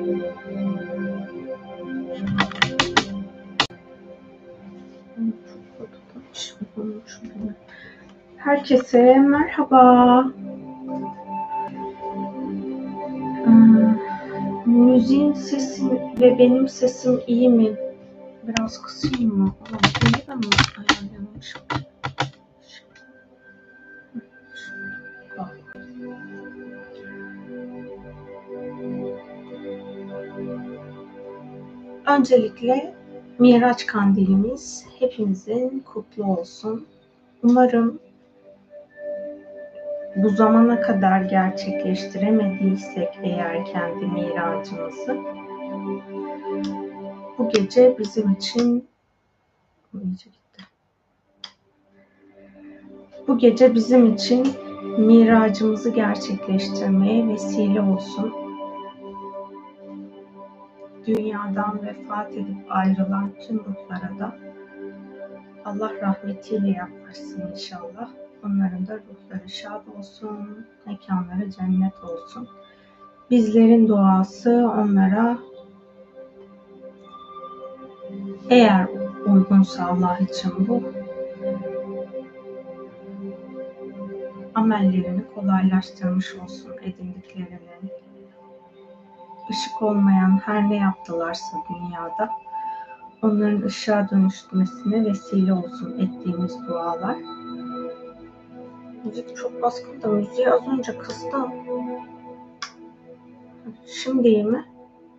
Herkese merhaba. Müziğin sesi ve benim sesim iyi mi? Biraz kısayım mı? Bunu da mı ayarlamışım? Öncelikle Miraç Kandilimiz hepimizin kutlu olsun. Umarım bu zamana kadar gerçekleştiremediysek eğer kendi miracımızı, bu gece bizim için miracımızı gerçekleştirmeye vesile olsun. Dünyadan vefat edip ayrılan tüm ruhlara da Allah rahmetiyle yaparsın inşallah. Onların da ruhları şad olsun, mekanları cennet olsun. Bizlerin duası onlara, eğer uygunsa Allah için bu, amellerini kolaylaştırmış olsun, edindiklerini. Işık olmayan her ne yaptılarsa dünyada, onların ışığa dönüşmesine vesile olsun ettiğimiz dualar. Müzik çok baskın da müziği az önce kıstım. Şimdi iyi mi?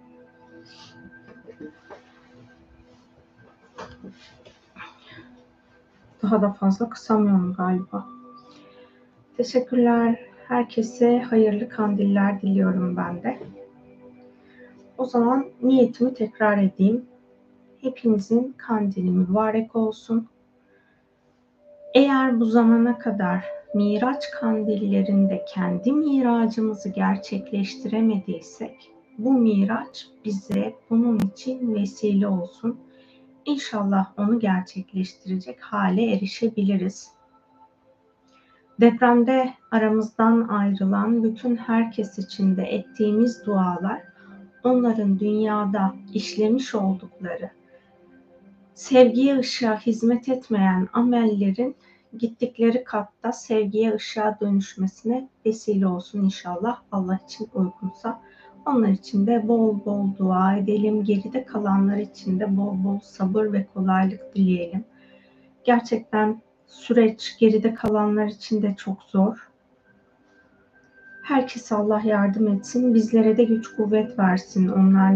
Daha da fazla kısamıyorum galiba. Teşekkürler. Herkese hayırlı kandiller diliyorum ben de. O zaman niyetimi tekrar edeyim. Hepinizin kandili mübarek olsun. Eğer bu zamana kadar Miraç kandillerinde kendi miracımızı gerçekleştiremediysek, bu miraç bize bunun için vesile olsun. İnşallah onu gerçekleştirecek hale erişebiliriz. Depremde aramızdan ayrılan bütün herkes için de ettiğimiz dualar, onların dünyada işlemiş oldukları, sevgiye ışığa hizmet etmeyen amellerin gittikleri katta sevgiye ışığa dönüşmesine vesile olsun inşallah, Allah için uygunsa. Onlar için de bol bol dua edelim. Geride kalanlar için de bol bol sabır ve kolaylık dileyelim. Gerçekten süreç geride kalanlar için de çok zor. Herkese Allah yardım etsin. Bizlere de güç kuvvet versin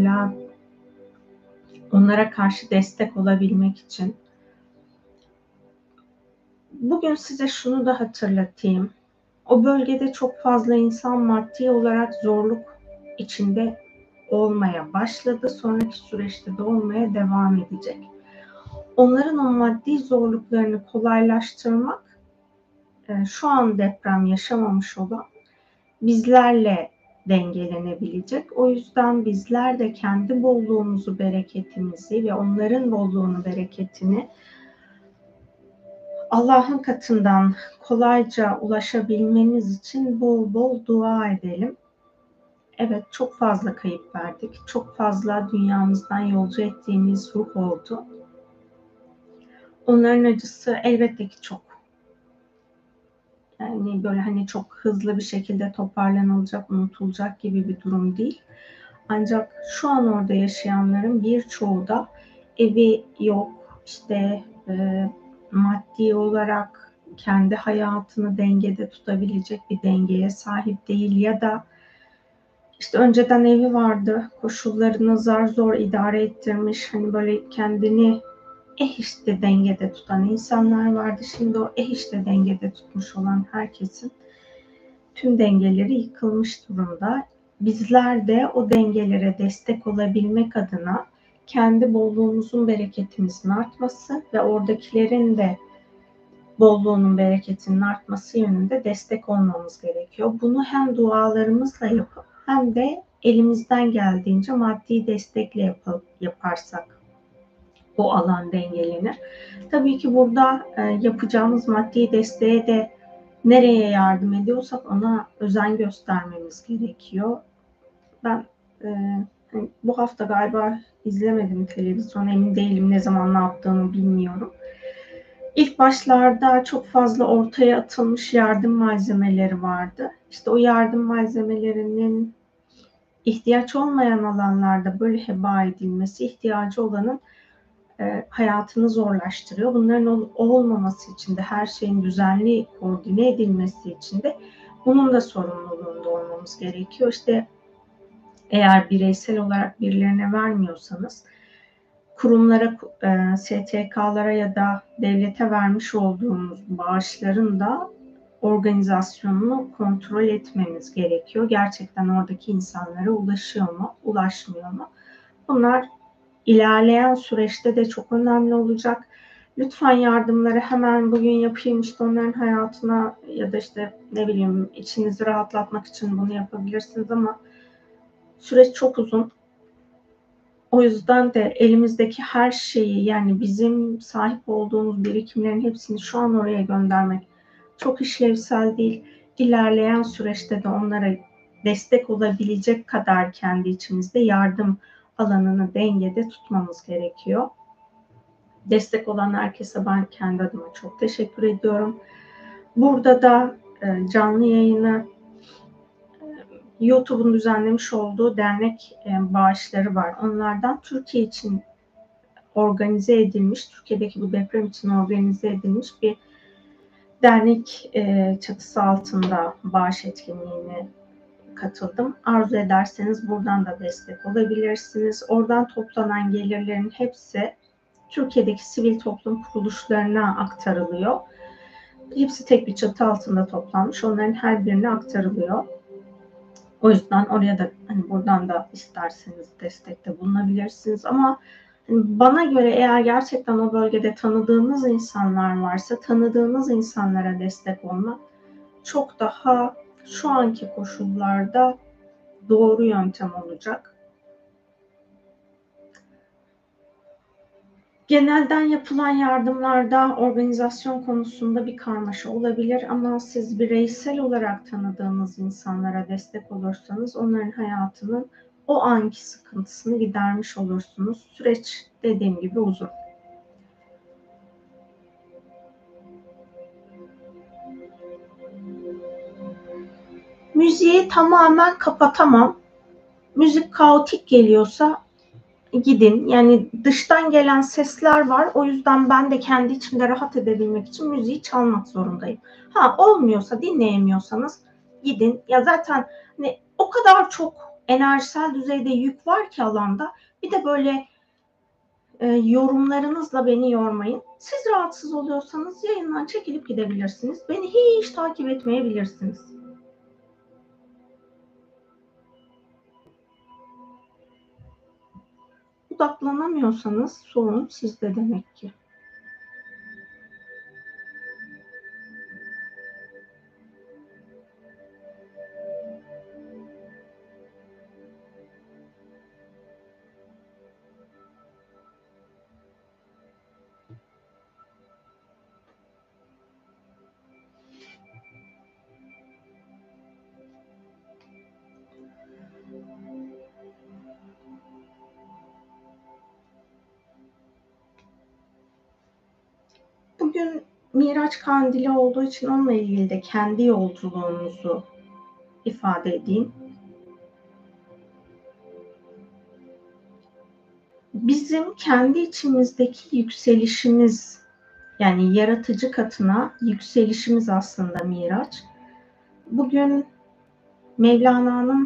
onlara karşı destek olabilmek için. Bugün size şunu da hatırlatayım. O bölgede çok fazla insan maddi olarak zorluk içinde olmaya başladı. Sonraki süreçte de olmaya devam edecek. Onların o maddi zorluklarını kolaylaştırmak, şu an deprem yaşamamış olan bizlerle dengelenebilecek. O yüzden bizler de kendi bolluğumuzu, bereketimizi ve onların bolluğunu, bereketini Allah'ın katından kolayca ulaşabilmeniz için bol bol dua edelim. Evet, çok fazla kayıp verdik. Çok fazla dünyamızdan yolcu ettiğimiz ruh oldu. Onların acısı elbette ki çok. Yani böyle hani çok hızlı bir şekilde toparlanılacak, unutulacak gibi bir durum değil. Ancak şu an orada yaşayanların birçoğu da evi yok, işte maddi olarak kendi hayatını dengede tutabilecek bir dengeye sahip değil ya da işte önceden evi vardı, koşullarını zar zor idare ettirmiş, hani böyle kendini işte dengede tutan insanlar vardı. Şimdi o işte dengede tutmuş olan herkesin tüm dengeleri yıkılmış durumda. Bizler de o dengelere destek olabilmek adına kendi bolluğumuzun, bereketimizin artması ve oradakilerin de bolluğunun, bereketinin artması yönünde destek olmamız gerekiyor. Bunu hem dualarımızla yapıp hem de elimizden geldiğince maddi destekle yaparsak o alan dengelenir. Tabii ki burada yapacağımız maddi desteğe de nereye yardım ediyorsak ona özen göstermemiz gerekiyor. Ben hani bu hafta galiba izlemedim televizyon, emin değilim ne zaman ne yaptığımı bilmiyorum. İlk başlarda çok fazla ortaya atılmış yardım malzemeleri vardı. İşte o yardım malzemelerinin ihtiyaç olmayan alanlarda böyle heba edilmesi, ihtiyacı olanın hayatını zorlaştırıyor. Bunların olmaması için de, her şeyin düzenli koordine edilmesi için de bunun da sorumluluğunda olmamız gerekiyor. İşte eğer bireysel olarak birilerine vermiyorsanız, kurumlara, STK'lara ya da devlete vermiş olduğumuz bağışların da organizasyonunu kontrol etmemiz gerekiyor. Gerçekten oradaki insanlara ulaşıyor mu, ulaşmıyor mu? Bunlar ilerleyen süreçte de çok önemli olacak. Lütfen yardımları hemen bugün yapayım, işte onların hayatına ya da işte ne bileyim içinizi rahatlatmak için bunu yapabilirsiniz ama süreç çok uzun. O yüzden de elimizdeki her şeyi, yani bizim sahip olduğumuz birikimlerin hepsini şu an oraya göndermek çok işlevsel değil. İlerleyen süreçte de onlara destek olabilecek kadar kendi içimizde yardım alanını dengede tutmamız gerekiyor. Destek olan herkese ben kendi adıma çok teşekkür ediyorum. Burada da canlı yayını YouTube'un düzenlemiş olduğu dernek bağışları var. Onlardan Türkiye için organize edilmiş, Türkiye'deki bu deprem için organize edilmiş bir dernek çatısı altında bağış etkinliğine katıldım. Arzu ederseniz buradan da destek olabilirsiniz. Oradan toplanan gelirlerin hepsi Türkiye'deki sivil toplum kuruluşlarına aktarılıyor. Hepsi tek bir çatı altında toplanmış. Onların her birine aktarılıyor. O yüzden oraya da hani buradan da isterseniz destekte bulunabilirsiniz. Ama bana göre eğer gerçekten o bölgede tanıdığınız insanlar varsa, tanıdığınız insanlara destek olmak çok daha şu anki koşullarda doğru yöntem olacak. Genelden yapılan yardımlarda organizasyon konusunda bir karmaşa olabilir ama siz bireysel olarak tanıdığınız insanlara destek olursanız onların hayatının o anki sıkıntısını gidermiş olursunuz. Süreç dediğim gibi uzun. Müziği tamamen kapatamam. Müzik kaotik geliyorsa gidin. Yani dıştan gelen sesler var. O yüzden ben de kendi içimde rahat edebilmek için müziği çalmak zorundayım. Ha, olmuyorsa, dinleyemiyorsanız gidin. Ya zaten hani o kadar çok enerjisel düzeyde yük var ki alanda. Bir de böyle yorumlarınızla beni yormayın. Siz rahatsız oluyorsanız yayından çekilip gidebilirsiniz. Beni hiç takip etmeyebilirsiniz. Odaklanamıyorsanız sorun sizde demek ki. Bugün Miraç Kandili olduğu için onunla ilgili de kendi yolculuğumuzu ifade edeyim. Bizim kendi içimizdeki yükselişimiz, yani yaratıcı katına yükselişimiz aslında Miraç. Bugün Mevlana'nın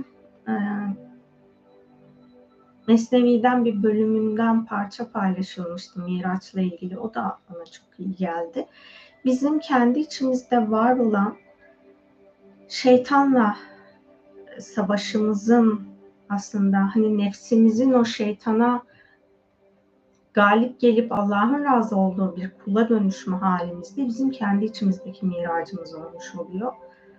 Mesnevi'den bir bölümünden parça paylaşılmıştı Miraç'la ilgili. O da bana çok iyi geldi. Bizim kendi içimizde var olan şeytanla savaşımızın, aslında hani nefsimizin o şeytana galip gelip Allah'ın razı olduğu bir kula dönüşme halimizde bizim kendi içimizdeki miracımız olmuş oluyor.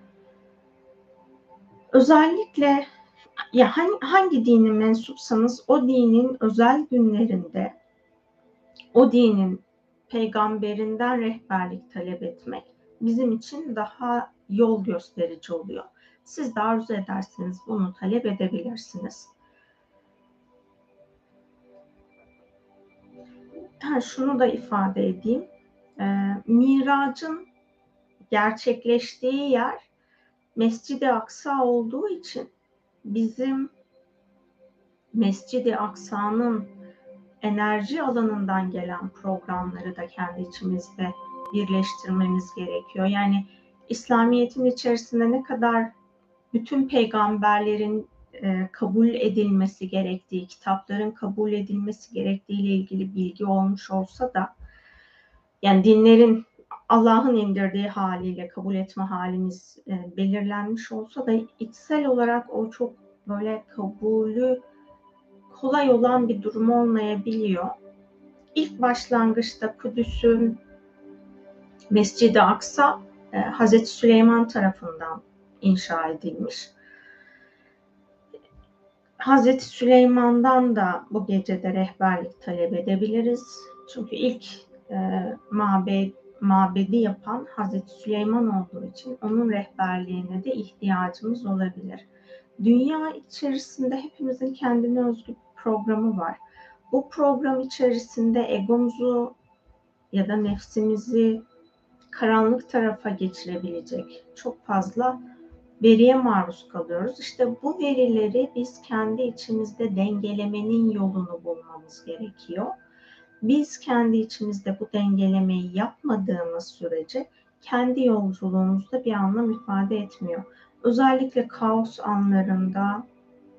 Özellikle ya hangi dine mensupsanız o dinin özel günlerinde o dinin peygamberinden rehberlik talep etmek bizim için daha yol gösterici oluyor. Siz de arzu ederseniz bunu talep edebilirsiniz. Şunu da ifade edeyim. Miracın gerçekleştiği yer Mescid-i Aksa olduğu için bizim Mescid-i Aksa'nın enerji alanından gelen programları da kendi içimizde birleştirmemiz gerekiyor. Yani İslamiyet'in içerisinde ne kadar bütün peygamberlerin kabul edilmesi gerektiği, kitapların kabul edilmesi gerektiği ile ilgili bilgi olmuş olsa da, yani dinlerin Allah'ın indirdiği haliyle kabul etme halimiz belirlenmiş olsa da içsel olarak o çok böyle kabulü kolay olan bir durum olmayabiliyor. İlk başlangıçta Kudüs'ün Mescid-i Aksa Hazreti Süleyman tarafından inşa edilmiş. Hazreti Süleyman'dan da bu gecede rehberlik talep edebiliriz. Çünkü ilk mabedi yapan Hazreti Süleyman olduğu için onun rehberliğine de ihtiyacımız olabilir. Dünya içerisinde hepimizin kendine özgü bir programı var. Bu program içerisinde egomuzu ya da nefsimizi karanlık tarafa geçirebilecek çok fazla veriye maruz kalıyoruz. İşte bu verileri biz kendi içimizde dengelemenin yolunu bulmamız gerekiyor. Biz kendi içimizde bu dengelemeyi yapmadığımız sürece kendi yolculuğumuzda bir anlam ifade etmiyor. Özellikle kaos anlarında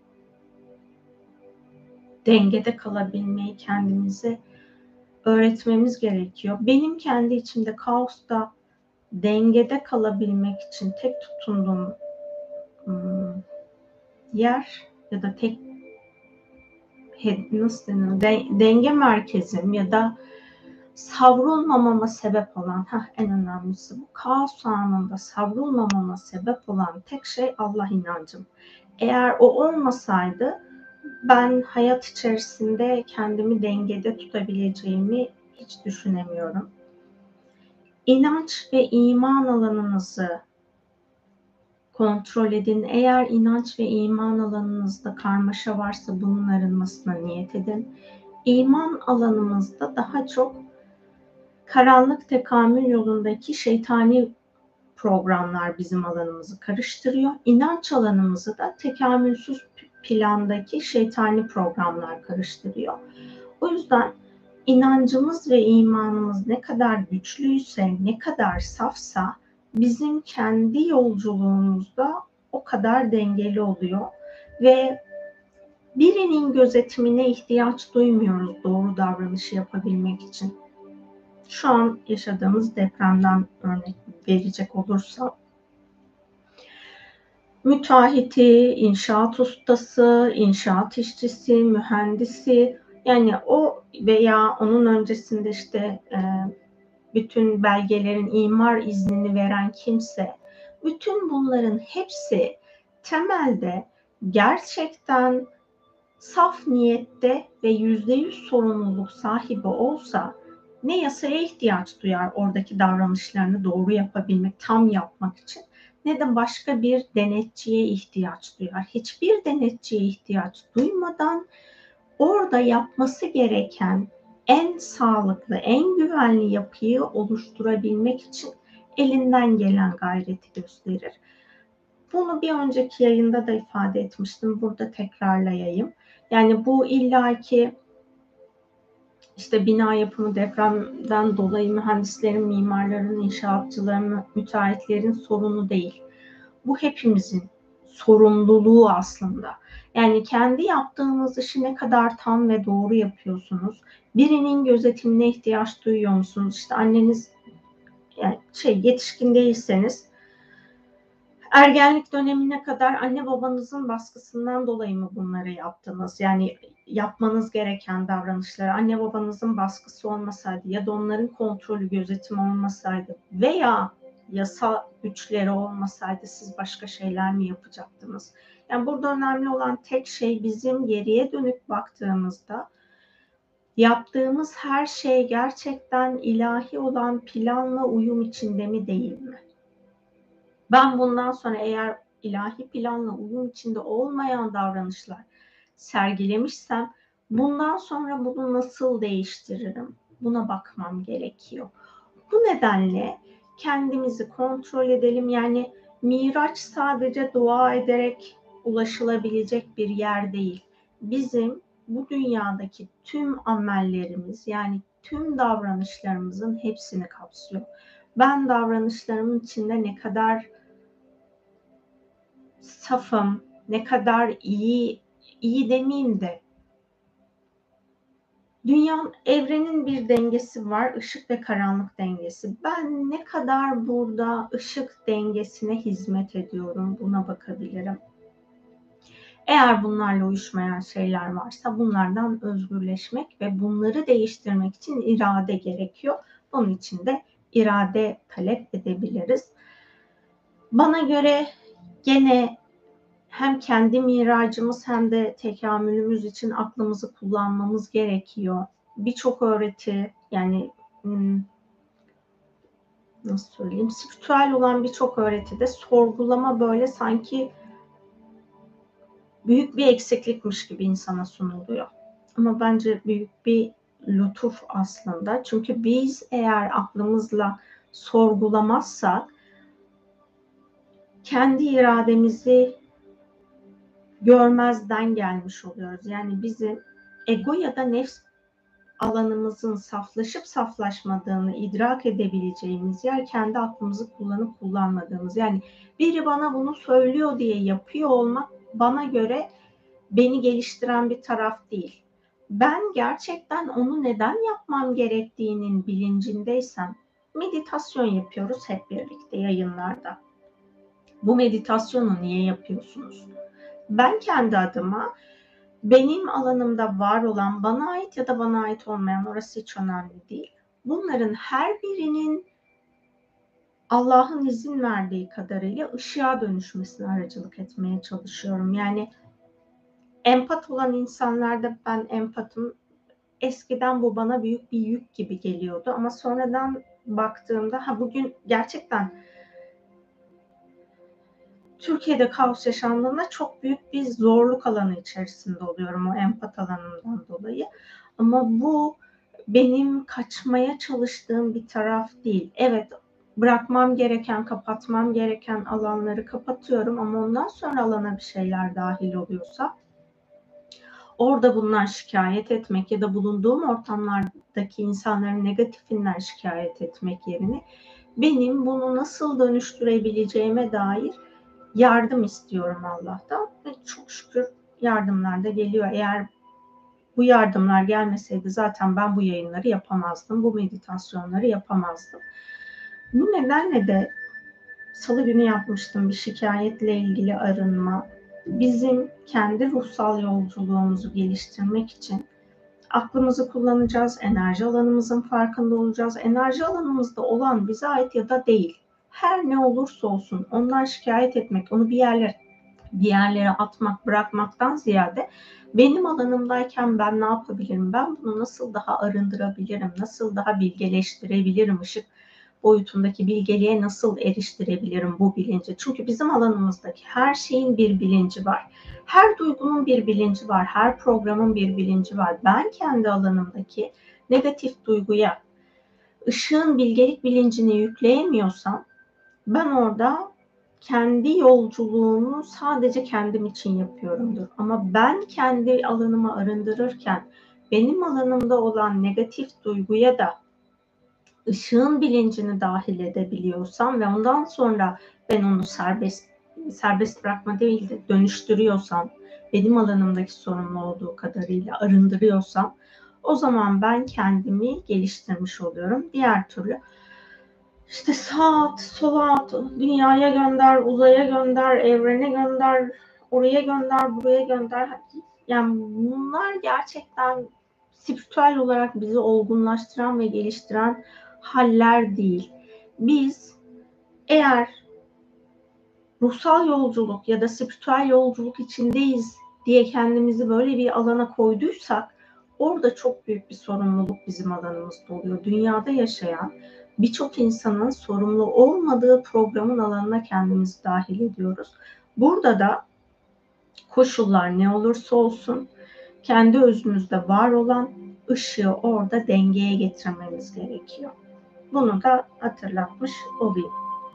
dengede kalabilmeyi kendimize öğretmemiz gerekiyor. Benim kendi içimde kaosta dengede kalabilmek için tek tutunduğum yer ya da tek nasıl denir, denge merkezim ya da savrulmamama sebep olan, en önemlisi bu, kaos anında savrulmamama sebep olan tek şey Allah inancım. Eğer o olmasaydı ben hayat içerisinde kendimi dengede tutabileceğimi hiç düşünemiyorum. İnanç ve iman alanınızı kontrol edin. Eğer inanç ve iman alanınızda karmaşa varsa bunun arınmasına niyet edin. İman alanımızda daha çok karanlık tekamül yolundaki şeytani programlar bizim alanımızı karıştırıyor. İnanç alanımızı da tekamülsüz plandaki şeytani programlar karıştırıyor. O yüzden inancımız ve imanımız ne kadar güçlüyse, ne kadar safsa bizim kendi yolculuğumuzda o kadar dengeli oluyor ve birinin gözetimine ihtiyaç duymuyoruz doğru davranışı yapabilmek için. Şu an yaşadığımız depremden örnek verecek olursam, müteahhiti, inşaat ustası, inşaat işçisi, mühendisi, yani o veya onun öncesinde işte bütün belgelerin imar iznini veren kimse, bütün bunların hepsi temelde gerçekten saf niyette ve %100 sorumluluk sahibi olsa ne yasaya ihtiyaç duyar oradaki davranışlarını doğru yapabilmek, tam yapmak için, ne de başka bir denetçiye ihtiyaç duyar. Hiçbir denetçiye ihtiyaç duymadan orada yapması gereken en sağlıklı, en güvenli yapıyı oluşturabilmek için elinden gelen gayreti gösterir. Bunu bir önceki yayında da ifade etmiştim. Burada tekrarlayayım. Yani bu illaki işte bina yapımı depremden dolayı mühendislerin, mimarların, inşaatçıların, müteahhitlerin sorunu değil. Bu hepimizin sorumluluğu aslında. Yani kendi yaptığınız işi ne kadar tam ve doğru yapıyorsunuz? Birinin gözetimine ihtiyaç duyuyor musunuz? İşte anneniz, yani yetişkin değilseniz ergenlik dönemine kadar anne babanızın baskısından dolayı mı bunları yaptınız? Yani yapmanız gereken davranışları anne babanızın baskısı olmasaydı ya da onların kontrolü, gözetimi olmasaydı veya yasa güçleri olmasaydı siz başka şeyler mi yapacaktınız? Yani burada önemli olan tek şey, bizim geriye dönük baktığımızda yaptığımız her şey gerçekten ilahi olan planla uyum içinde mi değil mi? Ben bundan sonra eğer ilahi planla uyum içinde olmayan davranışlar sergilemişsem bundan sonra bunu nasıl değiştiririm? Buna bakmam gerekiyor. Bu nedenle kendimizi kontrol edelim. Yani Miraç sadece dua ederek ulaşılabilecek bir yer değil. Bizim bu dünyadaki tüm amellerimiz, yani tüm davranışlarımızın hepsini kapsıyor. Ben davranışlarımın içinde ne kadar safım, ne kadar iyi demeyeyim de, dünyanın, evrenin bir dengesi var, ışık ve karanlık dengesi. Ben ne kadar burada ışık dengesine hizmet ediyorum, buna bakabilirim. Eğer bunlarla uyuşmayan şeyler varsa bunlardan özgürleşmek ve bunları değiştirmek için irade gerekiyor. Bunun için de irade talep edebiliriz. Bana göre gene hem kendi miracımız hem de tekamülümüz için aklımızı kullanmamız gerekiyor. Birçok öğreti, yani nasıl söyleyeyim, spiritüel olan birçok öğretide sorgulama böyle sanki büyük bir eksiklikmiş gibi insana sunuluyor. Ama bence büyük bir lütuf aslında. Çünkü biz eğer aklımızla sorgulamazsak kendi irademizi görmezden gelmiş oluyoruz. Yani bizim ego ya da nefs alanımızın saflaşıp saflaşmadığını idrak edebileceğimiz yer kendi aklımızı kullanıp kullanmadığımız. Yani biri bana bunu söylüyor diye yapıyor olmak bana göre beni geliştiren bir taraf değil. Ben gerçekten onu neden yapmam gerektiğinin bilincindeysem, meditasyon yapıyoruz hep birlikte yayınlarda. Bu meditasyonu niye yapıyorsunuz? Ben kendi adıma benim alanımda var olan, bana ait ya da bana ait olmayan, orası hiç önemli değil. Bunların her birinin Allah'ın izin verdiği kadarıyla ışığa dönüşmesine aracılık etmeye çalışıyorum. Yani empat olan insanlarda ben empatım. Eskiden bu bana büyük bir yük gibi geliyordu ama sonradan baktığımda bugün gerçekten Türkiye'de kaos yaşandığında çok büyük bir zorluk alanı içerisinde oluyorum o empat alanından dolayı. Ama bu benim kaçmaya çalıştığım bir taraf değil. Evet, bırakmam gereken, kapatmam gereken alanları kapatıyorum ama ondan sonra alana bir şeyler dahil oluyorsa orada bundan şikayet etmek ya da bulunduğum ortamlardaki insanların negatifinden şikayet etmek yerine benim bunu nasıl dönüştürebileceğime dair yardım istiyorum Allah'tan ve çok şükür yardımlar da geliyor. Eğer bu yardımlar gelmeseydi zaten ben bu yayınları yapamazdım, bu meditasyonları yapamazdım. Bu nedenle de Salı günü yapmıştım bir şikayetle ilgili arınma. Bizim kendi ruhsal yolculuğumuzu geliştirmek için aklımızı kullanacağız, enerji alanımızın farkında olacağız. Enerji alanımızda olan bize ait ya da değil. Her ne olursa olsun ondan şikayet etmek, onu bir yerlere atmak, bırakmaktan ziyade benim alanımdayken ben ne yapabilirim? Ben bunu nasıl daha arındırabilirim? Nasıl daha bilgeleştirebilirim? Işık boyutundaki bilgeliğe nasıl eriştirebilirim bu bilinci? Çünkü bizim alanımızdaki her şeyin bir bilinci var. Her duygunun bir bilinci var. Her programın bir bilinci var. Ben kendi alanımdaki negatif duyguya ışığın bilgelik bilincini yükleyemiyorsam ben orada kendi yolculuğumu sadece kendim için yapıyorumdur. Ama ben kendi alanımı arındırırken benim alanımda olan negatif duyguya da ışığın bilincini dahil edebiliyorsam ve ondan sonra ben onu serbest bırakma değil de dönüştürüyorsam, benim alanımdaki sorumlu olduğu kadarıyla arındırıyorsam, o zaman ben kendimi geliştirmiş oluyorum. Diğer türlü işte sağa at, sola at, dünyaya gönder, uzaya gönder, evrene gönder, oraya gönder, buraya gönder. Yani bunlar gerçekten spiritüel olarak bizi olgunlaştıran ve geliştiren haller değil. Biz eğer ruhsal yolculuk ya da spiritüel yolculuk içindeyiz diye kendimizi böyle bir alana koyduysak orada çok büyük bir sorumluluk bizim alanımızda oluyor. Dünyada yaşayan birçok insanın sorumlu olmadığı programın alanına kendimizi dahil ediyoruz. Burada da koşullar ne olursa olsun kendi özümüzde var olan ışığı orada dengeye getirmemiz gerekiyor. Bunu da hatırlatmış olayım.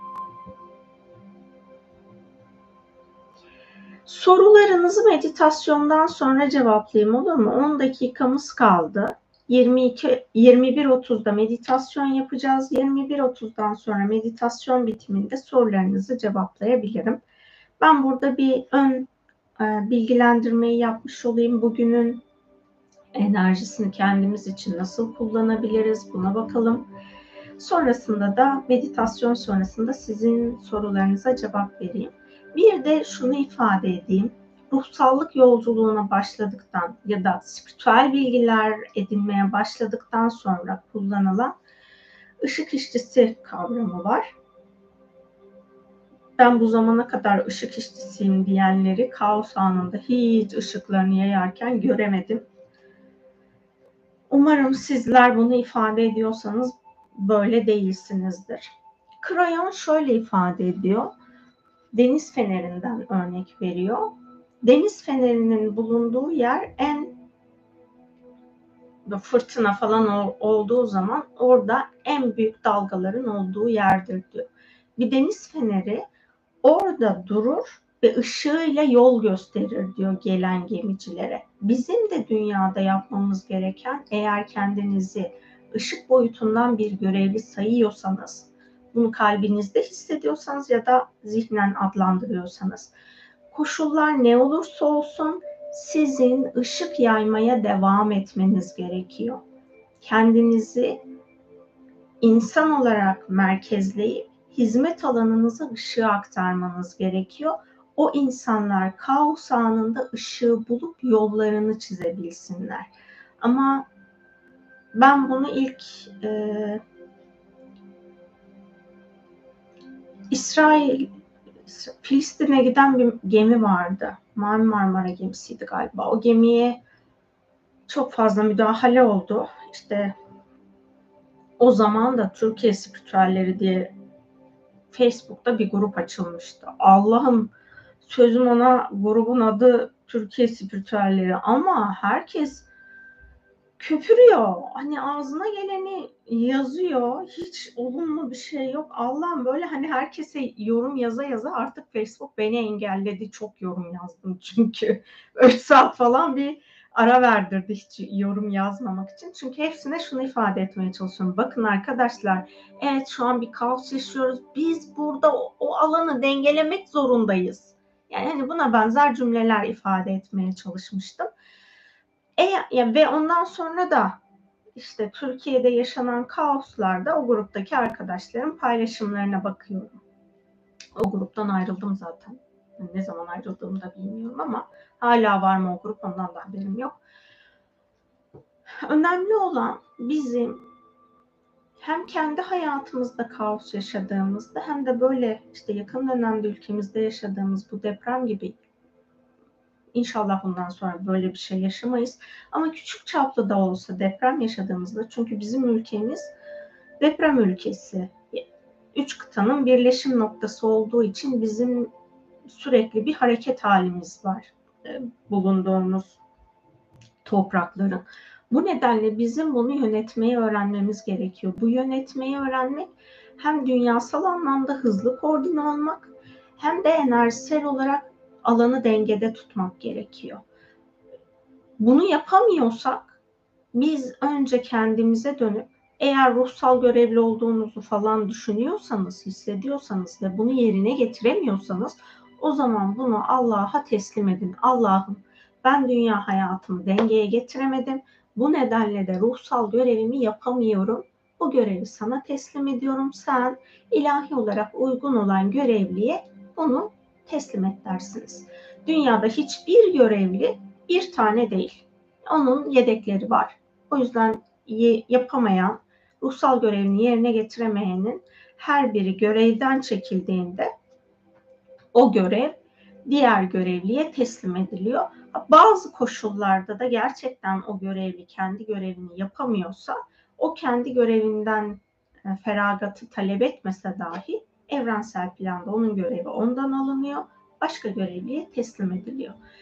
Sorularınızı meditasyondan sonra cevaplayayım, olur mu? 10 dakikamız kaldı. 21.30'da meditasyon yapacağız. 21.30'dan sonra meditasyon bitiminde sorularınızı cevaplayabilirim. Ben burada bir ön bilgilendirmeyi yapmış olayım. Bugünün enerjisini kendimiz için nasıl kullanabiliriz, buna bakalım. Sonrasında da meditasyon sonrasında sizin sorularınıza cevap vereyim. Bir de şunu ifade edeyim. Ruhsallık yolculuğuna başladıktan ya da spiritüel bilgiler edinmeye başladıktan sonra kullanılan ışık işçisi kavramı var. Ben bu zamana kadar ışık işçisiyim diyenleri kaos anında hiç ışıklarını yayarken göremedim. Umarım sizler bunu ifade ediyorsanız böyle değilsinizdir. Krayon şöyle ifade ediyor. Deniz fenerinden örnek veriyor. Deniz fenerinin bulunduğu yer en fırtına falan olduğu zaman orada en büyük dalgaların olduğu yerdir diyor. Bir deniz feneri orada durur ve ışığıyla yol gösterir diyor gelen gemicilere. Bizim de dünyada yapmamız gereken, eğer kendinizi ışık boyutundan bir görevli sayıyorsanız, bunu kalbinizde hissediyorsanız ya da zihnen adlandırıyorsanız, koşullar ne olursa olsun sizin ışık yaymaya devam etmeniz gerekiyor. Kendinizi insan olarak merkezleyip hizmet alanınızı ışığa aktarmanız gerekiyor. O insanlar kaos anında ışığı bulup yollarını çizebilsinler. Ama ben bunu ilk Filistin'e giden bir gemi vardı. Mavi Marmara gemisiydi galiba. O gemiye çok fazla müdahale oldu. İşte o zaman da Türkiye Spiritüelleri diye Facebook'ta bir grup açılmıştı. Allah'ım, sözüm ona, grubun adı Türkiye Spiritüelleri, ama herkes köpürüyor. Hani ağzına geleni yazıyor. Hiç olumlu bir şey yok. Allah'ım, böyle hani herkese yorum yaza yaza artık Facebook beni engelledi. Çok yorum yazdım çünkü 3 saat falan bir ara verdirdi hiç yorum yazmamak için. Çünkü hepsine şunu ifade etmeye çalışıyorum. Bakın arkadaşlar, evet şu an bir kaos yaşıyoruz. Biz burada o alanı dengelemek zorundayız. Yani hani buna benzer cümleler ifade etmeye çalışmıştım. Ve ondan sonra da işte Türkiye'de yaşanan kaoslarda o gruptaki arkadaşların paylaşımlarına bakıyorum. O gruptan ayrıldım zaten. Ne zaman ayrıldığımı da bilmiyorum ama hala var mı o grup, ondan da haberim yok. Önemli olan bizim hem kendi hayatımızda kaos yaşadığımızda hem de böyle işte yakın dönemde ülkemizde yaşadığımız bu deprem gibi, İnşallah bundan sonra böyle bir şey yaşamayız. Ama küçük çaplı da olsa deprem yaşadığımızda, çünkü bizim ülkemiz deprem ülkesi. 3 kıtanın birleşim noktası olduğu için bizim sürekli bir hareket halimiz var bulunduğumuz toprakların. Bu nedenle bizim bunu yönetmeyi öğrenmemiz gerekiyor. Bu yönetmeyi öğrenmek hem dünyasal anlamda hızlı koordine olmak hem de enerjisel olarak alanı dengede tutmak gerekiyor. Bunu yapamıyorsak biz önce kendimize dönüp, eğer ruhsal görevli olduğunuzu falan düşünüyorsanız, hissediyorsanız ve bunu yerine getiremiyorsanız, o zaman bunu Allah'a teslim edin. Allah'ım, ben dünya hayatımı dengeye getiremedim. Bu nedenle de ruhsal görevimi yapamıyorum. Bu görevi sana teslim ediyorum. Sen ilahi olarak uygun olan görevliye bunu teslim et dersiniz. Dünyada hiçbir görevli bir tane değil. Onun yedekleri var. O yüzden yapamayan, ruhsal görevini yerine getiremeyenin her biri görevden çekildiğinde o görev diğer görevliye teslim ediliyor. Bazı koşullarda da gerçekten o görevli kendi görevini yapamıyorsa, o kendi görevinden feragatı talep etmese dahi evrensel planda onun görevi ondan alınıyor, başka görevliye teslim ediliyor.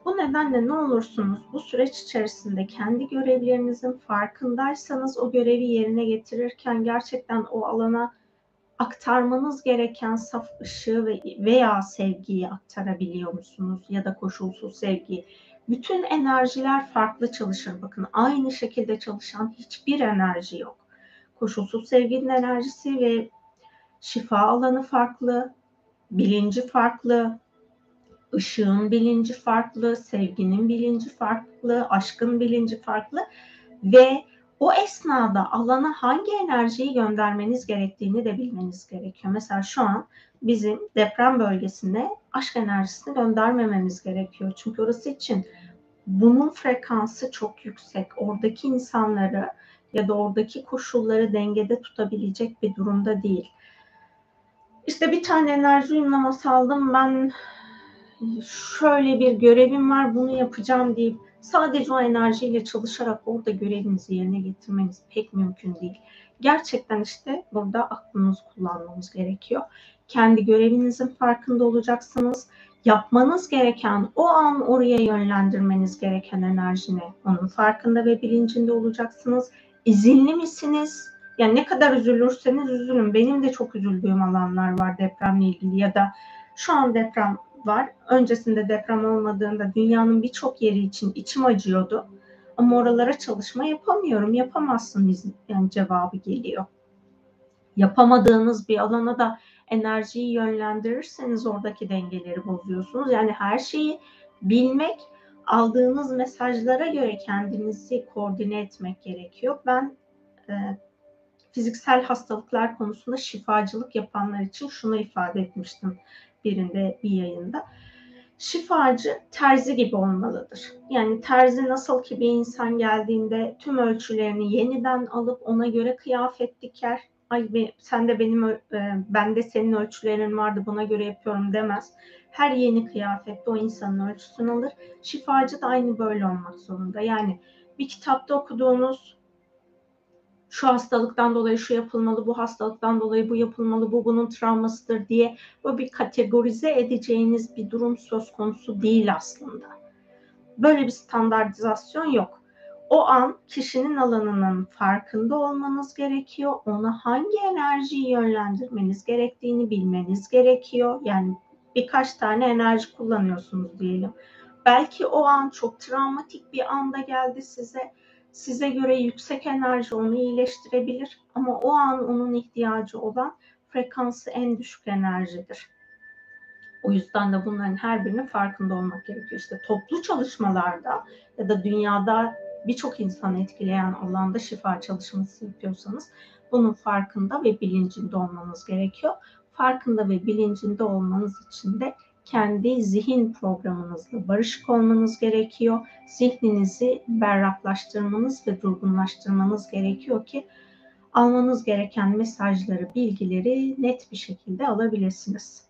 Bu nedenle ne olursunuz bu süreç içerisinde kendi görevlerinizin farkındaysanız o görevi yerine getirirken gerçekten o alana aktarmanız gereken saf ışığı veya sevgiyi aktarabiliyor musunuz ya da koşulsuz sevgiyi? Bütün enerjiler farklı çalışır. Bakın aynı şekilde çalışan hiçbir enerji yok. Koşulsuz sevginin enerjisi ve şifa alanı farklı, bilinci farklı, ışığın bilinci farklı, sevginin bilinci farklı, aşkın bilinci farklı ve o esnada alana hangi enerjiyi göndermeniz gerektiğini de bilmeniz gerekiyor. Mesela şu an bizim deprem bölgesine aşk enerjisini göndermememiz gerekiyor. Çünkü orası için bunun frekansı çok yüksek. Oradaki insanları ya da oradaki koşulları dengede tutabilecek bir durumda değil. İşte bir tane enerji uyumlaması aldım. Ben şöyle bir görevim var, bunu yapacağım deyip sadece o enerjiyle çalışarak orada görevinizi yerine getirmeniz pek mümkün değil. Gerçekten işte burada aklınızı kullanmanız gerekiyor. Kendi görevinizin farkında olacaksınız. Yapmanız gereken, o an oraya yönlendirmeniz gereken enerjine, onun farkında ve bilincinde olacaksınız. İzinli misiniz? Yani ne kadar üzülürseniz üzülün. Benim de çok üzüldüğüm alanlar var depremle ilgili ya da şu an deprem var. Öncesinde deprem olmadığında dünyanın birçok yeri için içim acıyordu. Ama oralara çalışma yapamıyorum. Yapamazsın yani cevabı geliyor. Yapamadığınız bir alana da enerjiyi yönlendirirseniz oradaki dengeleri bozuyorsunuz. Yani her şeyi bilmek, aldığınız mesajlara göre kendinizi koordine etmek gerekiyor. Ben fiziksel hastalıklar konusunda şifacılık yapanlar için şunu ifade etmiştim birinde bir yayında. Şifacı terzi gibi olmalıdır. Yani terzi nasıl ki bir insan geldiğinde tüm ölçülerini yeniden alıp ona göre kıyafet diker. Ay sen de ben de senin ölçülerin vardı buna göre yapıyorum demez. Her yeni kıyafette o insanın ölçüsünü alır. Şifacı da aynı böyle olmak zorunda. Yani bir kitapta okuduğunuz şu hastalıktan dolayı şu yapılmalı, bu hastalıktan dolayı bu yapılmalı, bu bunun travmasıdır diye böyle bir kategorize edeceğiniz bir durum söz konusu değil aslında. Böyle bir standartizasyon yok. O an kişinin alanının farkında olmanız gerekiyor. Ona hangi enerjiyi yönlendirmeniz gerektiğini bilmeniz gerekiyor. Yani birkaç tane enerji kullanıyorsunuz diyelim. Belki o an çok travmatik bir anda geldi size. Size göre yüksek enerji onu iyileştirebilir ama o an onun ihtiyacı olan frekansı en düşük enerjidir. O yüzden de bunların her birinin farkında olmak gerekiyor. İşte toplu çalışmalarda ya da dünyada birçok insanı etkileyen alanda şifa çalışması yapıyorsanız bunun farkında ve bilincinde olmanız gerekiyor. Farkında ve bilincinde olmanız için de kendi zihin programınızla barışık olmanız gerekiyor. Zihninizi berraklaştırmanız ve durgunlaştırmanız gerekiyor ki almanız gereken mesajları, bilgileri net bir şekilde alabilirsiniz.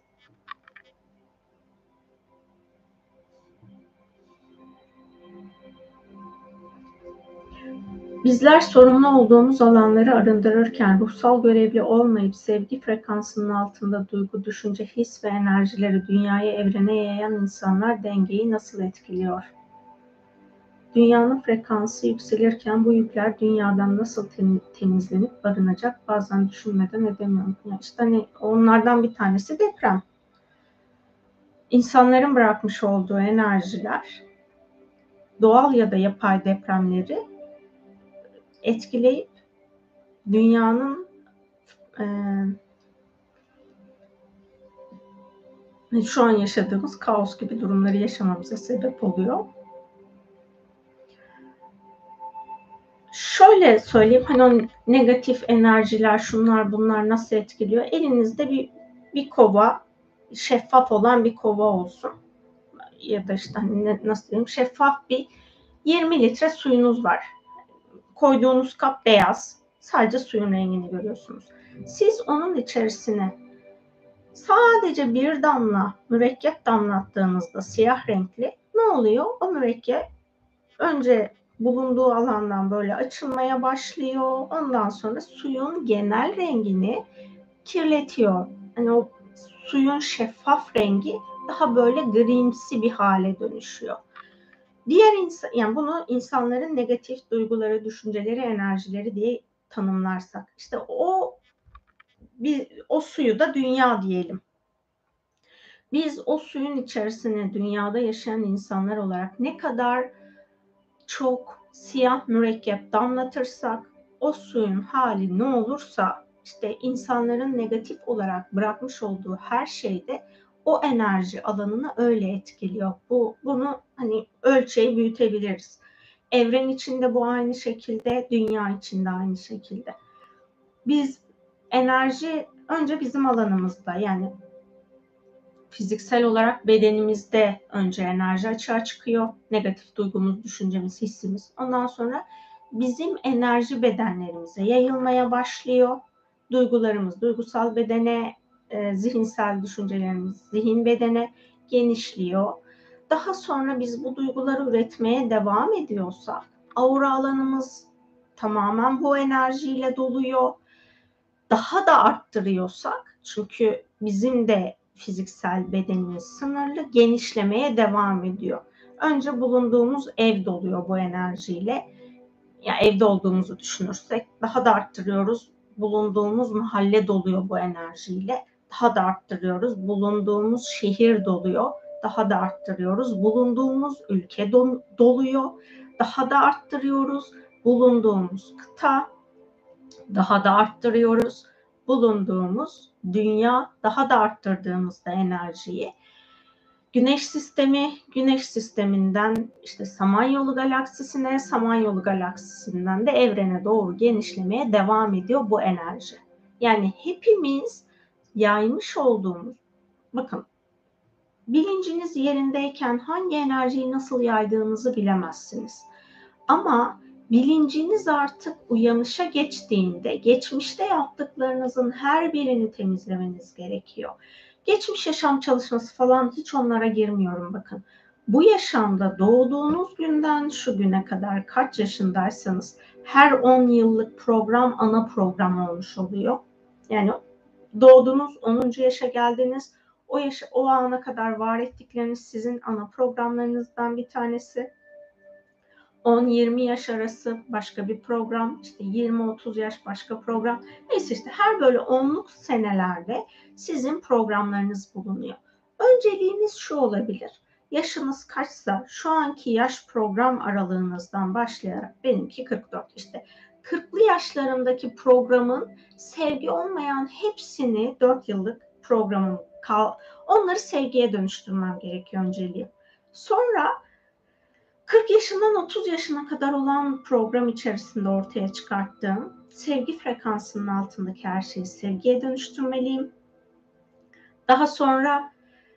Bizler sorumlu olduğumuz alanları arındırırken ruhsal görevli olmayıp sevgi frekansının altında duygu, düşünce, his ve enerjileri dünyaya, evrene yayan insanlar dengeyi nasıl etkiliyor? Dünyanın frekansı yükselirken bu yükler dünyadan nasıl temizlenip arınacak bazen düşünmeden edemiyorum. Yani işte hani onlardan bir tanesi deprem. İnsanların bırakmış olduğu enerjiler doğal ya da yapay depremleri etkileyip dünyanın şu an yaşadığımız kaos gibi durumları yaşamamıza sebep oluyor. Şöyle söyleyeyim, hani o negatif enerjiler, şunlar bunlar nasıl etkiliyor? Elinizde bir kova, şeffaf olan bir kova olsun. Ya da işte hani nasıl diyeyim, şeffaf bir 20 litre suyunuz var. Koyduğunuz kap beyaz. Sadece suyun rengini görüyorsunuz. Siz onun içerisine sadece bir damla mürekkep damlattığınızda siyah renkli ne oluyor? O mürekkep önce bulunduğu alandan böyle açılmaya başlıyor. Ondan sonra suyun genel rengini kirletiyor. Yani o suyun şeffaf rengi daha böyle grimsi bir hale dönüşüyor. Yani bunu insanların negatif duyguları, düşünceleri, enerjileri diye tanımlarsak, işte o suyu da dünya diyelim. Biz o suyun içerisine dünyada yaşayan insanlar olarak ne kadar çok siyah mürekkep damlatırsak o suyun hali ne olursa işte insanların negatif olarak bırakmış olduğu her şeyde o enerji alanını öyle etkiliyor. Bunu hani ölçeği büyütebiliriz. Evren içinde bu aynı şekilde, dünya içinde aynı şekilde. Biz enerji önce bizim alanımızda, yani fiziksel olarak bedenimizde önce enerji açığa çıkıyor. Negatif duygumuz, düşüncemiz, hissimiz. Ondan sonra bizim enerji bedenlerimize yayılmaya başlıyor. Duygularımız duygusal bedene, zihinsel düşüncelerimiz zihin bedene genişliyor. Daha sonra biz bu duyguları üretmeye devam ediyorsak aura alanımız tamamen bu enerjiyle doluyor. Daha da arttırıyorsak, çünkü bizim de fiziksel bedenimiz sınırlı, genişlemeye devam ediyor. Önce bulunduğumuz ev doluyor bu enerjiyle. Yani evde olduğumuzu düşünürsek daha da arttırıyoruz. Bulunduğumuz mahalle doluyor bu enerjiyle. Daha da arttırıyoruz. Bulunduğumuz şehir doluyor. Daha da arttırıyoruz. Bulunduğumuz ülke doluyor. Daha da arttırıyoruz. Bulunduğumuz kıta, daha da arttırıyoruz. Bulunduğumuz dünya, daha da arttırdığımızda enerjiyi Güneş sisteminden işte Samanyolu galaksisine, Samanyolu galaksisinden de evrene doğru genişlemeye devam ediyor bu enerji. Yani hepimiz yaymış olduğumuz, bakın, bilinciniz yerindeyken hangi enerjiyi nasıl yaydığınızı bilemezsiniz. Ama bilinciniz artık uyanışa geçtiğinde geçmişte yaptıklarınızın her birini temizlemeniz gerekiyor. Geçmiş yaşam çalışması falan, hiç onlara girmiyorum, bakın. Bu yaşamda doğduğunuz günden şu güne kadar kaç yaşındaysanız her 10 yıllık program ana program olmuş oluyor. Yani doğdunuz, 10. yaşa geldiniz. O ana kadar var ettikleriniz sizin ana programlarınızdan bir tanesi. 10-20 yaş arası başka bir program, işte 20-30 yaş başka program. Neyse, işte her böyle 10'luk senelerde sizin programlarınız bulunuyor. Önceliğiniz şu olabilir. Yaşınız kaçsa şu anki yaş program aralığınızdan başlayarak, benimki 44, işte 40'lı yaşlarımdaki programın sevgi olmayan hepsini, 4 yıllık programım, onları sevgiye dönüştürmem gerekiyor önceliği. Sonra 40 yaşından 30 yaşına kadar olan program içerisinde ortaya çıkarttığım sevgi frekansının altındaki her şeyi sevgiye dönüştürmeliyim. Daha sonra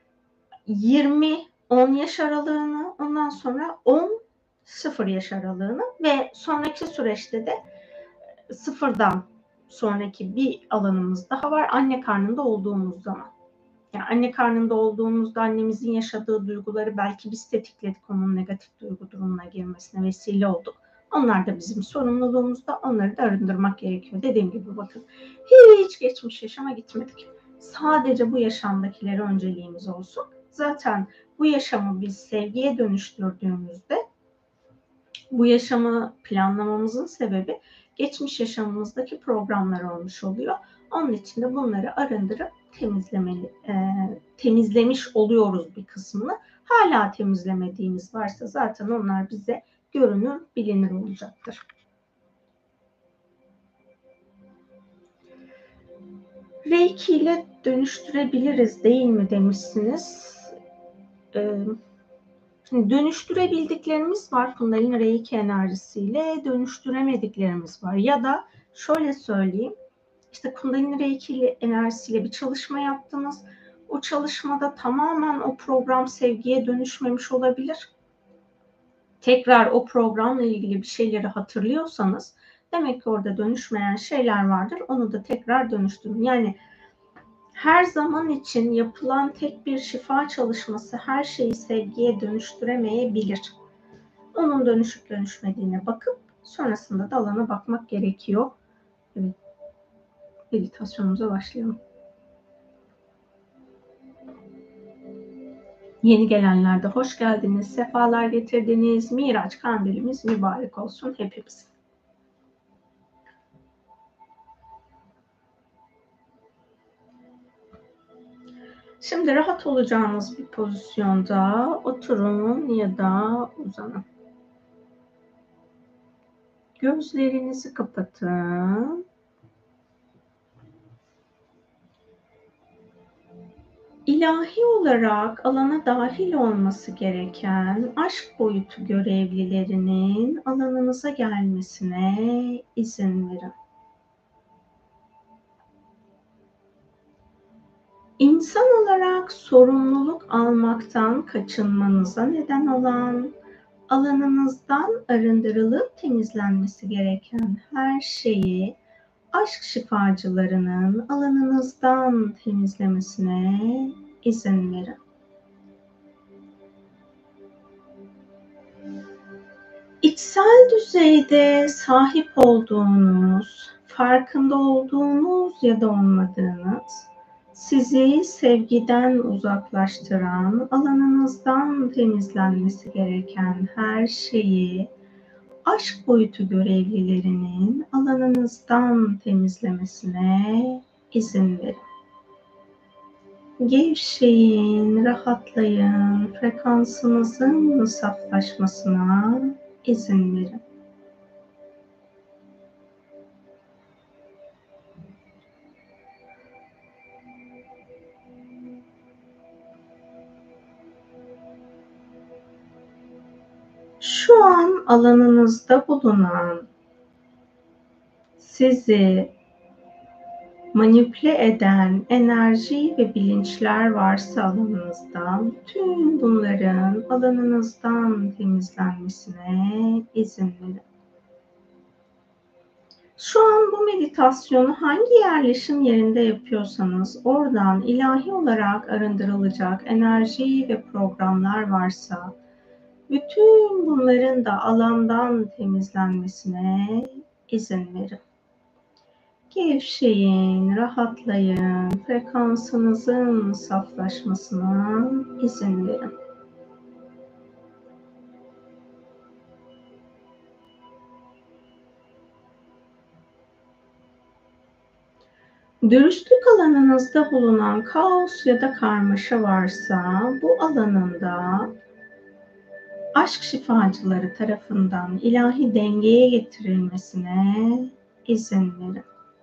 20-10 yaş aralığını, ondan sonra 10-0 yaş aralığını ve sonraki süreçte de sıfırdan sonraki bir alanımız daha var. Anne karnında olduğumuz zaman. Yani anne karnında olduğumuzda annemizin yaşadığı duyguları belki biz tetikledik, onun negatif duygu durumuna girmesine vesile olduk. Onlar da bizim sorumluluğumuzda, onları da arındırmak gerekiyor. Dediğim gibi bakın, hiç geçmiş yaşama gitmedik. Sadece bu yaşamdakileri önceliğimiz olsun. Zaten bu yaşamı biz sevgiye dönüştürdüğümüzde, bu yaşamı planlamamızın sebebi geçmiş yaşamımızdaki programlar olmuş oluyor. Onun için de bunları arındırıp temizlemiş oluyoruz bir kısmını. Hala temizlemediğimiz varsa zaten onlar bize görünür, bilinir olacaktır. Reiki ile dönüştürebiliriz değil mi demişsiniz. Dönüştürebildiklerimiz var. Kundalini Reiki enerjisiyle dönüştüremediklerimiz var. Ya da şöyle söyleyeyim. İşte Kundalini Reiki enerjisiyle bir çalışma yaptınız. O çalışmada tamamen o program sevgiye dönüşmemiş olabilir. Tekrar o programla ilgili bir şeyleri hatırlıyorsanız demek ki orada dönüşmeyen şeyler vardır. Onu da tekrar dönüştürün. Yani her zaman için yapılan tek bir şifa çalışması her şeyi sevgiye dönüştüremeyebilir. Onun dönüşüp dönüşmediğine bakıp sonrasında da alana bakmak gerekiyor. Evet, meditasyonumuza başlayalım. Yeni gelenler de hoş geldiniz, sefalar getirdiniz. Miraç kandilimiz mübarek olsun hepimiz. Şimdi rahat olacağınız bir pozisyonda oturun ya da uzanın. Gözlerinizi kapatın. İlahi olarak alana dahil olması gereken aşk boyutu görevlilerinin alanınıza gelmesine izin verin. İnsan olarak sorumluluk almaktan kaçınmanıza neden olan, alanınızdan arındırılıp temizlenmesi gereken her şeyi aşk şifacılarının alanınızdan temizlemesine izin verin. İçsel düzeyde sahip olduğunuz, farkında olduğunuz ya da olmadığınız, sizi sevgiden uzaklaştıran, alanınızdan temizlenmesi gereken her şeyi aşk boyutu görevlilerinin alanınızdan temizlemesine izin verin. Gevşeyin, rahatlayın, frekansınızın saflaşmasına izin verin. Şu an alanınızda bulunan, sizi manipüle eden enerji ve bilinçler varsa alanınızdan, tüm bunların alanınızdan temizlenmesine izin verin. Şu an bu meditasyonu hangi yerleşim yerinde yapıyorsanız oradan ilahi olarak arındırılacak enerji ve programlar varsa bütün bunların da alandan temizlenmesine izin verin. Gevşeyin, rahatlayın, frekansınızın saflaşmasına izin verin. Dürüstlük alanınızda bulunan kaos ya da karmaşa varsa bu alanında aşk şifacıları tarafından ilahi dengeye getirilmesine izin verin.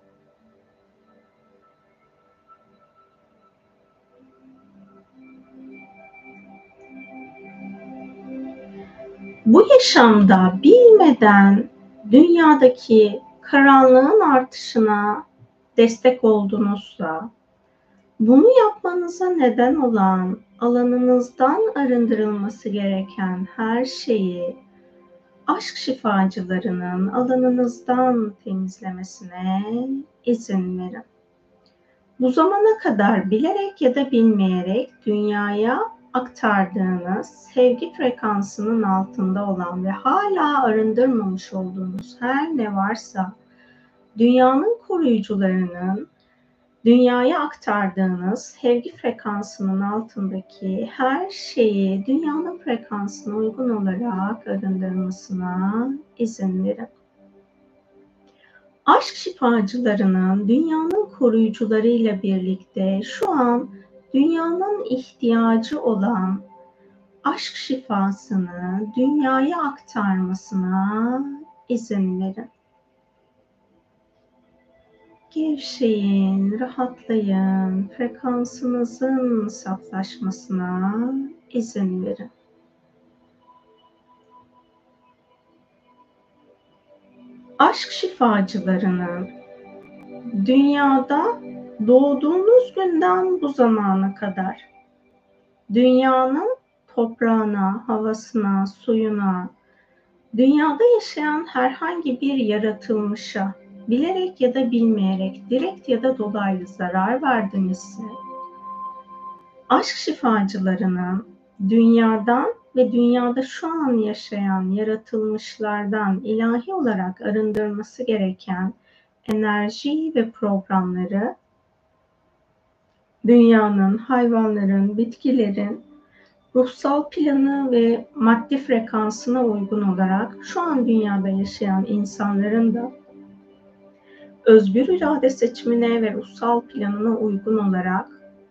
Bu yaşamda bilmeden dünyadaki karanlığın artışına destek oldunuzsa, bunu yapmanıza neden olan alanınızdan arındırılması gereken her şeyi aşk şifacılarının alanınızdan temizlemesine izin verin. Bu zamana kadar bilerek ya da bilmeyerek dünyaya aktardığınız sevgi frekansının altında olan ve hala arındırmamış olduğunuz her ne varsa dünyanın koruyucularının dünyaya aktardığınız sevgi frekansının altındaki her şeyi dünyanın frekansına uygun olarak arındırmasına izin verin. Aşk şifacılarının dünyanın koruyucularıyla birlikte şu an dünyanın ihtiyacı olan aşk şifasını dünyaya aktarmasına izin verin. Gevşeyin, rahatlayın, frekansınızın saflaşmasına izin verin. Aşk şifacılarının dünyada doğduğunuz günden bu zamana kadar dünyanın toprağına, havasına, suyuna, dünyada yaşayan herhangi bir yaratılmışa bilerek ya da bilmeyerek, direkt ya da dolaylı zarar verdinizse, aşk şifacılarının dünyadan ve dünyada şu an yaşayan yaratılmışlardan ilahi olarak arındırması gereken enerji ve programları dünyanın, hayvanların, bitkilerin ruhsal planı ve maddi frekansına uygun olarak şu an dünyada yaşayan insanların da özgür irade seçimine ve ruhsal planına uygun olarak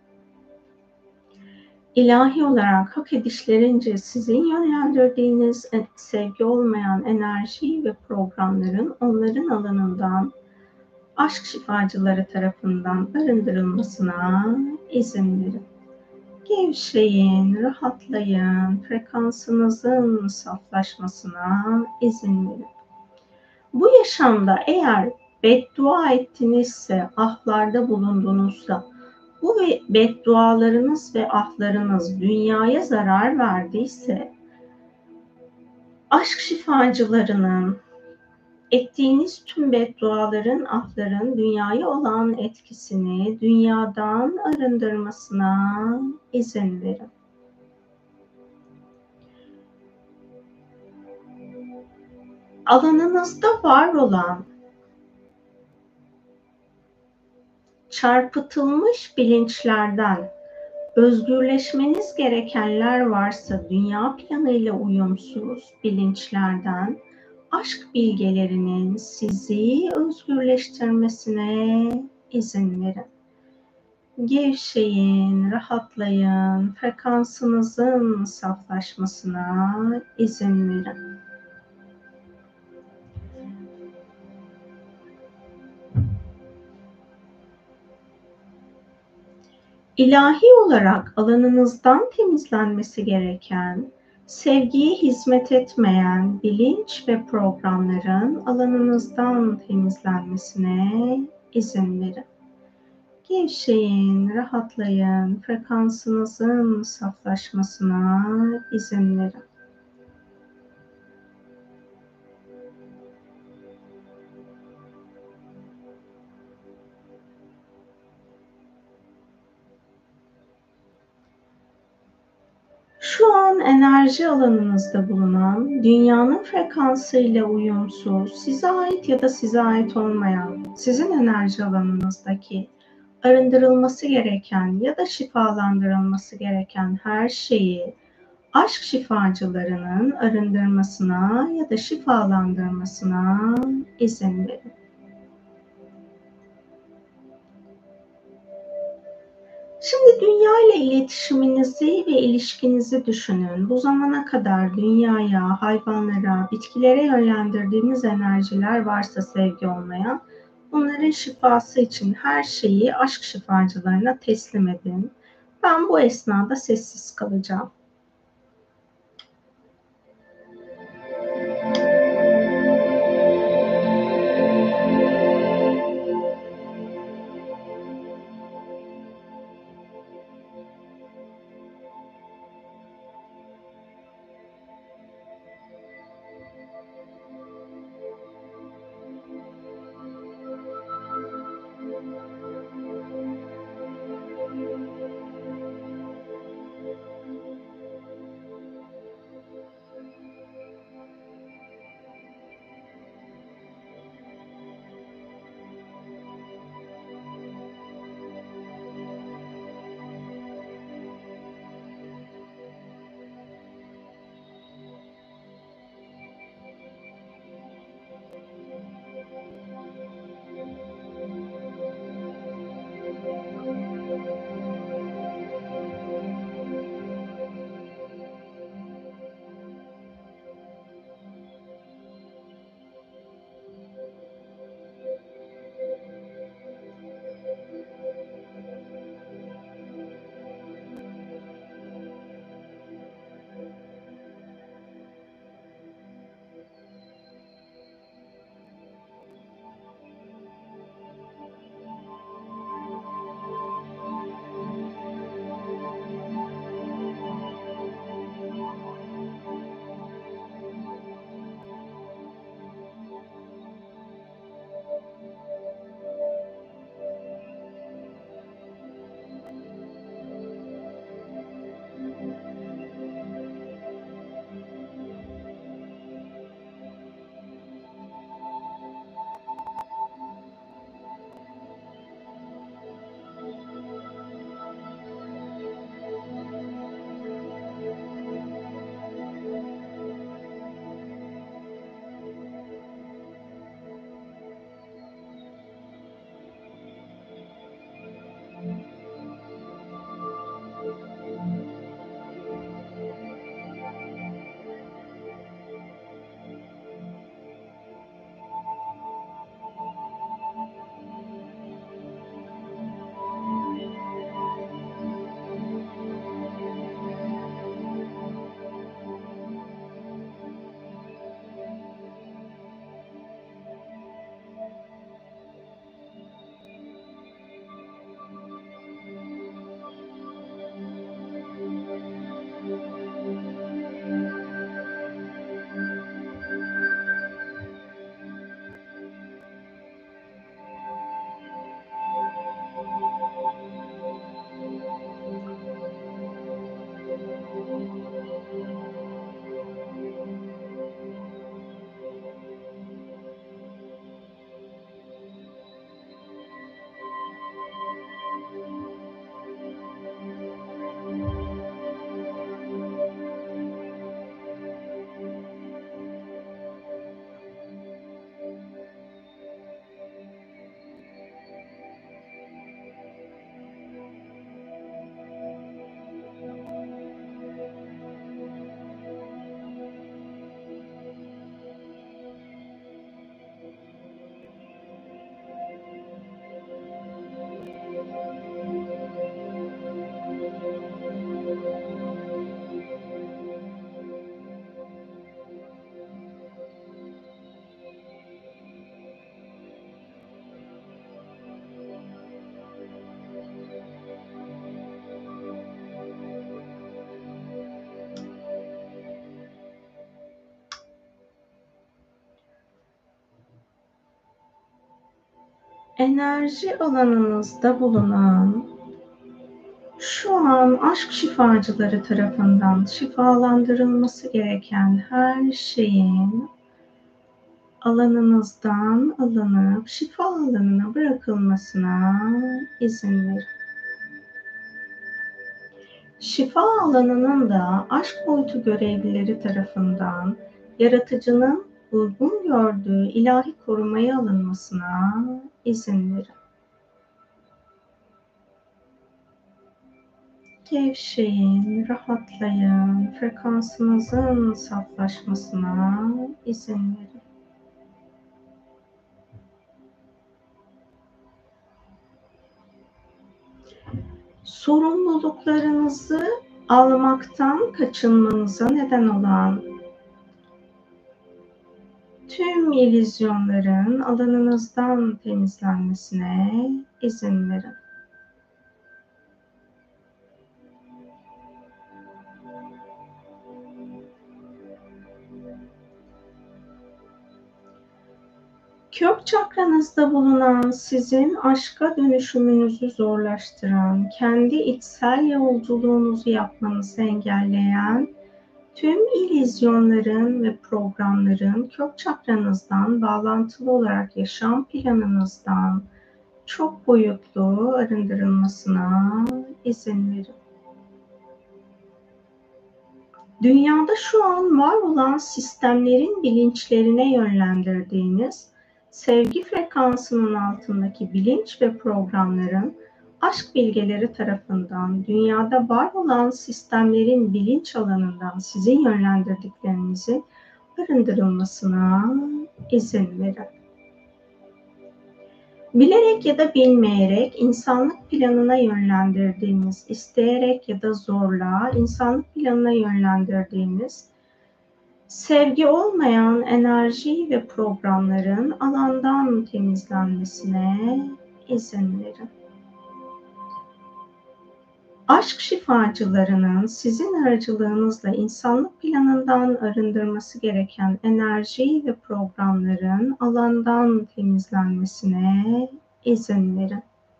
ilahi olarak hak edişlerince sizin yönlendirdiğiniz sevgi olmayan enerji ve programların onların alanından aşk şifacıları tarafından arındırılmasına izin verin. Gevşeyin, rahatlayın, frekansınızın saflaşmasına izin verin. Bu yaşamda eğer beddua ettinizse, ahlarda bulundunuzsa, bu beddualarınız ve ahlarınız dünyaya zarar verdiyse, aşk şifacılarının ettiğiniz tüm bedduaların, ahların dünyaya olan etkisini dünyadan arındırmasına izin verin. Alanınızda var olan çarpıtılmış bilinçlerden özgürleşmeniz gerekenler varsa dünya planıyla uyumsuz bilinçlerden aşk bilgelerinin sizi özgürleştirmesine izin verin. Gevşeyin, rahatlayın, frekansınızın saflaşmasına izin verin. İlahi olarak alanınızdan temizlenmesi gereken, sevgiye hizmet etmeyen bilinç ve programların alanınızdan temizlenmesine izin verin. Gevşeyin, rahatlayın, frekansınızın saflaşmasına izin verin. Şu an enerji alanınızda bulunan, dünyanın frekansıyla uyumsuz, size ait ya da size ait olmayan, sizin enerji alanınızdaki arındırılması gereken ya da şifalandırılması gereken her şeyi aşk şifacılarının arındırmasına ya da şifalandırmasına izin verin. Şimdi dünya ile iletişiminizi ve ilişkinizi düşünün. Bu zamana kadar dünyaya, hayvanlara, bitkilere yönlendirdiğiniz enerjiler varsa sevgi olmayan, bunların şifası için her şeyi aşk şifacılarına teslim edin. Ben bu esnada sessiz kalacağım. Enerji alanınızda bulunan, şu an aşk şifacıları tarafından şifalandırılması gereken her şeyin alanınızdan alınıp şifa alanına bırakılmasına izin verin. Şifa alanının da aşk boyutu görevlileri tarafından yaratıcının uygun gördüğü ilahi korumaya alınmasına izin verin. Gevşeyin, rahatlayın, frekansınızın saflaşmasına izin verin. Sorumluluklarınızı almaktan kaçınmanıza neden olan tüm illüzyonların alanınızdan temizlenmesine izin verin. Kök çakranızda bulunan, sizin aşka dönüşümünüzü zorlaştıran, kendi içsel yolculuğunuzu yapmanızı engelleyen tüm illüzyonların ve programların kök çakranızdan bağlantılı olarak yaşam planınızdan çok boyutlu arındırılmasına izin verin. Dünyada şu an var olan sistemlerin bilinçlerine yönlendirdiğiniz sevgi frekansının altındaki bilinç ve programların aşk bilgeleri tarafından dünyada var olan sistemlerin bilinç alanından sizin yönlendirdiklerinizin arındırılmasına izin verin. Bilerek ya da bilmeyerek insanlık planına yönlendirdiğiniz, isteyerek ya da zorla insanlık planına yönlendirdiğiniz sevgi olmayan enerji ve programların alandan temizlenmesine izin verin. Aşk şifacılarının sizin aracılığınızla insanlık planından arındırması gereken enerji ve programların alandan temizlenmesine izin verin.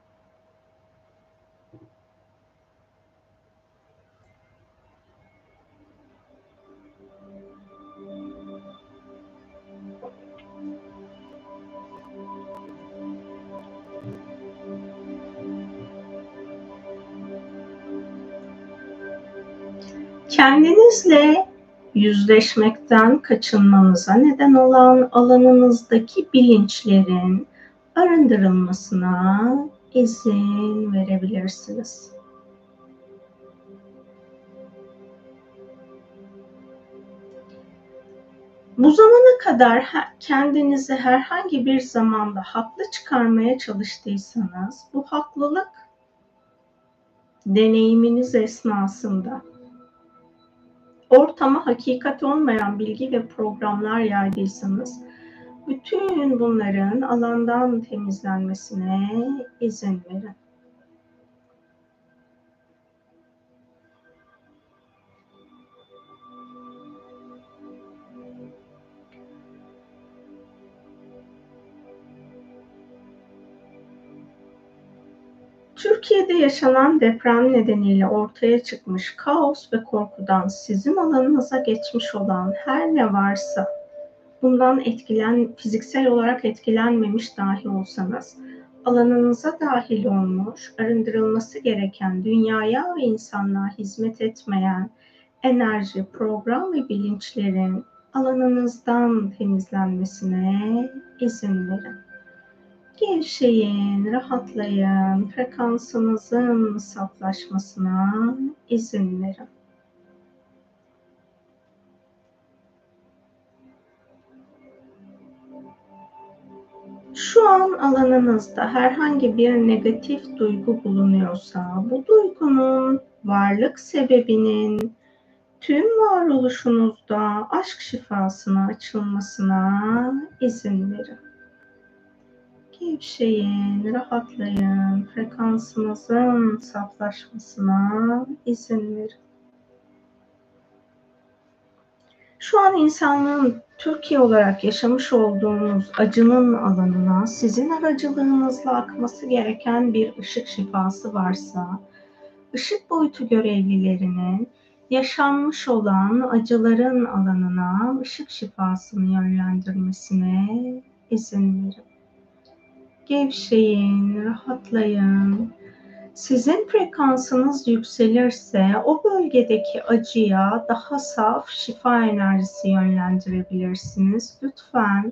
Kendinizle yüzleşmekten kaçınmanıza neden olan alanınızdaki bilinçlerin arındırılmasına izin verebilirsiniz. Bu zamana kadar kendinizi herhangi bir zamanda haklı çıkarmaya çalıştıysanız, bu haklılık deneyiminiz esnasında ortama hakikat olmayan bilgi ve programlar yaydıysanız, bütün bunların alandan temizlenmesine izin verin. Türkiye'de yaşanan deprem nedeniyle ortaya çıkmış kaos ve korkudan sizin alanınıza geçmiş olan her ne varsa, bundan fiziksel olarak etkilenmemiş dahi olsanız, alanınıza dahil olmuş, arındırılması gereken dünyaya ve insanlığa hizmet etmeyen enerji, program ve bilinçlerin alanınızdan temizlenmesine izin verin. Gevşeyin, rahatlayın, frekansınızın saflaşmasına izin verin. Şu an alanınızda herhangi bir negatif duygu bulunuyorsa, bu duygunun varlık sebebinin tüm varoluşunuzda aşk şifasına açılmasına izin verin. Gevşeyin, rahatlayın, frekansınızın saflaşmasına izin verin. Şu an insanlığın Türkiye olarak yaşamış olduğumuz acının alanına sizin aracılığınızla akması gereken bir ışık şifası varsa, ışık boyutu görevlilerinin yaşanmış olan acıların alanına ışık şifasını yönlendirmesine izin verin. Gevşeyin, rahatlayın. Sizin frekansınız yükselirse o bölgedeki acıya daha saf şifa enerjisi yönlendirebilirsiniz. Lütfen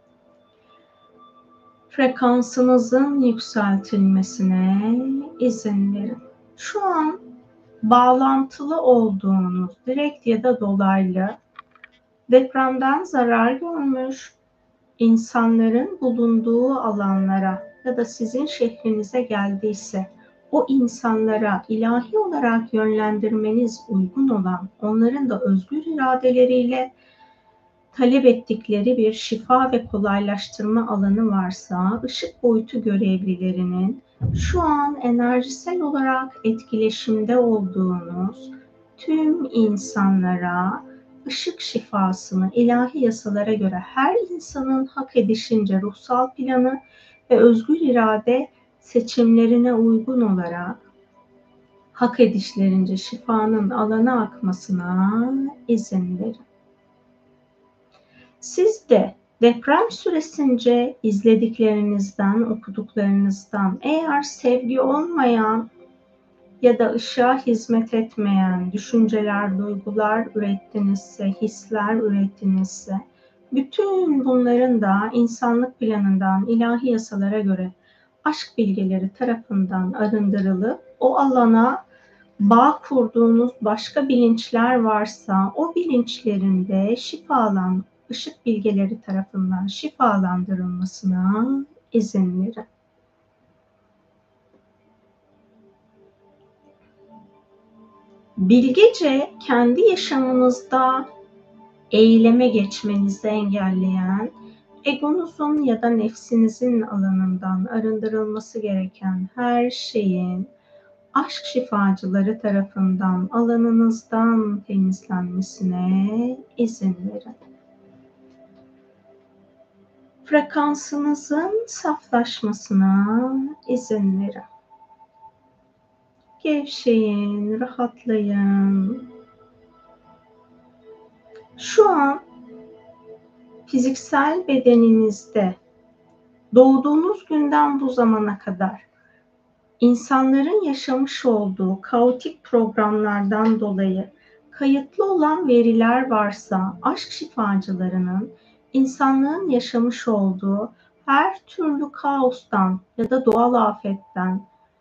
frekansınızın yükseltilmesine izin verin. Şu an bağlantılı olduğunuz, direkt ya da dolaylı, depremden zarar görmüş insanların bulunduğu alanlara ya da sizin şehrinize geldiyse, o insanlara ilahi olarak yönlendirmeniz uygun olan, onların da özgür iradeleriyle talep ettikleri bir şifa ve kolaylaştırma alanı varsa, ışık boyutu görevlilerinin şu an enerjisel olarak etkileşimde olduğunuz tüm insanlara ışık şifasını ilahi yasalara göre her insanın hak edişince ruhsal planı ve özgür irade seçimlerine uygun olarak hak edişlerince şifanın alana akmasına izin verin. Siz de deprem süresince izlediklerinizden, okuduklarınızdan eğer sevgi olmayan ya da ışığa hizmet etmeyen düşünceler, duygular ürettinizse, hisler ürettinizse, bütün bunların da insanlık planından, ilahi yasalara göre aşk bilgeleri tarafından arındırılıp o alana bağ kurduğunuz başka bilinçler varsa o bilinçlerin de ışık bilgeleri tarafından şifalandırılmasına izin verin. Bilgece kendi yaşamınızda eyleme geçmenizi engelleyen, egonuzun ya da nefsinizin alanından arındırılması gereken her şeyin aşk şifacıları tarafından alanınızdan temizlenmesine izin verin. Frekansınızın saflaşmasına izin verin. Gevşeyin, rahatlayın. Şu an fiziksel bedeninizde doğduğunuz günden bu zamana kadar insanların yaşamış olduğu kaotik programlardan dolayı kayıtlı olan veriler varsa aşk şifacılarının insanlığın yaşamış olduğu her türlü kaostan ya da doğal afetten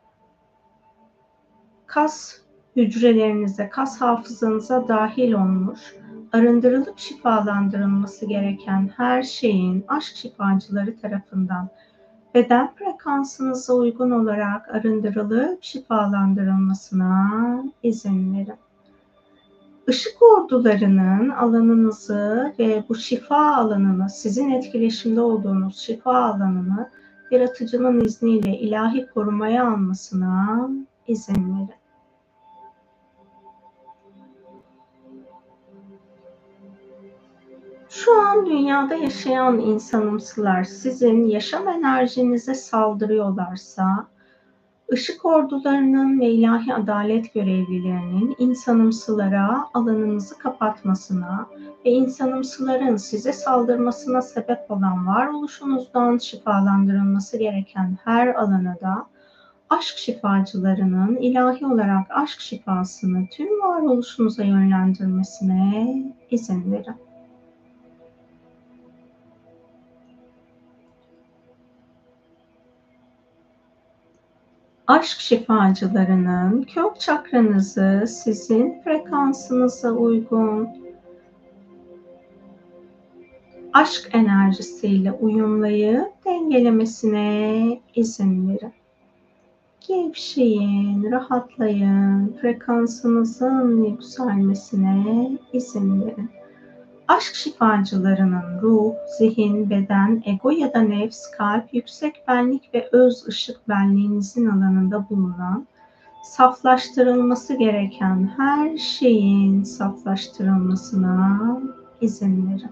kas hücrelerinize, kas hafızanıza dahil olmuş, arındırılıp şifalandırılması gereken her şeyin aşk şifacıları tarafından beden frekansınıza uygun olarak arındırılıp şifalandırılmasına izin verin. Işık ordularının alanınızı ve bu şifa alanını, sizin etkileşimde olduğunuz şifa alanını yaratıcının izniyle ilahi korumaya almasına izin verin. Şu an dünyada yaşayan insanımsılar sizin yaşam enerjinize saldırıyorlarsa, ışık ordularının ve ilahi adalet görevlilerinin insanımsılara alanınızı kapatmasına ve insanımsıların size saldırmasına sebep olan varoluşunuzdan şifalandırılması gereken her alana da aşk şifacılarının ilahi olarak aşk şifasını tüm varoluşunuza yönlendirmesine izin verin. Aşk şifacılarının kök çakranızı sizin frekansınıza uygun aşk enerjisiyle uyumlayıp dengelemesine izin verin. Gevşeyin, rahatlayın, frekansınızın yükselmesine izin verin. Aşk şifacılarının ruh, zihin, beden, ego ya da nefs, kalp, yüksek benlik ve öz ışık benliğinizin alanında bulunan, saflaştırılması gereken her şeyin saflaştırılmasına izin verin.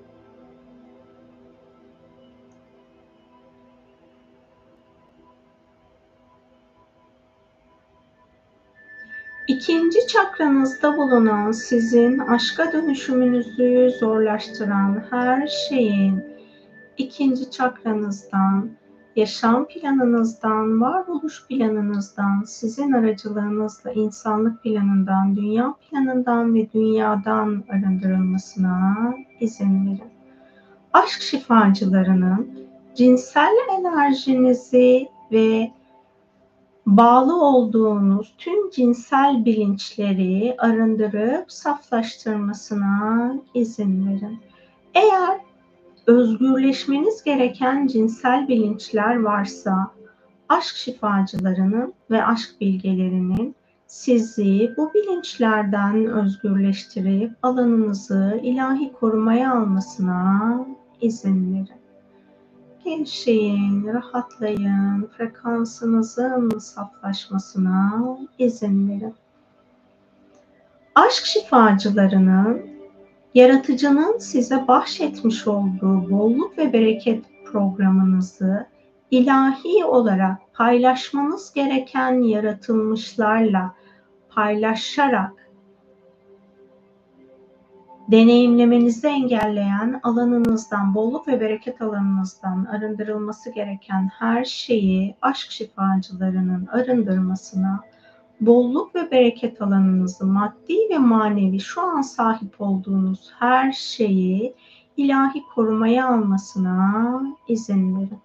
İkinci çakranızda bulunan, sizin aşka dönüşümünüzü zorlaştıran her şeyin ikinci çakranızdan, yaşam planınızdan, varoluş planınızdan, sizin aracılığınızla insanlık planından, dünya planından ve dünyadan arındırılmasına izin verin. Aşk şifacılarının cinsel enerjinizi ve bağlı olduğunuz tüm cinsel bilinçleri arındırıp saflaştırmasına izin verin. Eğer özgürleşmeniz gereken cinsel bilinçler varsa, aşk şifacılarının ve aşk bilgelerinin sizi bu bilinçlerden özgürleştirip alanınızı ilahi korumaya almasına izin verin. Gevşeyin, rahatlayın, frekansınızın saflaşmasına izin verin. Aşk şifacılarının, yaratıcının size bahşetmiş olduğu bolluk ve bereket programınızı ilahi olarak paylaşmanız gereken yaratılmışlarla paylaşarak deneyimlemenizi engelleyen alanınızdan, bolluk ve bereket alanınızdan arındırılması gereken her şeyi aşk şifacılarının arındırmasına, bolluk ve bereket alanınızı, maddi ve manevi şu an sahip olduğunuz her şeyi ilahi korumaya almasına izin verin.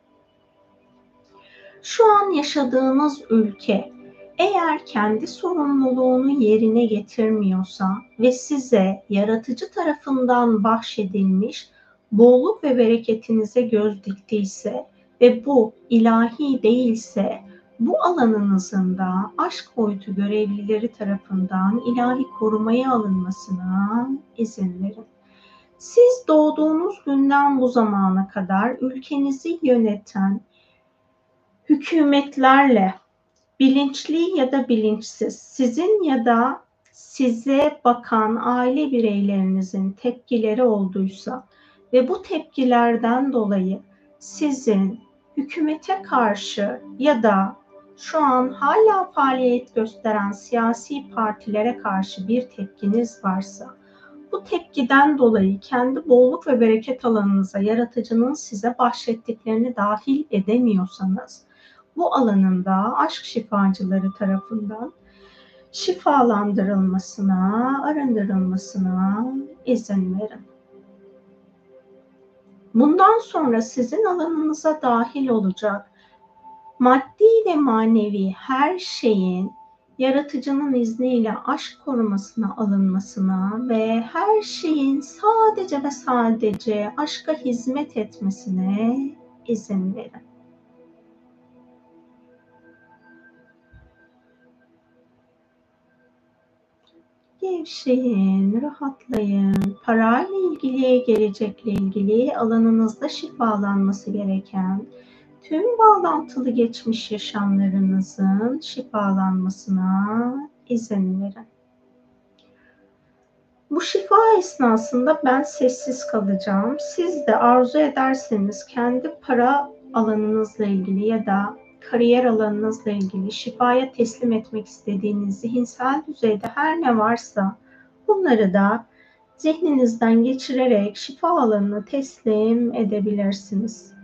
Şu an yaşadığınız ülke eğer kendi sorumluluğunu yerine getirmiyorsa ve size yaratıcı tarafından bahşedilmiş bolluk ve bereketinize göz diktiyse ve bu ilahi değilse, bu alanınızın da aşk boyutu görevlileri tarafından ilahi korumaya alınmasına izin verin. Siz doğduğunuz günden bu zamana kadar ülkenizi yöneten hükümetlerle, bilinçli ya da bilinçsiz, sizin ya da size bakan aile bireylerinizin tepkileri olduysa ve bu tepkilerden dolayı sizin hükümete karşı ya da şu an hala faaliyet gösteren siyasi partilere karşı bir tepkiniz varsa, bu tepkiden dolayı kendi bolluk ve bereket alanınıza yaratıcının size bahşettiklerini dahil edemiyorsanız, bu alanında aşk şifacıları tarafından şifalandırılmasına, arındırılmasına izin verin. Bundan sonra sizin alanınıza dahil olacak maddi ve manevi her şeyin yaratıcının izniyle aşk korumasına alınmasına ve her şeyin sadece ve sadece aşka hizmet etmesine izin verin. Gevşeyin, rahatlayın. Parayla ilgili, gelecekle ilgili alanınızda şifalanması gereken tüm bağlantılı geçmiş yaşamlarınızın şifalanmasına izin verin. Bu şifa esnasında ben sessiz kalacağım. Siz de arzu ederseniz kendi para alanınızla ilgili ya da kariyer alanınızla ilgili şifaya teslim etmek istediğiniz zihinsel düzeyde her ne varsa bunları da zihninizden geçirerek şifa alanına teslim edebilirsiniz.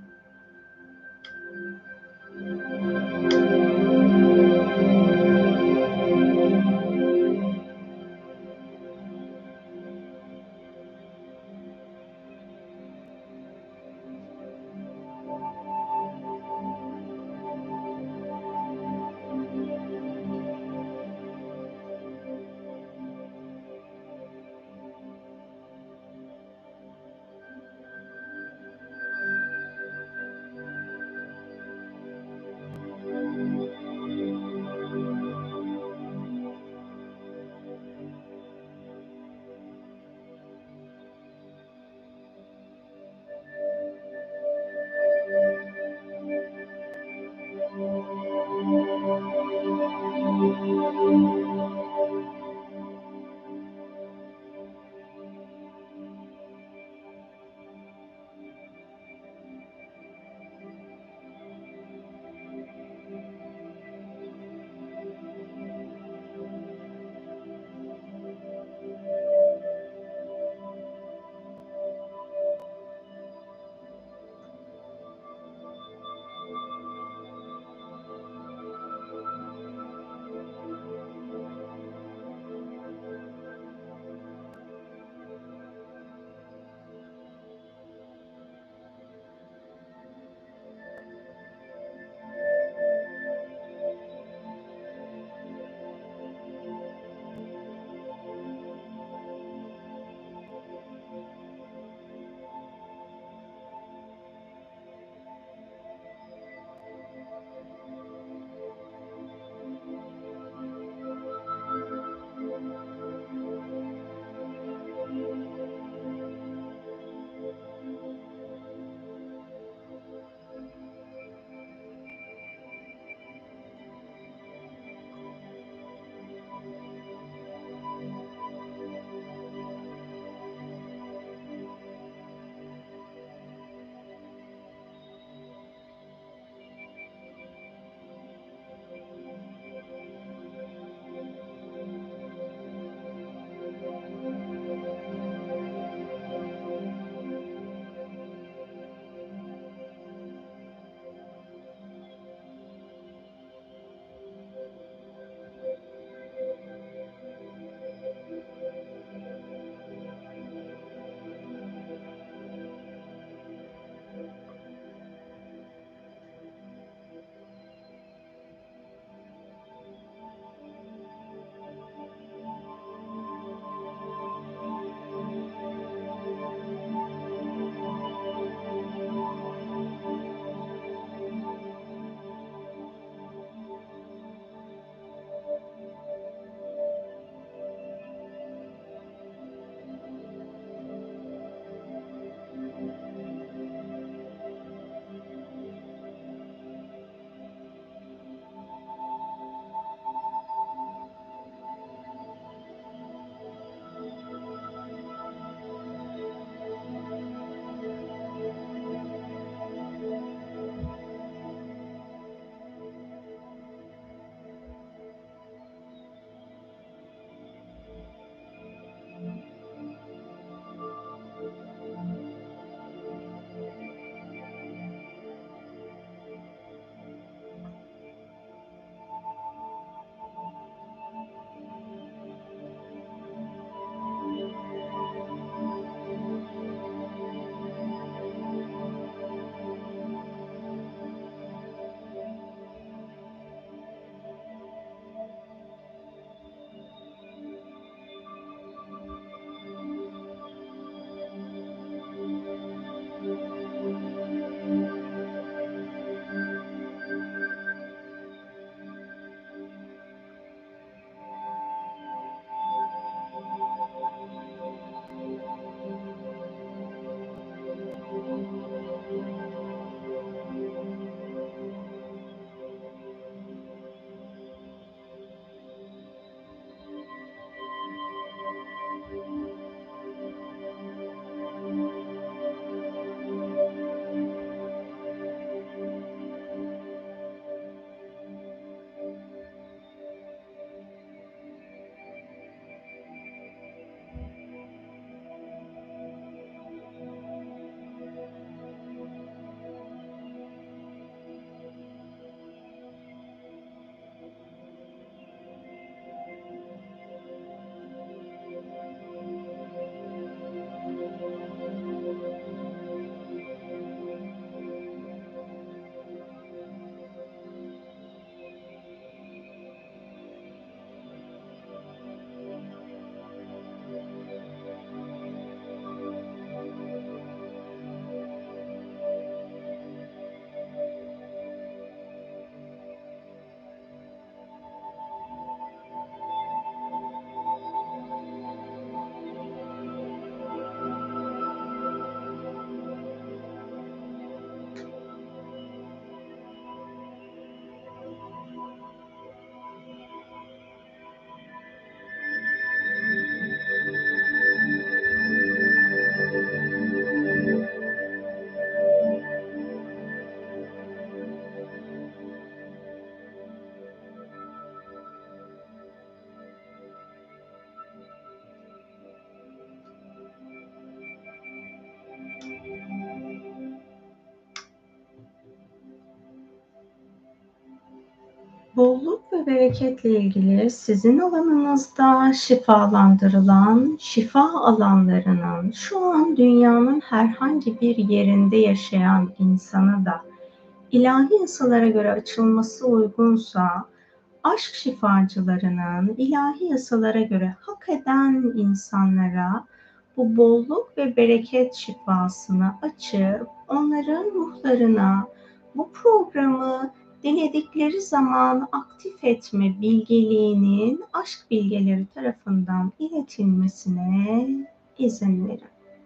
bolluk ve bereketle ilgili sizin alanınızda şifalandırılan şifa alanlarının şu an dünyanın herhangi bir yerinde yaşayan insana da ilahi yasalara göre açılması uygunsa, aşk şifacılarının ilahi yasalara göre hak eden insanlara bu bolluk ve bereket şifasını açıp onların ruhlarına bu programı diledikleri zaman aktif etme bilgeliğinin aşk bilgeleri tarafından iletilmesine izin verin.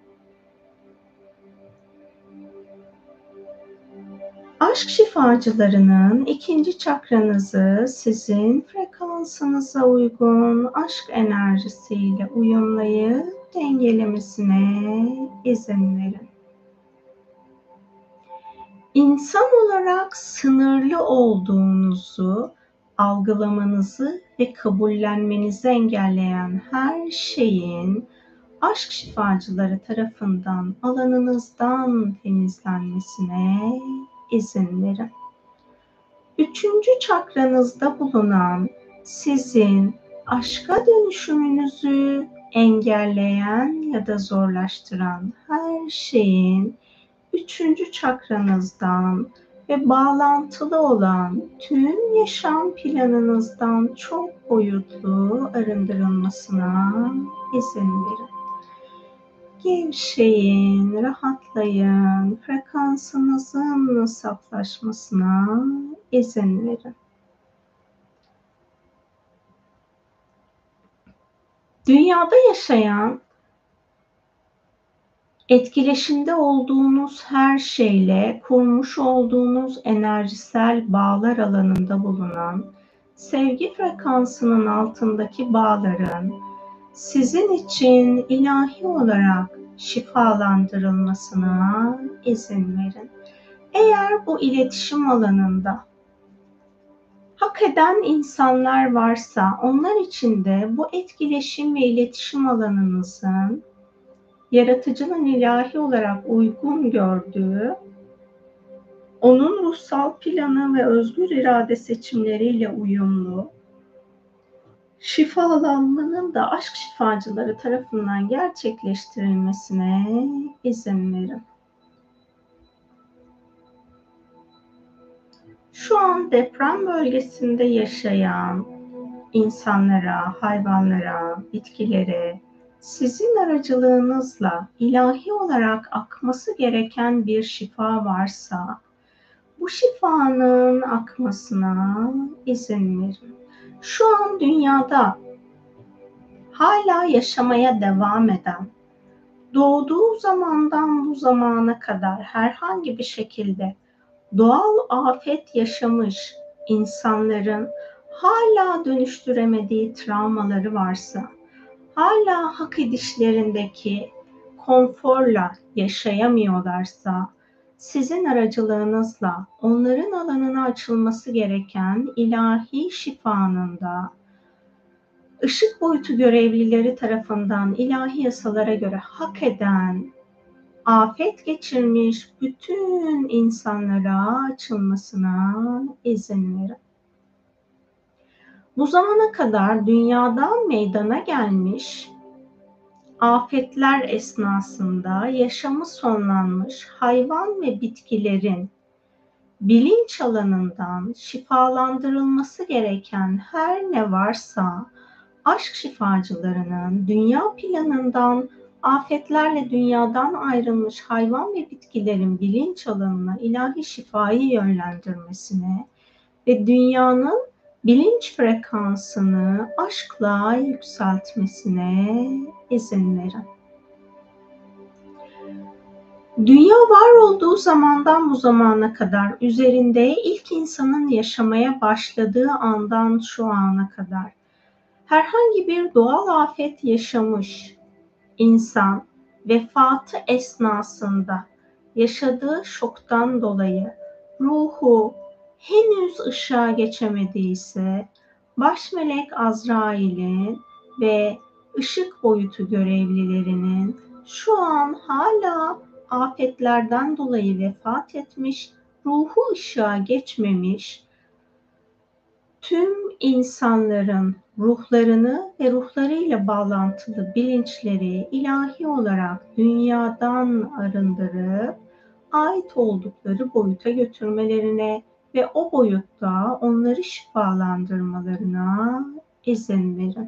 Aşk şifacılarının ikinci çakranızı sizin frekansınıza uygun aşk enerjisiyle uyumlayıp dengelemesine izin verin. İnsan olarak sınırlı olduğunuzu algılamanızı ve kabullenmenizi engelleyen her şeyin aşk şifacıları tarafından alanınızdan temizlenmesine izin verin. Üçüncü çakranızda bulunan sizin aşka dönüşümünüzü engelleyen ya da zorlaştıran her şeyin üçüncü çakranızdan ve bağlantılı olan tüm yaşam planınızdan çok boyutlu arındırılmasına izin verin. Gevşeyin, rahatlayın, frekansınızın saflaşmasına izin verin. Dünyada yaşayan, etkileşimde olduğunuz her şeyle kurmuş olduğunuz enerjisel bağlar alanında bulunan sevgi frekansının altındaki bağların sizin için ilahi olarak şifalandırılmasına izin verin. Eğer bu iletişim alanında hak eden insanlar varsa onlar için de bu etkileşim ve iletişim alanınızın yaratıcının ilahi olarak uygun gördüğü, onun ruhsal planı ve özgür irade seçimleriyle uyumlu, şifalanmanın da aşk şifacıları tarafından gerçekleştirilmesine izin verin. Şu an deprem bölgesinde yaşayan insanlara, hayvanlara, bitkilere sizin aracılığınızla ilahi olarak akması gereken bir şifa varsa bu şifanın akmasına izin verin. Şu an dünyada hala yaşamaya devam eden, doğduğu zamandan bu zamana kadar herhangi bir şekilde doğal afet yaşamış insanların hala dönüştüremediği travmaları varsa, hala hak edişlerindeki konforla yaşayamıyorlarsa, sizin aracılığınızla onların alanına açılması gereken ilahi şifanın da ışık boyutu görevlileri tarafından ilahi yasalara göre hak eden, afet geçirmiş bütün insanlara açılmasına izin verin. Bu zamana kadar dünyada meydana gelmiş afetler esnasında yaşamı sonlanmış hayvan ve bitkilerin bilinç alanından şifalandırılması gereken her ne varsa aşk şifacılarının dünya planından afetlerle dünyadan ayrılmış hayvan ve bitkilerin bilinç alanına ilahi şifayı yönlendirmesine ve dünyanın bilinç frekansını aşkla yükseltmesine izin verin. Dünya var olduğu zamandan bu zamana kadar üzerinde ilk insanın yaşamaya başladığı andan şu ana kadar herhangi bir doğal afet yaşamış insan vefatı esnasında yaşadığı şoktan dolayı ruhu henüz ışığa geçemediyse baş melek Azrail'in ve ışık boyutu görevlilerinin şu an hala afetlerden dolayı vefat etmiş, ruhu ışığa geçmemiş, tüm insanların ruhlarını ve ruhlarıyla bağlantılı bilinçleri ilahi olarak dünyadan arındırıp ait oldukları boyuta götürmelerine ve o boyutta onları şifalandırmalarına izin verin.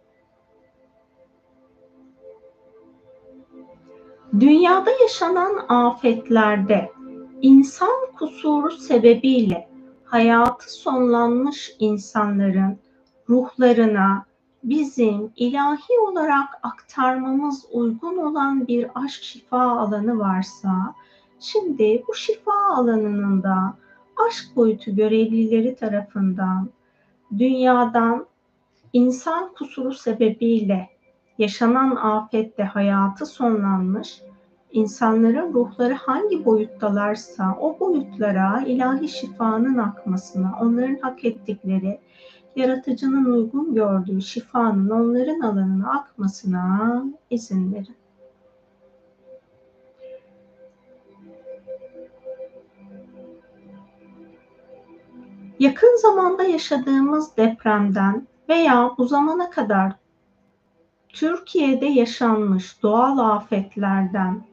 Dünyada yaşanan afetlerde insan kusuru sebebiyle hayatı sonlanmış insanların ruhlarına bizim ilahi olarak aktarmamız uygun olan bir aşk şifa alanı varsa, şimdi bu şifa alanının da aşk boyutu görevlileri tarafından dünyadan insan kusuru sebebiyle yaşanan afette hayatı sonlanmış insanların ruhları hangi boyuttalarsa o boyutlara ilahi şifanın akmasına, onların hak ettikleri, yaratıcının uygun gördüğü şifanın onların alanına akmasına izin verin. Yakın zamanda yaşadığımız depremden veya bu zamana kadar Türkiye'de yaşanmış doğal afetlerden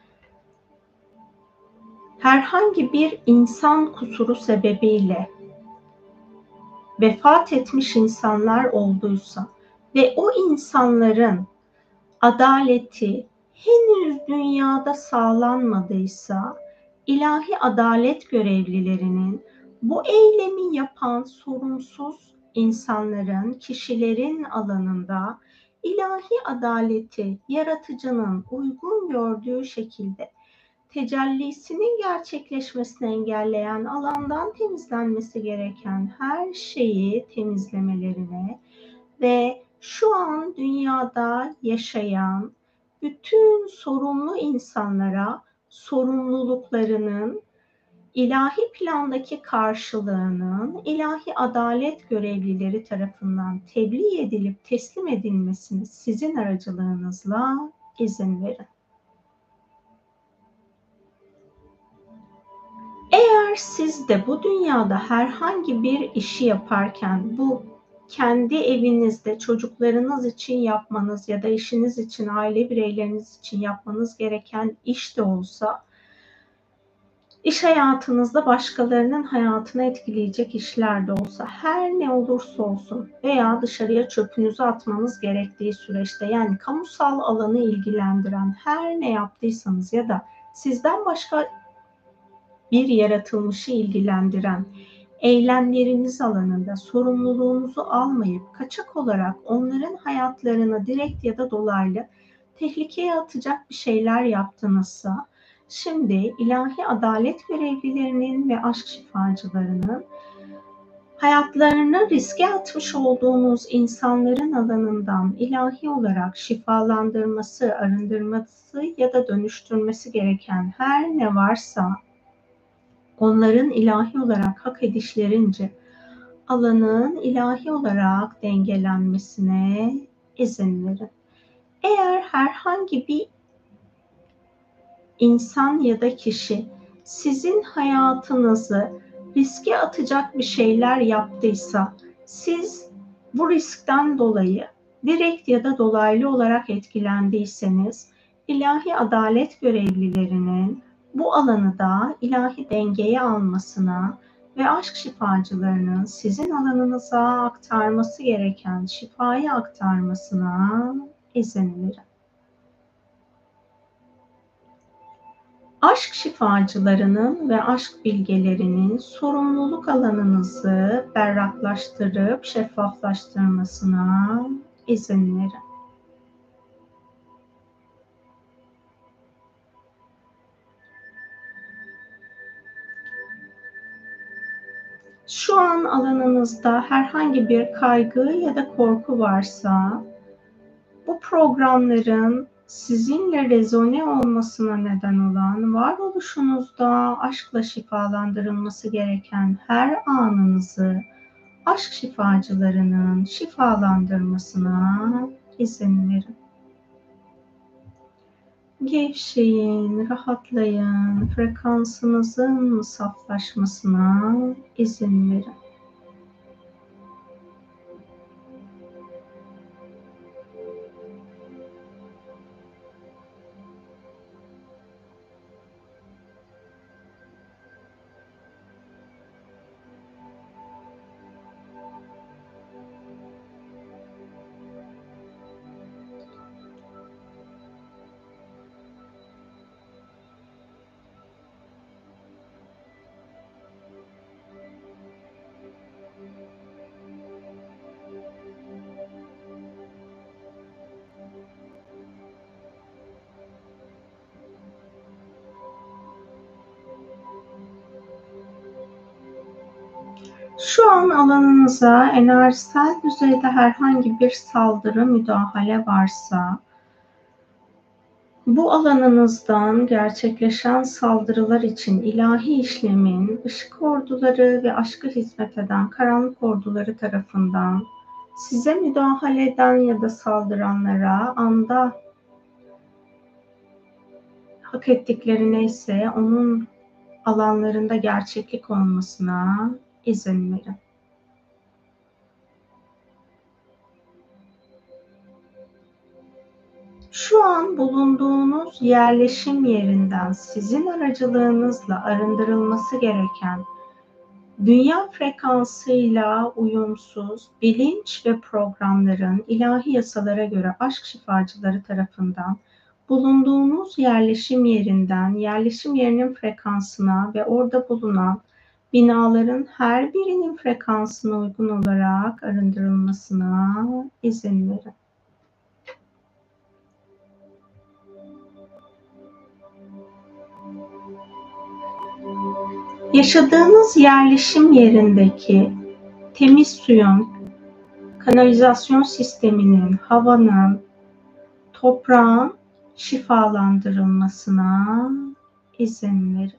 herhangi bir insan kusuru sebebiyle vefat etmiş insanlar olduysa ve o insanların adaleti henüz dünyada sağlanmadıysa, ilahi adalet görevlilerinin bu eylemi yapan sorumsuz insanların, kişilerin alanında ilahi adaleti yaratıcının uygun gördüğü şekilde tecellisinin gerçekleşmesini engelleyen alandan temizlenmesi gereken her şeyi temizlemelerine ve şu an dünyada yaşayan bütün sorumlu insanlara sorumluluklarının ilahi plandaki karşılığının ilahi adalet görevlileri tarafından tebliğ edilip teslim edilmesini sizin aracılığınızla izin verin. Eğer siz de bu dünyada herhangi bir işi yaparken bu kendi evinizde çocuklarınız için yapmanız ya da eşiniz için, aile bireyleriniz için yapmanız gereken iş de olsa, iş hayatınızda başkalarının hayatını etkileyecek işler de olsa, her ne olursa olsun veya dışarıya çöpünüzü atmanız gerektiği süreçte, yani kamusal alanı ilgilendiren her ne yaptıysanız ya da sizden başka bir yaratılmışı ilgilendiren eylemleriniz alanında sorumluluğunuzu almayıp kaçak olarak onların hayatlarını direkt ya da dolaylı tehlikeye atacak bir şeyler yaptınızsa, şimdi ilahi adalet görevlilerinin ve aşk şifacılarının hayatlarını riske atmış olduğunuz insanların alanından ilahi olarak şifalandırması, arındırması ya da dönüştürmesi gereken her ne varsa onların ilahi olarak hak edişlerince alanın ilahi olarak dengelenmesine izin verin. Eğer herhangi bir insan ya da kişi sizin hayatınızı riske atacak bir şeyler yaptıysa, siz bu riskten dolayı direkt ya da dolaylı olarak etkilendiyseniz, ilahi adalet görevlilerinin bu alanı da ilahi dengeye almasına ve aşk şifacılarının sizin alanınıza aktarması gereken şifayı aktarmasına izin verin. Aşk şifacılarının ve aşk bilgelerinin sorumluluk alanınızı berraklaştırıp şeffaflaştırmasına izin verin. Şu an alanınızda herhangi bir kaygı ya da korku varsa, bu programların sizinle rezone olmasına neden olan, varoluşunuzda aşkla şifalandırılması gereken her anınızı aşk şifacılarının şifalandırmasına izin verin. Gevşeyin, rahatlayın, frekansınızın saflaşmasına izin verin. Şu an alanınıza enerjisel düzeyde herhangi bir saldırı, müdahale varsa, bu alanınızdan gerçekleşen saldırılar için ilahi işlemin ışık orduları ve aşka hizmet eden karanlık orduları tarafından size müdahale eden ya da saldıranlara anda hak ettikleri neyse onun alanlarında gerçeklik olmasına izin verin. Şu an bulunduğunuz yerleşim yerinden sizin aracılığınızla arındırılması gereken dünya frekansıyla uyumsuz bilinç ve programların ilahi yasalara göre aşk şifacıları tarafından bulunduğunuz yerleşim yerinden yerleşim yerinin frekansına ve orada bulunan binaların her birinin frekansına uygun olarak arındırılmasına izin verin. Yaşadığınız yerleşim yerindeki temiz suyun, kanalizasyon sisteminin, havanın, toprağın şifalandırılmasına izin verin.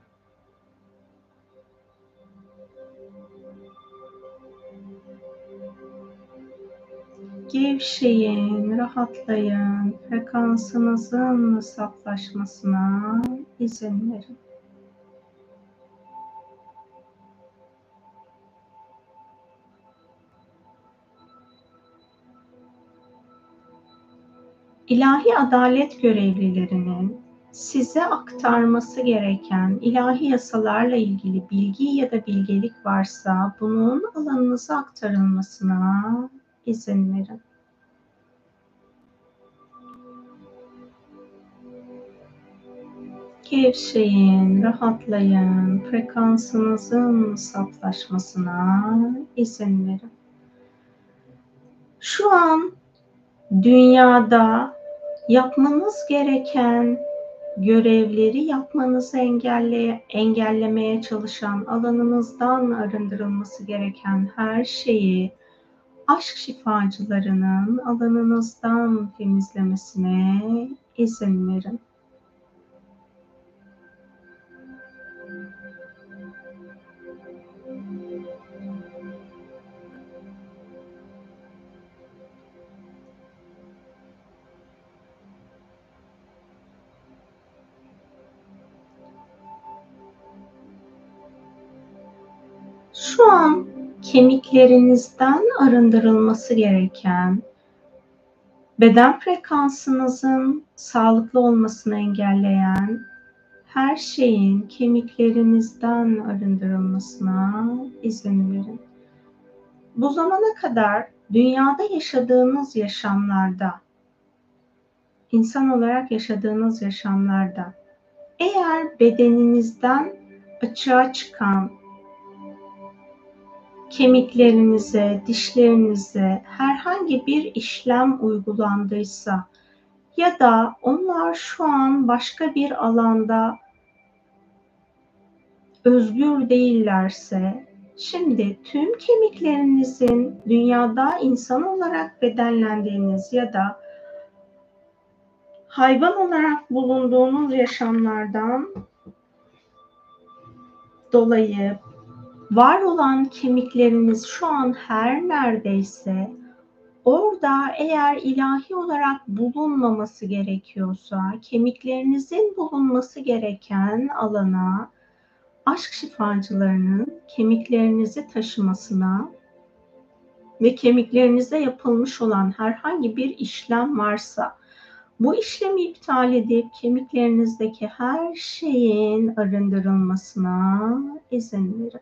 Gevşeyin, rahatlayın, frekansınızın saflaşmasına izin verin. İlahi adalet görevlilerinin size aktarması gereken ilahi yasalarla ilgili bilgi ya da bilgelik varsa bunun alanınıza aktarılmasına izin verin. Gevşeyin, rahatlayın, frekansınızın saflaşmasına izin verin. Şu an dünyada yapmanız gereken görevleri yapmanızı engellemeye çalışan, alanınızdan arındırılması gereken her şeyi aşk şifacılarının alanınızdan temizlemesine izin verin. Şu an kemiklerinizden arındırılması gereken, beden frekansınızın sağlıklı olmasını engelleyen her şeyin kemiklerinizden arındırılmasına izin verin. Bu zamana kadar dünyada yaşadığınız yaşamlarda, insan olarak yaşadığınız yaşamlarda, eğer bedeninizden açığa çıkan kemiklerinize, dişlerinize herhangi bir işlem uygulandıysa ya da onlar şu an başka bir alanda özgür değillerse, şimdi tüm kemiklerinizin dünyada insan olarak bedenlendiğiniz ya da hayvan olarak bulunduğunuz yaşamlardan dolayı var olan kemikleriniz şu an her neredeyse orada, eğer ilahi olarak bulunmaması gerekiyorsa kemiklerinizin bulunması gereken alana aşk şifacılarının kemiklerinizi taşımasına ve kemiklerinize yapılmış olan herhangi bir işlem varsa bu işlemi iptal edip kemiklerinizdeki her şeyin arındırılmasına izin verin.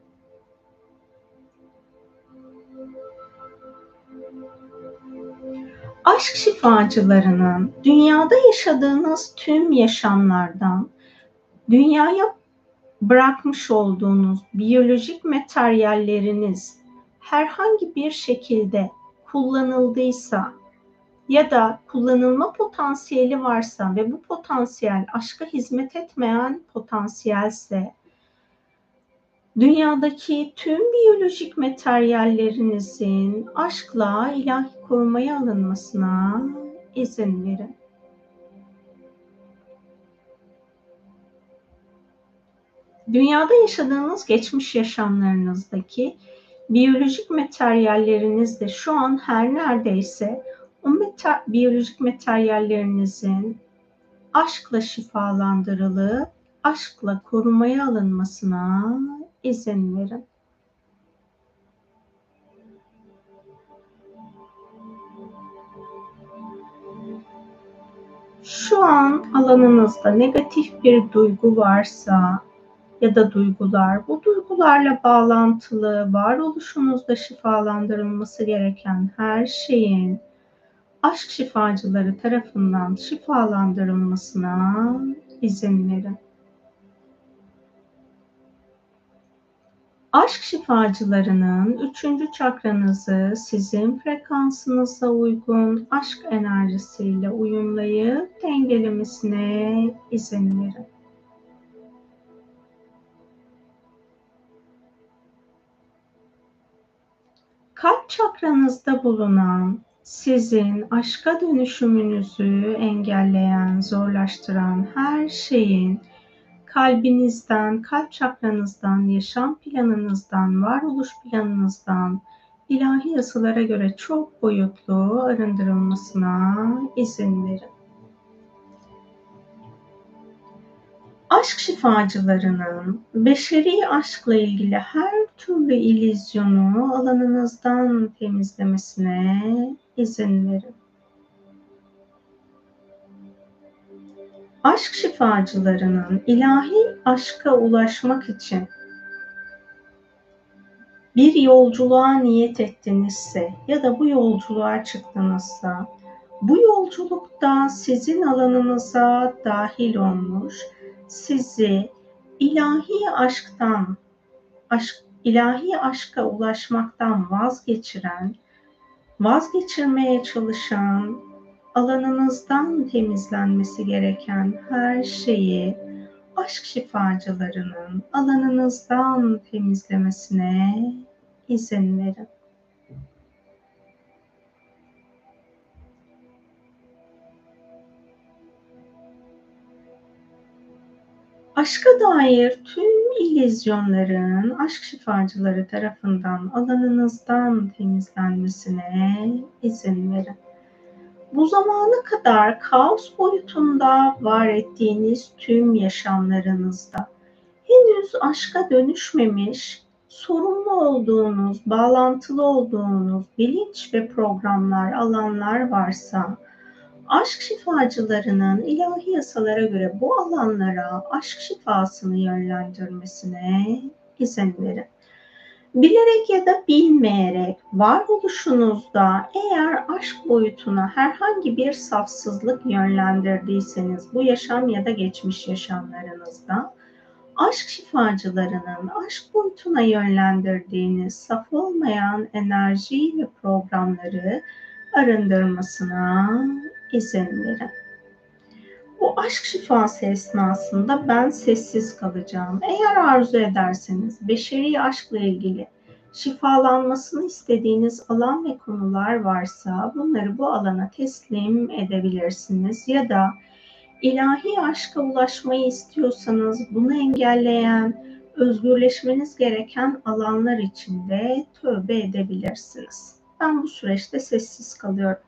Aşk şifacılarının dünyada yaşadığınız tüm yaşamlardan dünyaya bırakmış olduğunuz biyolojik materyalleriniz herhangi bir şekilde kullanıldıysa ya da kullanılma potansiyeli varsa ve bu potansiyel aşka hizmet etmeyen potansiyelse Dünyadaki tüm biyolojik materyallerinizin aşkla ilahi korumaya alınmasına izin verin. Dünyada yaşadığınız geçmiş yaşamlarınızdaki biyolojik materyalleriniz de şu an her neredeyse o biyolojik materyallerinizin aşkla şifalandırılıp aşkla korumaya alınmasına izin verin. Şu an alanınızda negatif bir duygu varsa ya da duygular, bu duygularla bağlantılı, varoluşunuzda şifalandırılması gereken her şeyin aşk şifacıları tarafından şifalandırılmasına izin verin. Aşk şifacılarının 3. çakranızı sizin frekansınıza uygun aşk enerjisiyle uyumlayıp dengelemesine izin verin. Kalp çakranızda bulunan, sizin aşka dönüşümünüzü engelleyen, zorlaştıran her şeyin kalbinizden, kalp çakranızdan, yaşam planınızdan, varoluş planınızdan ilahi yasalara göre çok boyutlu arındırılmasına izin verin. Aşk şifacılarının beşeri aşkla ilgili her türlü illüzyonu alanınızdan temizlemesine izin verin. Aşk şifacılarının ilahi aşka ulaşmak için bir yolculuğa niyet ettinizse ya da bu yolculuğa çıktınızsa, bu yolculukta sizin alanınıza dahil olmuş, sizi ilahi aşka ulaşmaktan vazgeçirmeye çalışan, alanınızdan temizlenmesi gereken her şeyi aşk şifacılarının alanınızdan temizlemesine izin verin. Aşka dair tüm illüzyonların aşk şifacıları tarafından alanınızdan temizlenmesine izin verin. Bu zamana kadar kaos boyutunda var ettiğiniz tüm yaşamlarınızda henüz aşka dönüşmemiş, sorumlu olduğunuz, bağlantılı olduğunuz bilinç ve programlar, alanlar varsa, aşk şifacılarının ilahi yasalara göre bu alanlara aşk şifasını yönlendirmesine izin verin. Bilerek ya da bilmeyerek varoluşunuzda eğer aşk boyutuna herhangi bir safsızlık yönlendirdiyseniz bu yaşam ya da geçmiş yaşamlarınızda aşk şifacılarının aşk boyutuna yönlendirdiğiniz saf olmayan enerji ve programları arındırmasına izin verin. Bu aşk şifası esnasında ben sessiz kalacağım. Eğer arzu ederseniz beşeri aşkla ilgili şifalanmasını istediğiniz alan ve konular varsa bunları bu alana teslim edebilirsiniz. Ya da ilahi aşka ulaşmayı istiyorsanız bunu engelleyen, özgürleşmeniz gereken alanlar için de tövbe edebilirsiniz. Ben bu süreçte sessiz kalıyorum.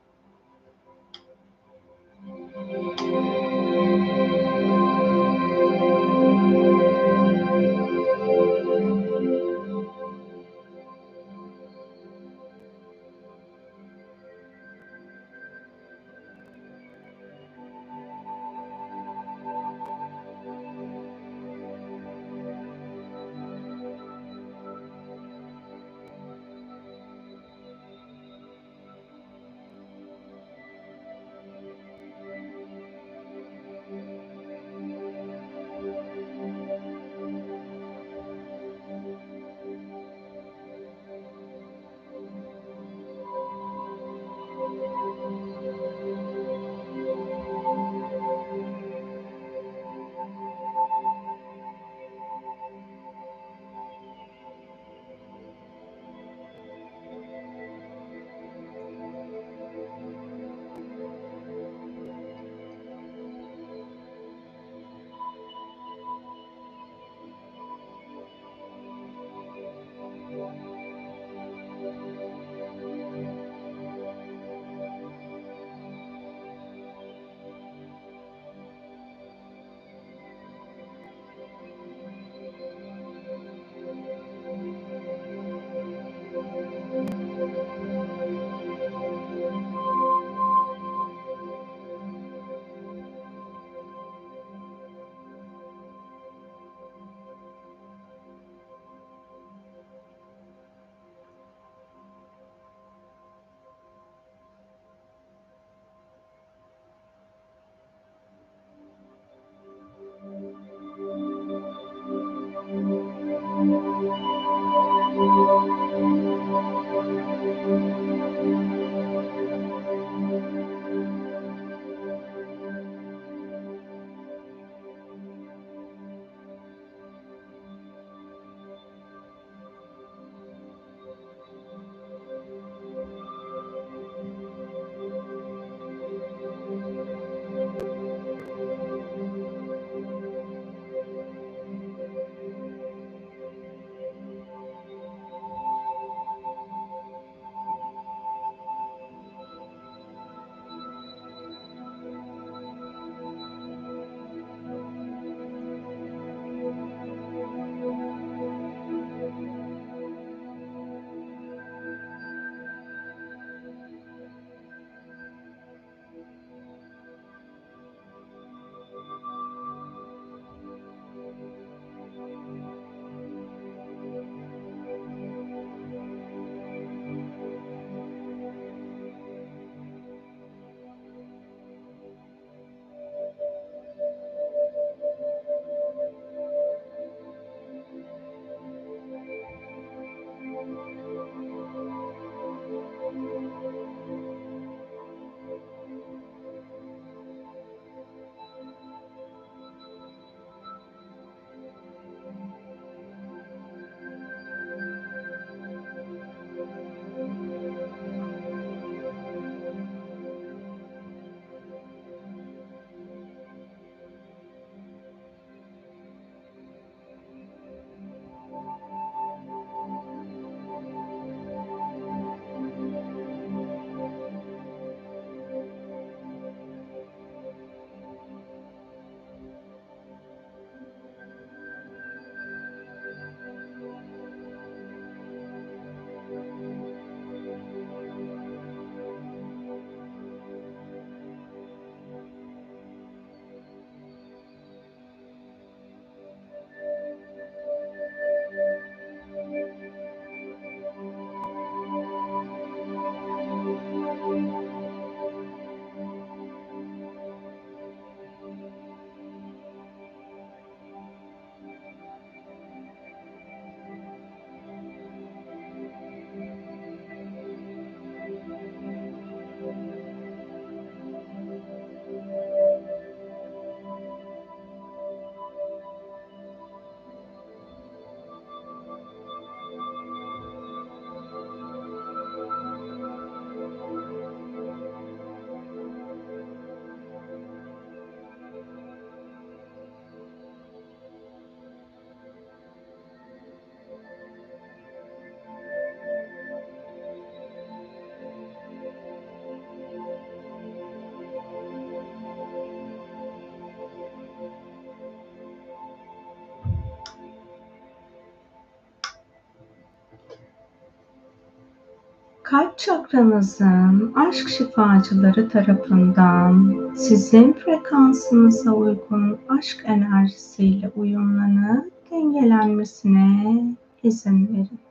Kalp çakranızın aşk şifacıları tarafından sizin frekansınıza uygun aşk enerjisiyle uyumlanıp dengelenmesine izin verin.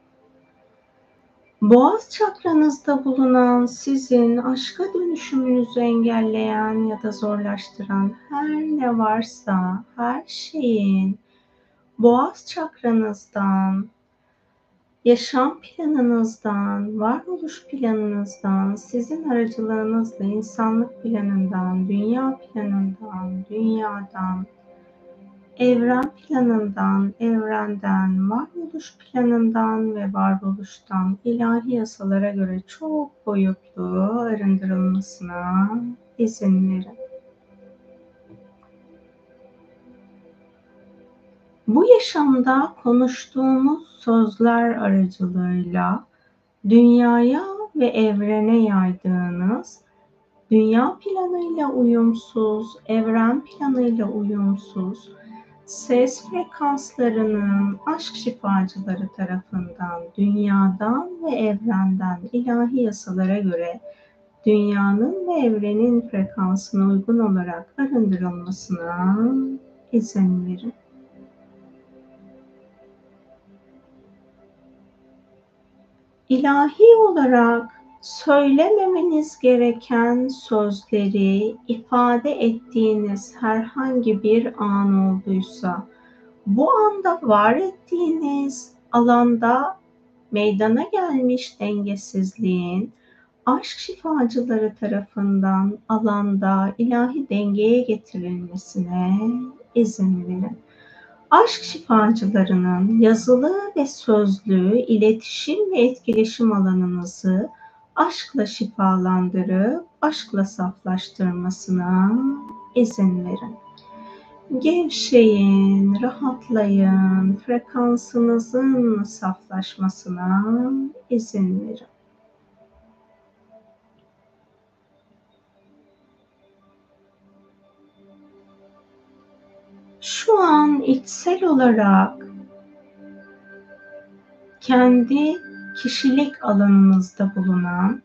Boğaz çakranızda bulunan sizin aşka dönüşümünüzü engelleyen ya da zorlaştıran her ne varsa her şeyin boğaz çakranızdan, yaşam planınızdan, varoluş planınızdan, sizin aracılığınızla insanlık planından, dünya planından, dünyadan, evren planından, evrenden, varoluş planından ve varoluştan ilahi yasalara göre çok boyutlu arındırılmasına izin verin. Bu yaşamda konuştuğumuz sözler aracılığıyla dünyaya ve evrene yaydığınız, dünya planıyla uyumsuz, evren planıyla uyumsuz, ses frekanslarının aşk şifacıları tarafından dünyadan ve evrenden ilahi yasalara göre dünyanın ve evrenin frekansına uygun olarak arındırılmasına izin verin. İlahi olarak söylememeniz gereken sözleri ifade ettiğiniz herhangi bir an olduysa, bu anda var ettiğiniz alanda meydana gelmiş dengesizliğin aşk şifacıları tarafından alanda ilahi dengeye getirilmesine izin verin. Aşk şifacılarının yazılı ve sözlü iletişim ve etkileşim alanınızı aşkla şifalandırıp aşkla saflaştırmasına izin verin. Gevşeyin, rahatlayın, frekansınızın saflaşmasına izin verin. Şu an içsel olarak kendi kişilik alanınızda bulunan,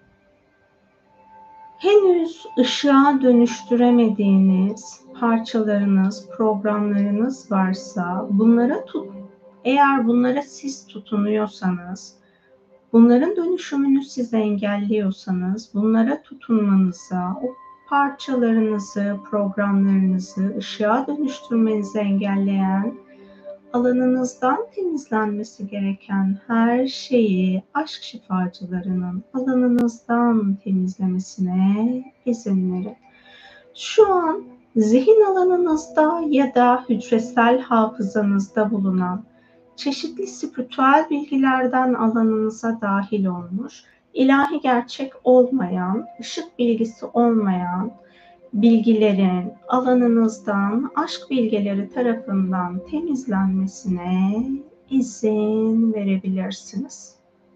henüz ışığa dönüştüremediğiniz parçalarınız, programlarınız varsa eğer bunlara siz tutunuyorsanız, bunların dönüşümünü siz engelliyorsanız, bunlara tutunmanıza, o parçalarınızı, programlarınızı ışığa dönüştürmenizi engelleyen, alanınızdan temizlenmesi gereken her şeyi aşk şifacılarının alanınızdan temizlemesine izin verin. Şu an zihin alanınızda ya da hücresel hafızanızda bulunan çeşitli spiritüel bilgilerden alanınıza dahil olmuş, ilahi gerçek olmayan, ışık bilgisi olmayan bilgilerin alanınızdan aşk bilgeleri tarafından temizlenmesine izin verebilirsiniz.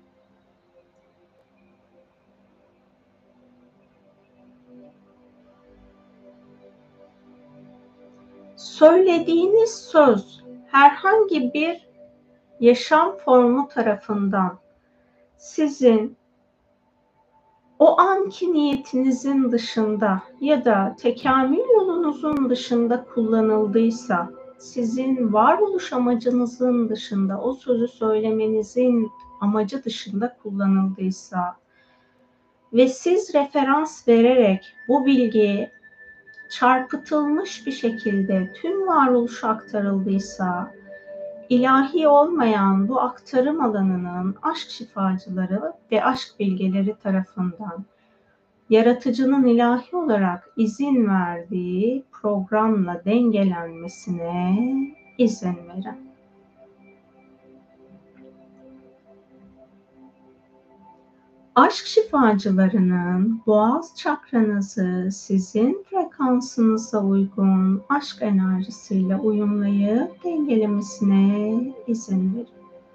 Söylediğiniz söz herhangi bir yaşam formu tarafından sizin o anki niyetinizin dışında ya da tekamül yolunuzun dışında kullanıldıysa, sizin varoluş amacınızın dışında, o sözü söylemenizin amacı dışında kullanıldıysa ve siz referans vererek bu bilgiyi çarpıtılmış bir şekilde tüm varoluşa aktarıldıysa, ilahi olmayan bu aktarım alanının aşk şifacıları ve aşk bilgeleri tarafından yaratıcının ilahi olarak izin verdiği programla dengelenmesine izin verin. Aşk şifacılarının boğaz çakranızı sizin frekansınıza uygun aşk enerjisiyle uyumlayıp dengelemesine izin verin.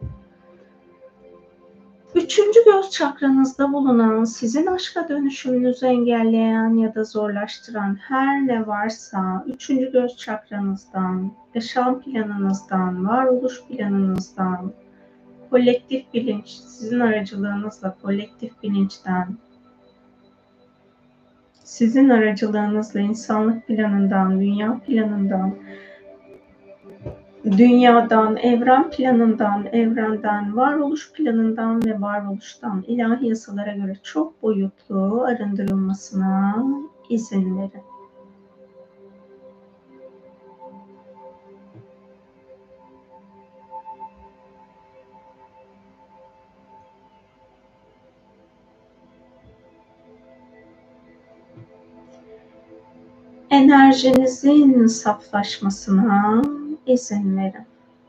Üçüncü göz çakranızda bulunan, sizin aşka dönüşümünüzü engelleyen ya da zorlaştıran her ne varsa, üçüncü göz çakranızdan, yaşam planınızdan, varoluş planınızdan, kolektif bilinç, sizin aracılığınızla kolektif bilinçten, sizin aracılığınızla insanlık planından, dünya planından, dünyadan, evren planından, evrenden, varoluş planından ve varoluştan ilahi yasalara göre çok boyutlu arındırılmasına izin verin. Enerjinizin saflaşmasına izin verin.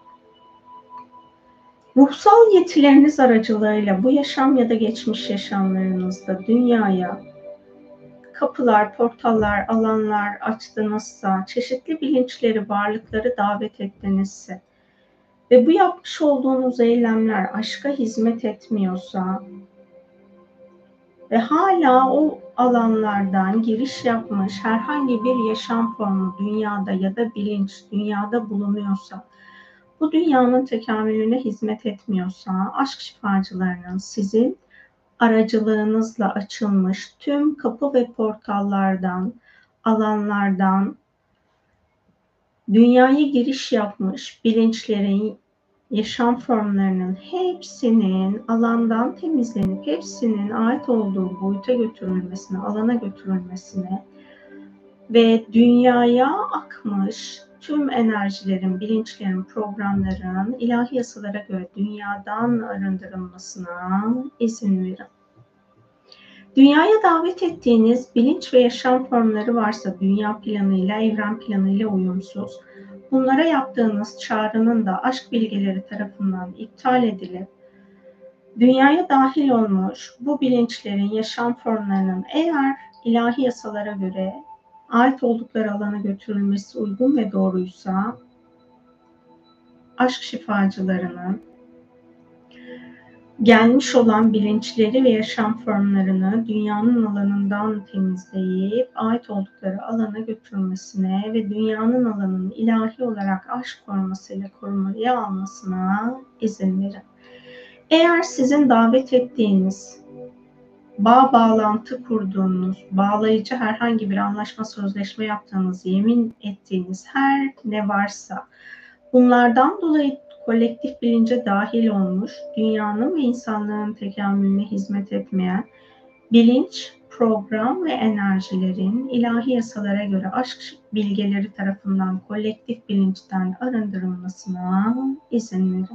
Ruhsal yetileriniz aracılığıyla bu yaşam ya da geçmiş yaşamlarınızda dünyaya kapılar, portallar, alanlar açtınızsa, çeşitli bilinçleri, varlıkları davet ettinizse ve bu yapmış olduğunuz eylemler aşka hizmet etmiyorsa ve hala o alanlardan giriş yapmış herhangi bir yaşam formu dünyada ya da bilinç dünyada bulunuyorsa, bu dünyanın tekamülüne hizmet etmiyorsa, aşk şifacılarının sizin aracılığınızla açılmış tüm kapı ve portallardan, alanlardan dünyaya giriş yapmış bilinçlerin, yaşam formlarının hepsinin alandan temizlenip hepsinin ait olduğu boyuta götürülmesine, alana götürülmesine ve dünyaya akmış tüm enerjilerin, bilinçlerin, programların ilahi yasalara göre dünyadan arındırılmasına izin verin. Dünyaya davet ettiğiniz bilinç ve yaşam formları varsa dünya planıyla, evren planıyla uyumsuz, bunlara yaptığınız çağrının da aşk bilgeleri tarafından iptal edilip, dünyaya dahil olmuş bu bilinçlerin, yaşam formlarının eğer ilahi yasalara göre ait oldukları alana götürülmesi uygun ve doğruysa, aşk şifacılarının gelmiş olan bilinçleri ve yaşam formlarını dünyanın alanından temizleyip ait oldukları alana götürmesine ve dünyanın alanının ilahi olarak aşk formasıyla korumaya almasına izin verin. Eğer sizin davet ettiğiniz, bağlantı kurduğunuz, bağlayıcı herhangi bir anlaşma, sözleşme yaptığınız, yemin ettiğiniz her ne varsa bunlardan dolayı kolektif bilince dahil olmuş, dünyanın ve insanlığın tekamülüne hizmet etmeyen bilinç, program ve enerjilerin ilahi yasalara göre aşk bilgeleri tarafından kolektif bilinçten arındırılmasına izin verin.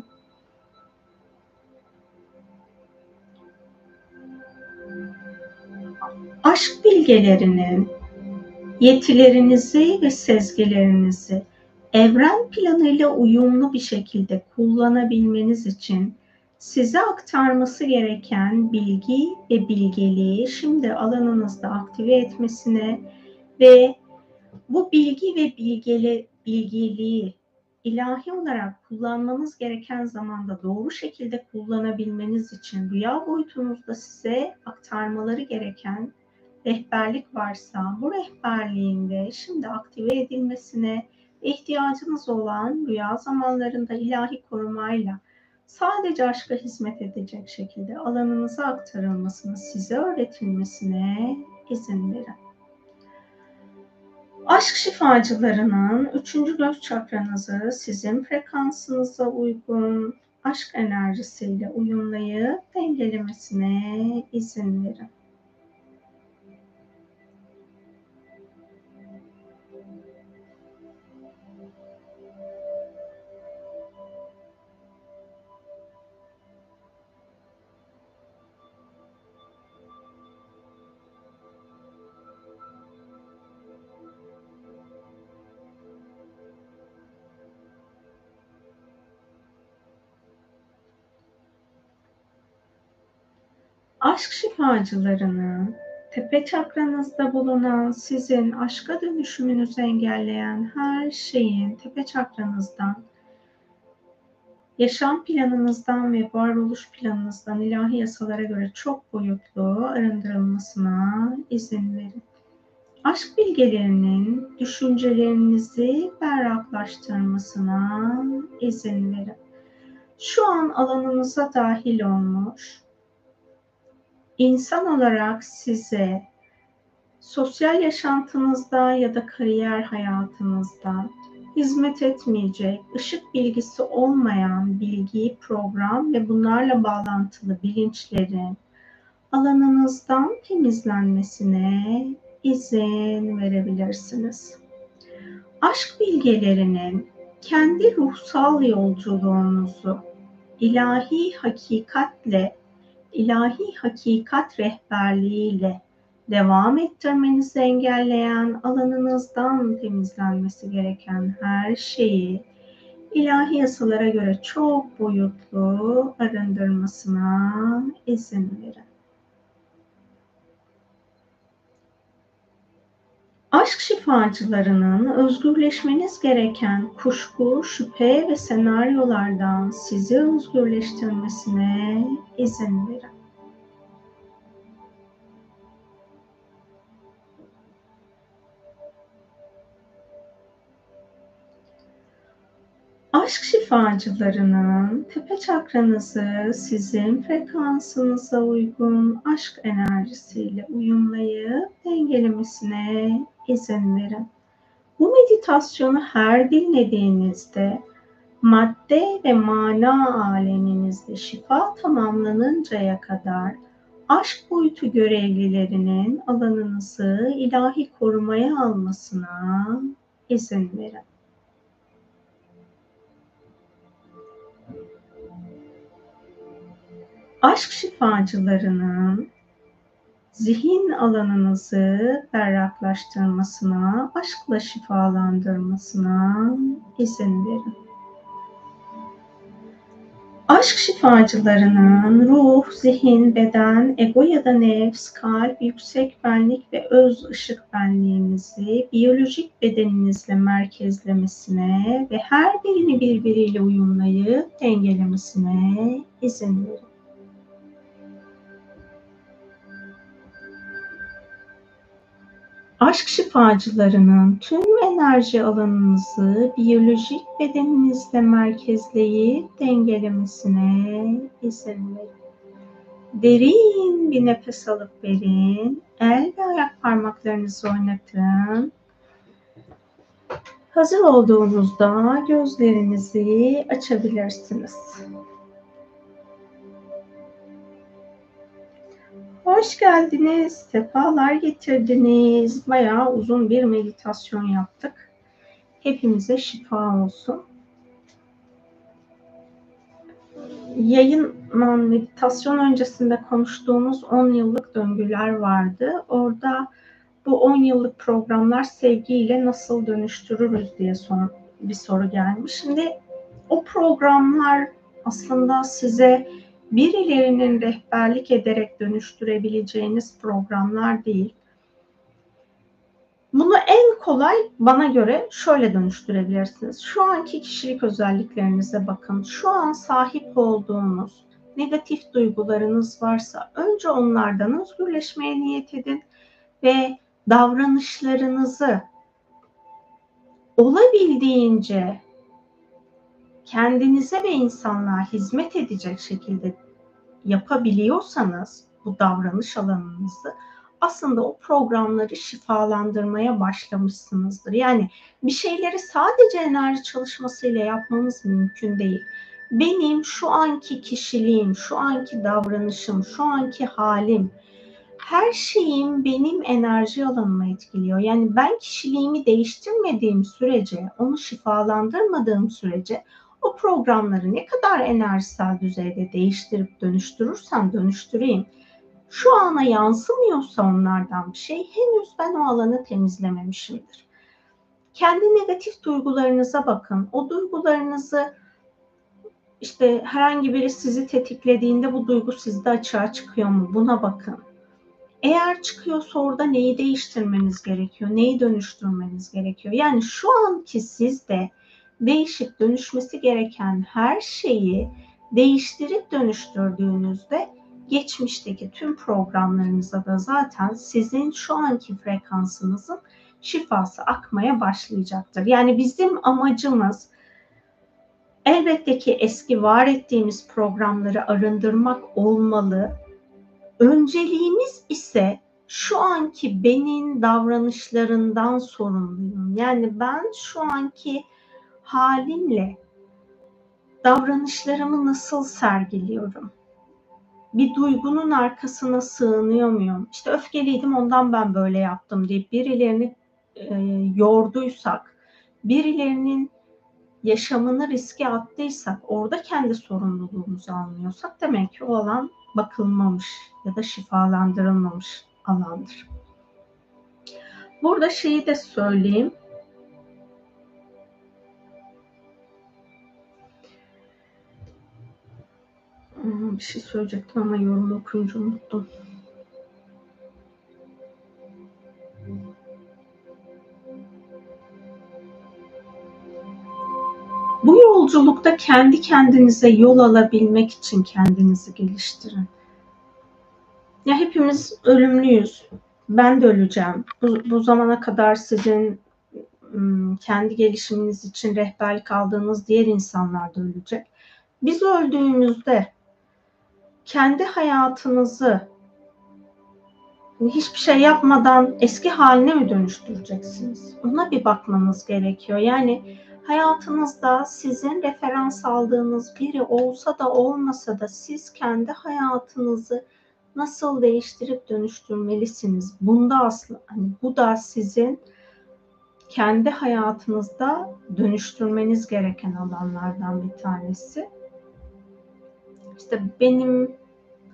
Aşk bilgelerinin yetilerinizi ve sezgilerinizi evren planıyla uyumlu bir şekilde kullanabilmeniz için size aktarması gereken bilgi ve bilgeliği şimdi alanınızda aktive etmesine ve bu bilgi ve bilgeliği ilahi olarak kullanmanız gereken zamanda doğru şekilde kullanabilmeniz için rüya boyutunuzda size aktarmaları gereken rehberlik varsa bu rehberliğinde şimdi aktive edilmesine ihtiyacınız olan rüya zamanlarında ilahi korumayla sadece aşka hizmet edecek şekilde alanınıza aktarılmasını, size öğretilmesine izin verin. Aşk şifacılarının 3. göz çakranızı sizin frekansınıza uygun aşk enerjisiyle uyumlayıp dengelemesine izin verin. Aşk şifacılarının tepe çakranızda bulunan sizin aşka dönüşümünüzü engelleyen her şeyin tepe çakranızdan, yaşam planınızdan ve varoluş planınızdan ilahi yasalara göre çok boyutlu arındırılmasına izin verin. Aşk bilgelerinin düşüncelerinizi berraklaştırmasına izin verin. Şu an alanınıza dahil olmuş, İnsan olarak size sosyal yaşantınızda ya da kariyer hayatınızda hizmet etmeyecek, ışık bilgisi olmayan bilgi, program ve bunlarla bağlantılı bilinçlerin alanınızdan temizlenmesine izin verebilirsiniz. Aşk bilgelerinin kendi ruhsal yolculuğunuzu ilahi hakikat rehberliğiyle devam ettirmenizi engelleyen alanınızdan temizlenmesi gereken her şeyi ilahi yasalara göre çok boyutlu arındırmasına izin verin. Aşk şifacılarının özgürleşmeniz gereken kuşku, şüphe ve senaryolardan sizi özgürleştirmesine izin verin. Aşk şifacılarının tepe çakranızı sizin frekansınıza uygun aşk enerjisiyle uyumlayıp dengelemesine izin verin. Bu meditasyonu her dinlediğinizde madde ve mana aleminizde şifa tamamlanıncaya kadar aşk boyutu görevlilerinin alanınızı ilahi korumaya almasına izin verin. Aşk şifacılarının zihin alanınızı berraklaştırmasına, aşkla şifalandırmasına izin verin. Aşk şifacılarının ruh, zihin, beden, ego ya da nefs, kalp, yüksek benlik ve öz ışık benliğinizi biyolojik bedeninizle merkezlemesine ve her birini birbiriyle uyumlayıp dengelemesine izin verin. Aşk şifacılarının tüm enerji alanınızı biyolojik bedeninizle merkezleyip dengelemesine izin verin. Derin bir nefes alıp verin. El ve ayak parmaklarınızı oynatın. Hazır olduğunuzda gözlerinizi açabilirsiniz. Hoş geldiniz, sefalar getirdiniz. Bayağı uzun bir meditasyon yaptık. Hepimize şifa olsun. Meditasyon öncesinde konuştuğumuz 10 yıllık döngüler vardı. Orada bu 10 yıllık programlar sevgiyle nasıl dönüştürürüz diye bir soru gelmiş. Şimdi o programlar aslında size birilerinin rehberlik ederek dönüştürebileceğiniz programlar değil. Bunu en kolay bana göre şöyle dönüştürebilirsiniz. Şu anki kişilik özelliklerinize bakın. Şu an sahip olduğunuz negatif duygularınız varsa önce onlardan özgürleşmeye niyet edin ve davranışlarınızı olabildiğince kendinize ve insanlığa hizmet edecek şekilde yapabiliyorsanız bu davranış alanınızı aslında o programları şifalandırmaya başlamışsınızdır. Yani bir şeyleri sadece enerji çalışmasıyla yapmamız mümkün değil. Benim şu anki kişiliğim, şu anki davranışım, şu anki halim, her şeyim benim enerji alanıma etkiliyor. Yani ben kişiliğimi değiştirmediğim sürece, onu şifalandırmadığım sürece o programları ne kadar enerjisel düzeyde değiştirip dönüştürürsem dönüştüreyim, şu ana yansımıyorsa onlardan bir şey, henüz ben o alanı temizlememişimdir. Kendi negatif duygularınıza bakın. O duygularınızı işte herhangi biri sizi tetiklediğinde bu duygu sizde açığa çıkıyor mu? Buna bakın. Eğer çıkıyorsa orada neyi değiştirmeniz gerekiyor? Neyi dönüştürmeniz gerekiyor? Yani şu anki sizde değişip dönüşmesi gereken her şeyi değiştirip dönüştürdüğünüzde geçmişteki tüm programlarınıza da zaten sizin şu anki frekansınızın şifası akmaya başlayacaktır. Yani bizim amacımız elbette ki eski var ettiğimiz programları arındırmak olmalı. Önceliğimiz ise şu anki benim davranışlarından sorumluyum. Yani ben şu anki halimle davranışlarımı nasıl sergiliyorum? Bir duygunun arkasına sığınıyor muyum? İşte öfkeliydim ondan ben böyle yaptım deyip birilerini yorduysak, birilerinin yaşamını riske attıysak, orada kendi sorumluluğumuzu almıyorsak demek ki o alan bakılmamış ya da şifalandırılmamış alandır. Burada şeyi de söyleyeyim. Bir şey söyleyecektim ama yorum okuyunca unuttum. Bu yolculukta kendi kendinize yol alabilmek için kendinizi geliştirin. Ya hepimiz ölümlüyüz. Ben de öleceğim. Bu zamana kadar sizin kendi gelişiminiz için rehberlik aldığınız diğer insanlar da ölecek. Biz öldüğümüzde kendi hayatınızı hiçbir şey yapmadan eski haline mi dönüştüreceksiniz? Ona bir bakmanız gerekiyor. Yani hayatınızda sizin referans aldığınız biri olsa da olmasa da siz kendi hayatınızı nasıl değiştirip dönüştürmelisiniz? Bunda aslında bu da sizin kendi hayatınızda dönüştürmeniz gereken alanlardan bir tanesi. İşte benim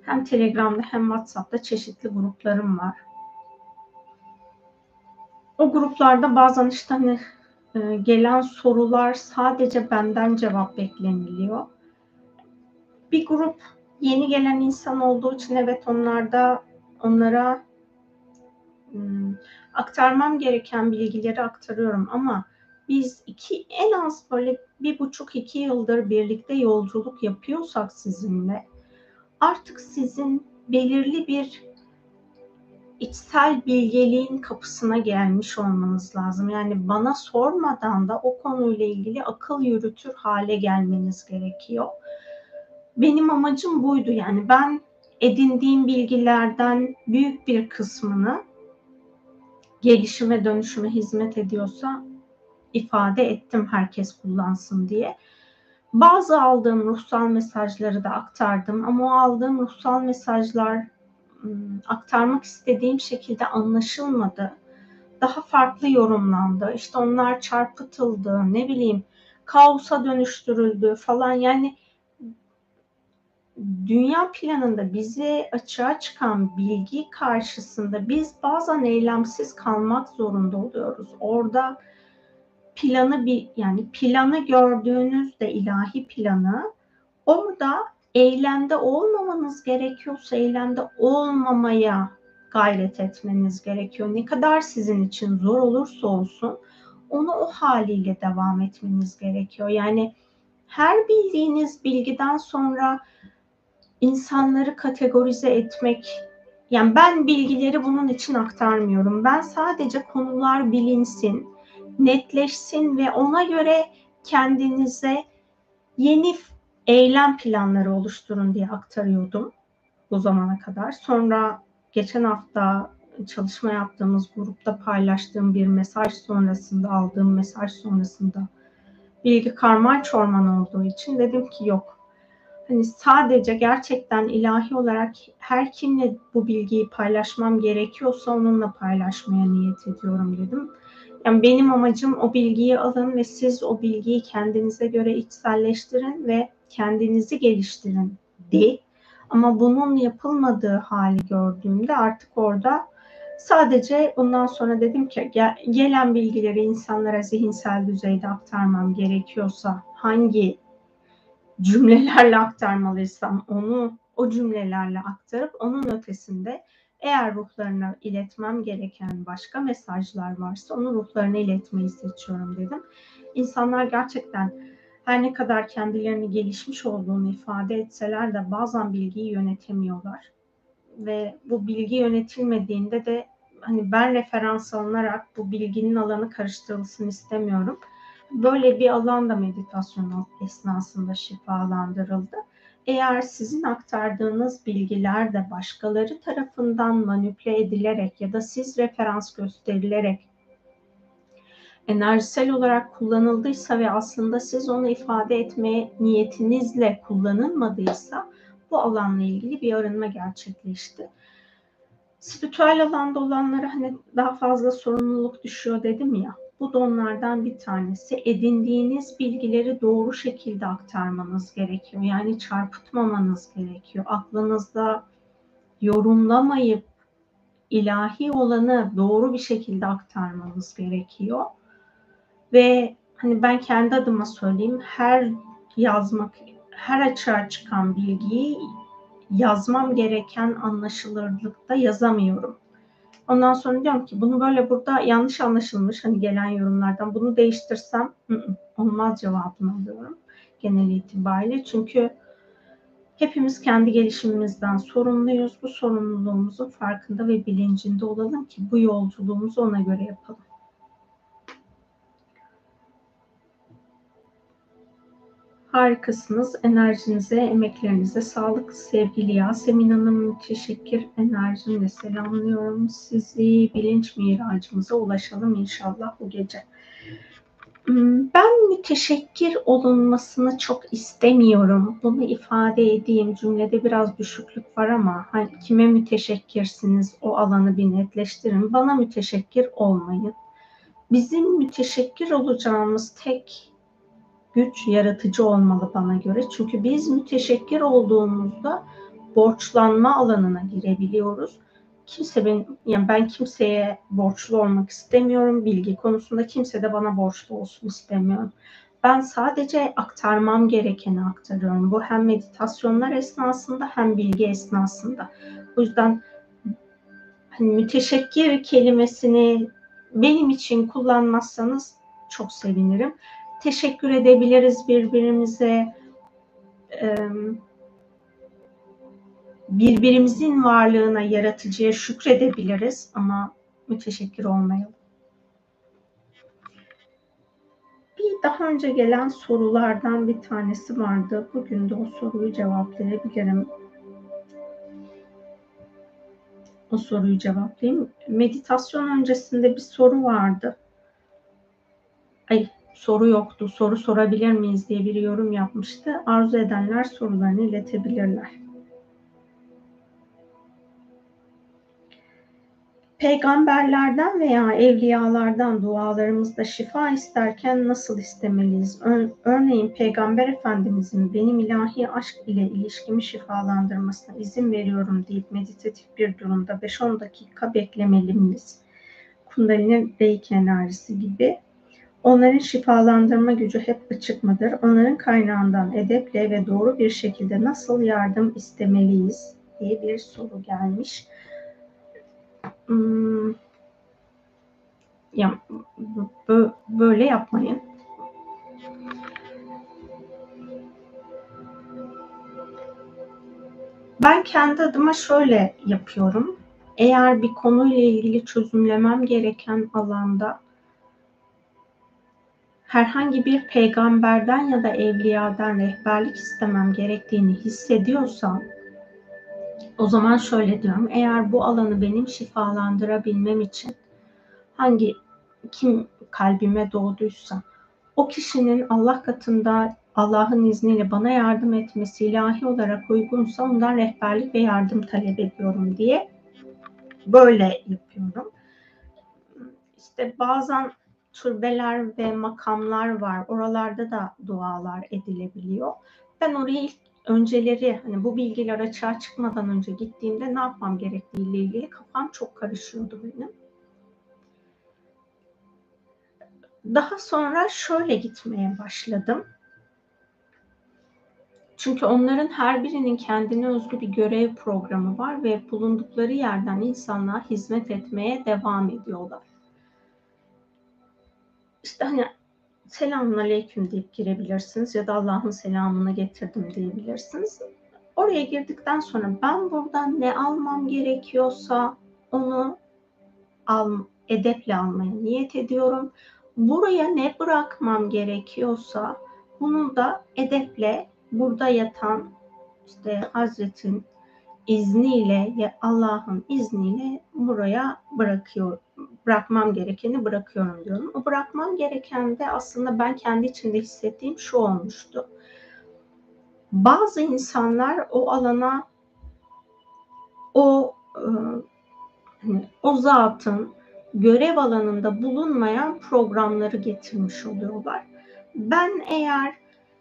Hem Telegram'da hem WhatsApp'ta çeşitli gruplarım var. O gruplarda bazen işte hani gelen sorular sadece benden cevap bekleniliyor. Bir grup yeni gelen insan olduğu için evet onlara aktarmam gereken bilgileri aktarıyorum ama biz en az böyle 1,5-2 yıldır birlikte yolculuk yapıyorsak sizinle artık sizin belirli bir içsel bilgeliğin kapısına gelmiş olmanız lazım. Yani bana sormadan da o konuyla ilgili akıl yürütür hale gelmeniz gerekiyor. Benim amacım buydu. Yani ben edindiğim bilgilerden büyük bir kısmını gelişime dönüşüme hizmet ediyorsa ifade ettim herkes kullansın diye. Bazı aldığım ruhsal mesajları da aktardım ama o aldığım ruhsal mesajlar aktarmak istediğim şekilde anlaşılmadı. Daha farklı yorumlandı. İşte onlar çarpıtıldı, ne bileyim, kaosa dönüştürüldü falan. Yani dünya planında bize açığa çıkan bilgi karşısında biz bazen eylemsiz kalmak zorunda oluyoruz. Orada planı gördüğünüzde ilahi planı orada eylemde olmamanız gerekiyorsa eylemde olmamaya gayret etmeniz gerekiyor. Ne kadar sizin için zor olursa olsun onu o haliyle devam etmeniz gerekiyor. Yani her bildiğiniz bilgiden sonra insanları kategorize etmek, yani ben bilgileri bunun için aktarmıyorum. Ben sadece konular bilinsin, netleşsin ve ona göre kendinize yeni eylem planları oluşturun diye aktarıyordum bu zamana kadar. Sonra geçen hafta çalışma yaptığımız grupta paylaştığım bir mesaj sonrasında, aldığım mesaj sonrasında bilgi karman çorman olduğu için dedim ki yok. Hani sadece gerçekten ilahi olarak her kimle bu bilgiyi paylaşmam gerekiyorsa onunla paylaşmaya niyet ediyorum dedim. Yani benim amacım o bilgiyi alın ve siz o bilgiyi kendinize göre içselleştirin ve kendinizi geliştirin de. Ama bunun yapılmadığı hali gördüğümde artık orada sadece ondan sonra dedim ki gelen bilgileri insanlara zihinsel düzeyde aktarmam gerekiyorsa hangi cümlelerle aktarmalıysam onu o cümlelerle aktarıp onun ötesinde eğer ruhlarına iletmem gereken başka mesajlar varsa onu ruhlarına iletmeyi seçiyorum dedim. İnsanlar gerçekten her ne kadar kendilerini gelişmiş olduğunu ifade etseler de bazen bilgiyi yönetemiyorlar. Ve bu bilgi yönetilmediğinde de hani ben referans alınarak bu bilginin alanı karıştırılsın istemiyorum. Böyle bir alan da meditasyon esnasında şifalandırıldı. Eğer sizin aktardığınız bilgiler de başkaları tarafından manipüle edilerek ya da siz referans gösterilerek enerjisel olarak kullanıldıysa ve aslında siz onu ifade etmeye niyetinizle kullanılmadıysa bu alanla ilgili bir arınma gerçekleşti. Spiritüel alanda olanlara hani daha fazla sorumluluk düşüyor dedim ya. Bu da onlardan bir tanesi. Edindiğiniz bilgileri doğru şekilde aktarmanız gerekiyor. Yani çarpıtmamanız gerekiyor. Aklınızda yorumlamayıp ilahi olanı doğru bir şekilde aktarmanız gerekiyor. Ve hani ben kendi adıma söyleyeyim, her açığa çıkan bilgiyi yazmam gereken anlaşılırlıkta yazamıyorum. Ondan sonra diyorum ki bunu böyle burada yanlış anlaşılmış hani gelen yorumlardan bunu değiştirsem olmaz cevabını alıyorum genel itibariyle. Çünkü hepimiz kendi gelişimimizden sorumluyuz. Bu sorumluluğumuzun farkında ve bilincinde olalım ki bu yolculuğumuzu ona göre yapalım. Harikasınız. Enerjinize, emeklerinize sağlık. Sevgili Yasemin Hanım, teşekkür enerjimle selamlıyorum sizi. Bilinç miracımıza ulaşalım inşallah bu gece. Ben müteşekkir olunmasını çok istemiyorum. Bunu ifade edeyim. Cümlede biraz düşüklük var ama hani kime müteşekkirsiniz o alanı bir netleştirin. Bana müteşekkir olmayın. Bizim müteşekkir olacağımız tek güç yaratıcı olmalı bana göre. Çünkü biz müteşekkir olduğumuzda borçlanma alanına girebiliyoruz. Ben kimseye borçlu olmak istemiyorum. Bilgi konusunda kimse de bana borçlu olsun istemiyorum. Ben sadece aktarmam gerekeni aktarıyorum. Bu hem meditasyonlar esnasında hem bilgi esnasında. O yüzden hani müteşekkir kelimesini benim için kullanmazsanız çok sevinirim. Teşekkür edebiliriz birbirimize. Birbirimizin varlığına, yaratıcıya şükredebiliriz ama müteşekkir olmayalım. Bir daha önce gelen sorulardan bir tanesi vardı. Bugün de o soruyu cevaplayabilirim. O soruyu cevaplayayım. Meditasyon öncesinde bir soru vardı. Soru yoktu. Soru sorabilir miyiz diye bir yorum yapmıştı. Arzu edenler sorularını iletebilirler. Peygamberlerden veya evliyalardan dualarımızda şifa isterken nasıl istemeliyiz? Örneğin Peygamber Efendimizin benim ilahi aşk ile ilişkimi şifalandırmasına izin veriyorum deyip meditatif bir durumda 5-10 dakika beklemeliyiz. Kundalini Reiki enerjisi gibi. Onların şifalandırma gücü hep açık mıdır? Onların kaynağından edeple ve doğru bir şekilde nasıl yardım istemeliyiz diye bir soru gelmiş. Ya böyle yapmayın. Ben kendi adıma şöyle yapıyorum. Eğer bir konuyla ilgili çözümlemem gereken alanda herhangi bir peygamberden ya da evliyadan rehberlik istemem gerektiğini hissediyorsam o zaman şöyle diyorum. Eğer bu alanı benim şifalandırabilmem için kim kalbime doğduysa o kişinin Allah katında Allah'ın izniyle bana yardım etmesi ilahi olarak uygunsa ondan rehberlik ve yardım talep ediyorum diye böyle yapıyorum. İşte bazen türbeler ve makamlar var. Oralarda da dualar edilebiliyor. Ben oraya ilk önceleri bu bilgiler açığa çıkmadan önce gittiğimde ne yapmam gerektiğiyle ilgili kafam çok karışıyordu benim. Daha sonra şöyle gitmeye başladım. Çünkü onların her birinin kendine özgü bir görev programı var ve bulundukları yerden insanlığa hizmet etmeye devam ediyorlar. İşte selamünaleyküm deyip girebilirsiniz ya da Allah'ın selamını getirdim diyebilirsiniz. Oraya girdikten sonra ben buradan ne almam gerekiyorsa onu edeple almaya niyet ediyorum. Buraya ne bırakmam gerekiyorsa bunu da edeple burada yatan Hazretin izniyle, Allah'ın izniyle buraya bırakmam gerekeni bırakıyorum diyorum. O bırakmam gereken de aslında ben kendi içimde hissettiğim şu olmuştu. Bazı insanlar o alana o zatın görev alanında bulunmayan programları getirmiş oluyorlar. Ben eğer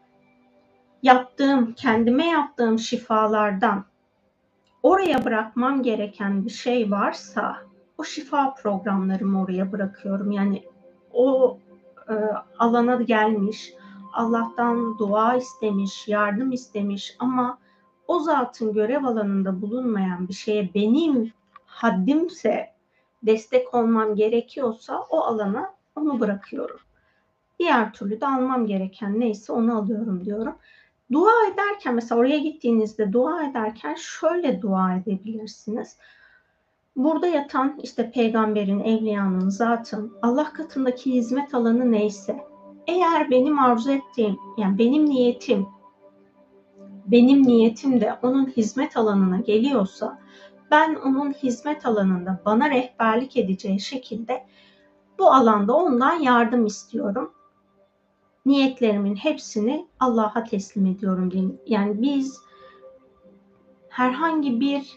kendime yaptığım şifalardan oraya bırakmam gereken bir şey varsa o şifa programlarımı oraya bırakıyorum. Yani o alana gelmiş, Allah'tan dua istemiş, yardım istemiş ama o zatın görev alanında bulunmayan bir şeye benim haddimse destek olmam gerekiyorsa o alana onu bırakıyorum. Diğer türlü de almam gereken neyse onu alıyorum diyorum. Dua ederken mesela oraya gittiğinizde dua ederken şöyle dua edebilirsiniz. Burada yatan peygamberin, evliyanın, zatın Allah katındaki hizmet alanı neyse eğer benim arzu ettiğim benim niyetim de onun hizmet alanına geliyorsa ben onun hizmet alanında bana rehberlik edeceği şekilde bu alanda ondan yardım istiyorum. Niyetlerimin hepsini Allah'a teslim ediyorum diyeyim. Yani biz herhangi bir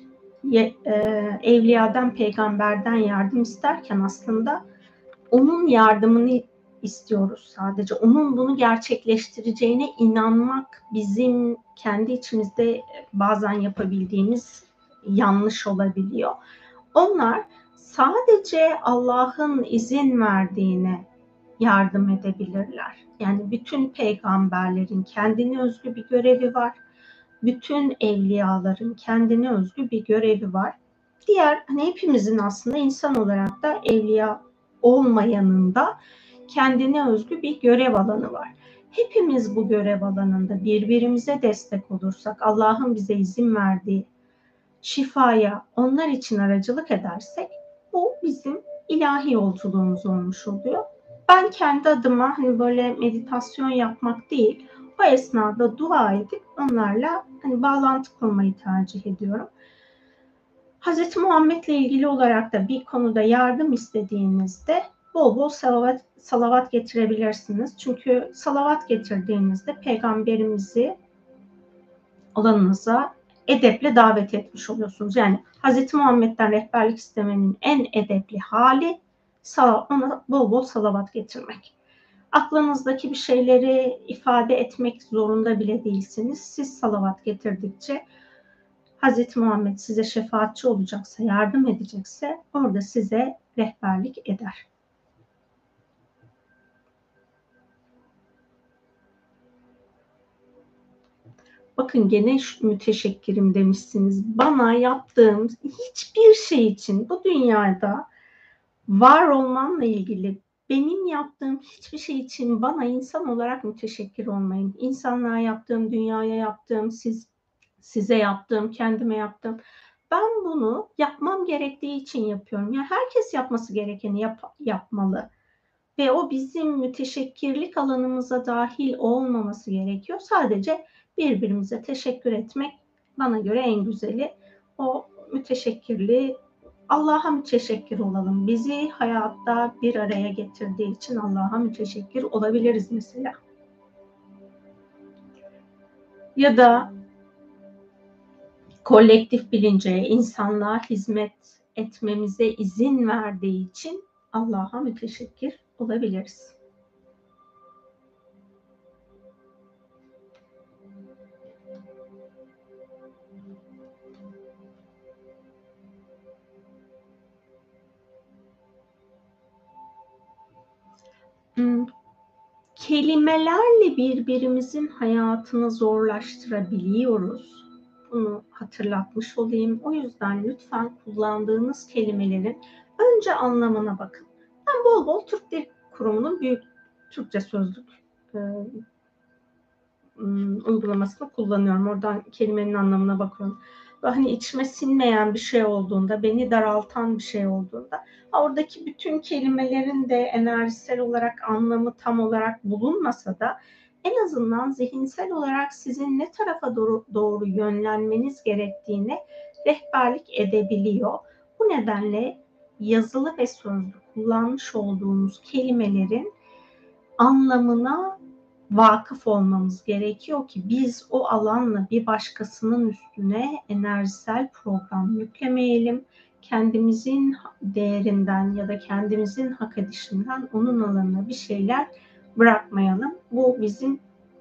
evliyadan, peygamberden yardım isterken aslında onun yardımını istiyoruz sadece. Onun bunu gerçekleştireceğine inanmak bizim kendi içimizde bazen yapabildiğimiz yanlış olabiliyor. Onlar sadece Allah'ın izin verdiğine yardım edebilirler. Yani bütün peygamberlerin kendine özgü bir görevi var. Bütün evliyaların kendine özgü bir görevi var. Diğer hepimizin aslında insan olarak da evliya olmayanın da kendine özgü bir görev alanı var. Hepimiz bu görev alanında birbirimize destek olursak, Allah'ın bize izin verdiği şifaya onlar için aracılık edersek, bu bizim ilahi yolculuğumuz olmuş oluyor. Ben kendi adıma böyle meditasyon yapmak değil, o esnada dua edip onlarla bağlantı kurmayı tercih ediyorum. Hz. Muhammed'le ilgili olarak da bir konuda yardım istediğinizde bol bol salavat getirebilirsiniz. Çünkü salavat getirdiğinizde peygamberimizi alanınıza edeple davet etmiş oluyorsunuz. Yani Hz. Muhammed'den rehberlik istemenin en edepli hali ona bol bol salavat getirmek. Aklınızdaki bir şeyleri ifade etmek zorunda bile değilsiniz. Siz salavat getirdikçe Hz. Muhammed size şefaatçi olacaksa, yardım edecekse orada size rehberlik eder. Bakın gene müteşekkirim demişsiniz. Bana yaptığım hiçbir şey için bu dünyada var olmamla ilgili benim yaptığım hiçbir şey için bana insan olarak müteşekkir olmayın. İnsanlığa yaptığım, dünyaya yaptığım, size yaptığım, kendime yaptığım. Ben bunu yapmam gerektiği için yapıyorum. Yani herkes yapması gerekeni yapmalı. Ve o bizim müteşekkirlik alanımıza dahil olmaması gerekiyor. Sadece birbirimize teşekkür etmek bana göre en güzeli. O müteşekkirliği, Allah'a müteşekkir olalım. Bizi hayatta bir araya getirdiği için Allah'a müteşekkir olabiliriz mesela. Ya da kolektif bilince, insanlığa hizmet etmemize izin verdiği için Allah'a müteşekkir olabiliriz. Kelimelerle birbirimizin hayatını zorlaştırabiliyoruz. Bunu hatırlatmış olayım. O yüzden lütfen kullandığınız kelimelerin önce anlamına bakın. Ben bol bol Türk Dil Kurumu'nun büyük Türkçe sözlük uygulamasını kullanıyorum. Oradan kelimenin anlamına bakıyorum. Ve içime sinmeyen bir şey olduğunda, beni daraltan bir şey olduğunda, oradaki bütün kelimelerin de enerjisel olarak anlamı tam olarak bulunmasa da en azından zihinsel olarak sizin ne tarafa doğru yönlenmeniz gerektiğine rehberlik edebiliyor. Bu nedenle yazılı ve sözlü kullanmış olduğumuz kelimelerin anlamına vakıf olmamız gerekiyor ki biz o alanla bir başkasının üstüne enerjisel program yüklemeyelim. Kendimizin değerinden ya da kendimizin hak edişinden onun alanına bir şeyler bırakmayalım. Bu bizim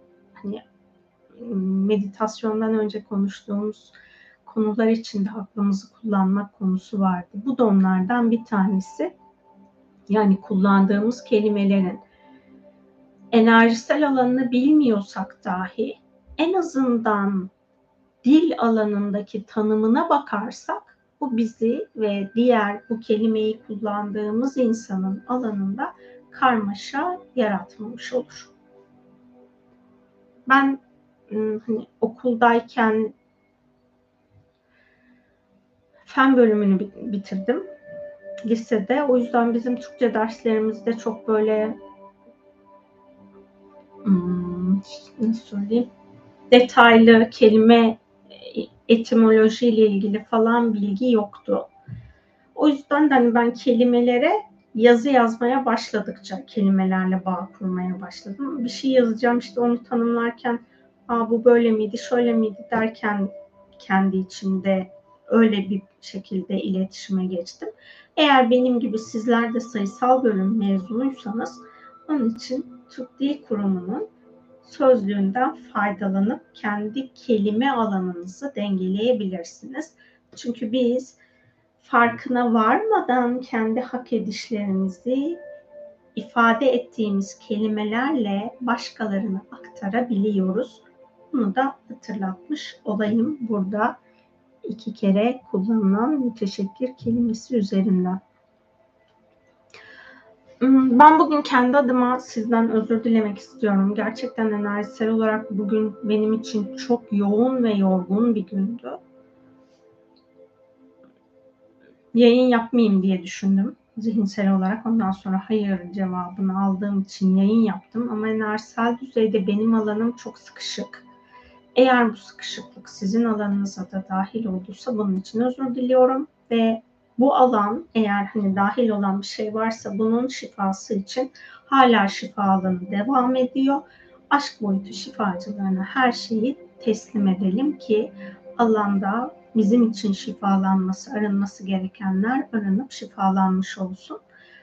meditasyondan önce konuştuğumuz konular içinde aklımızı kullanmak konusu vardı. Bu da onlardan bir tanesi. Yani kullandığımız kelimelerin enerjisel alanını bilmiyorsak dahi en azından dil alanındaki tanımına bakarsak bu bizi ve diğer bu kelimeyi kullandığımız insanın alanında karmaşa yaratmamış olur. Ben okuldayken fen bölümünü bitirdim lisede. O yüzden bizim Türkçe derslerimizde çok böyle nasıl söyleyeyim, detaylı kelime etimolojiyle ilgili falan bilgi yoktu. O yüzden de ben kelimelere yazı yazmaya başladıkça kelimelerle bağ kurmaya başladım. Bir şey yazacağım onu tanımlarken bu böyle miydi, şöyle miydi derken kendi içimde öyle bir şekilde iletişime geçtim. Eğer benim gibi sizler de sayısal bölüm mezunuysanız Onun için Türk Dil Kurumu'nun sözlüğünden faydalanıp kendi kelime alanınızı dengeleyebilirsiniz. Çünkü biz farkına varmadan kendi hak edişlerimizi ifade ettiğimiz kelimelerle başkalarına aktarabiliyoruz. Bunu da hatırlatmış olayım burada 2 kere kullanılan müteşekkir kelimesi üzerinden. Ben bugün kendi adıma sizden özür dilemek istiyorum. Gerçekten enerjisel olarak bugün benim için çok yoğun ve yorgun bir gündü. Yayın yapmayayım diye düşündüm zihinsel olarak. Ondan sonra hayır cevabını aldığım için yayın yaptım. Ama enerjisel düzeyde benim alanım çok sıkışık. Eğer bu sıkışıklık sizin alanınıza da dahil olduysa bunun için özür diliyorum ve bu alan eğer dahil olan bir şey varsa bunun şifası için hala şifa alanı devam ediyor. Aşk boyutu şifacılarına her şeyi teslim edelim ki alanda bizim için şifalanması, arınması gerekenler arınıp şifalanmış olsun.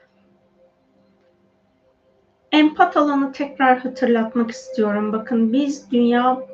Empat alanı tekrar hatırlatmak istiyorum. Bakın biz dünya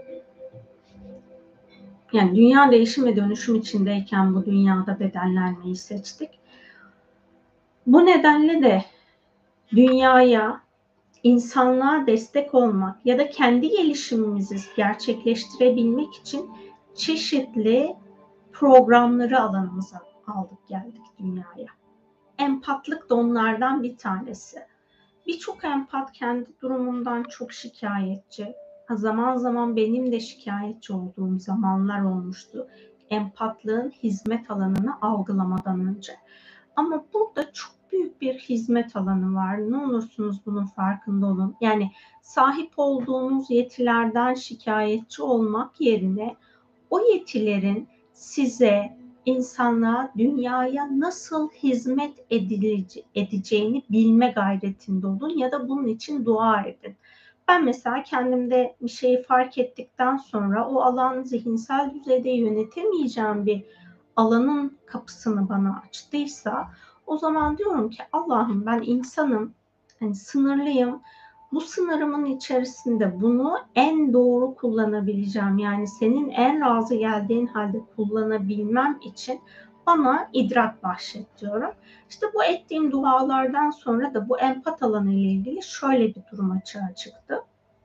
değişim ve dönüşüm içindeyken bu dünyada bedenlenmeyi seçtik. Bu nedenle de dünyaya, insanlığa destek olmak ya da kendi gelişimimizi gerçekleştirebilmek için çeşitli programları alanımıza aldık geldik dünyaya. Empatlık da onlardan bir tanesi. Birçok empat kendi durumundan çok şikayetçi. Zaman zaman benim de şikayetçi olduğum zamanlar olmuştu. Empatlığın hizmet alanını algılamadan önce. Ama burada çok büyük bir hizmet alanı var. Ne olursunuz bunun farkında olun. Yani sahip olduğunuz yetilerden şikayetçi olmak yerine o yetilerin size, insanlığa, dünyaya nasıl hizmet edeceğini bilme gayretinde olun ya da bunun için dua edin. Ben mesela kendimde bir şeyi fark ettikten sonra o alan zihinsel düzeyde yönetemeyeceğim bir alanın kapısını bana açtıysa o zaman diyorum ki Allah'ım ben insanım, sınırlıyım. Bu sınırımın içerisinde bunu en doğru kullanabileceğim. Yani senin en razı geldiğin halde kullanabilmem için bana idrak bahşet diyorum. İşte bu ettiğim dualardan sonra da bu empat alanı ile ilgili şöyle bir durum açığa çıktı.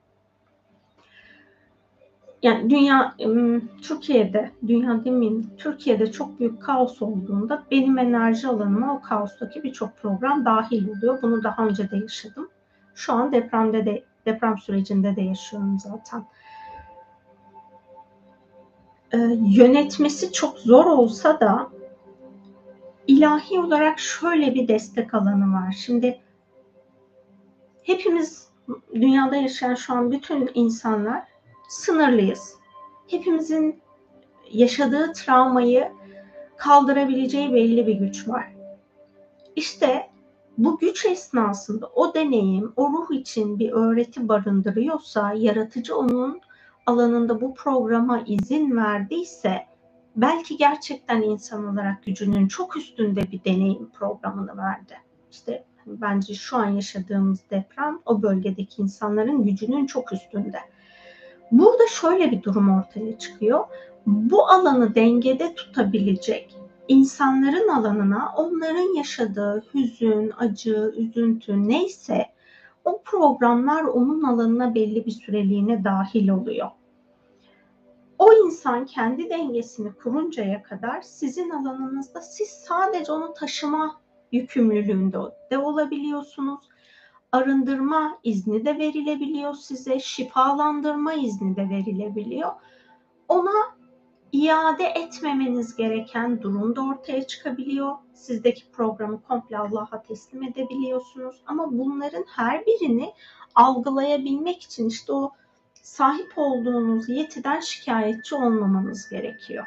Yani Türkiye'de çok büyük kaos olduğunda benim enerji alanıma o kaostaki birçok program dahil oluyor. Bunu daha önce de yaşadım. Şu an deprem sürecinde de yaşıyorum zaten. Yönetmesi çok zor olsa da ilahi olarak şöyle bir destek alanı var. Şimdi hepimiz dünyada yaşayan şu an bütün insanlar sınırlıyız. Hepimizin yaşadığı travmayı kaldırabileceği belli bir güç var. İşte bu güç esnasında o deneyim, o ruh için bir öğreti barındırıyorsa, yaratıcı onun alanında bu programa izin verdiyse, belki gerçekten insan olarak gücünün çok üstünde bir deneyim programını verdi. İşte bence şu an yaşadığımız deprem o bölgedeki insanların gücünün çok üstünde. Burada şöyle bir durum ortaya çıkıyor. Bu alanı dengede tutabilecek insanların alanına onların yaşadığı hüzün, acı, üzüntü neyse o programlar onun alanına belli bir süreliğine dahil oluyor. O insan kendi dengesini kuruncaya kadar sizin alanınızda siz sadece onu taşıma yükümlülüğünde olabiliyorsunuz. Arındırma izni de verilebiliyor size, şifalandırma izni de verilebiliyor. Ona iade etmemeniz gereken durum da ortaya çıkabiliyor. Sizdeki programı komple Allah'a teslim edebiliyorsunuz. Ama bunların her birini algılayabilmek için işte o sahip olduğunuz yetiden şikayetçi olmamanız gerekiyor.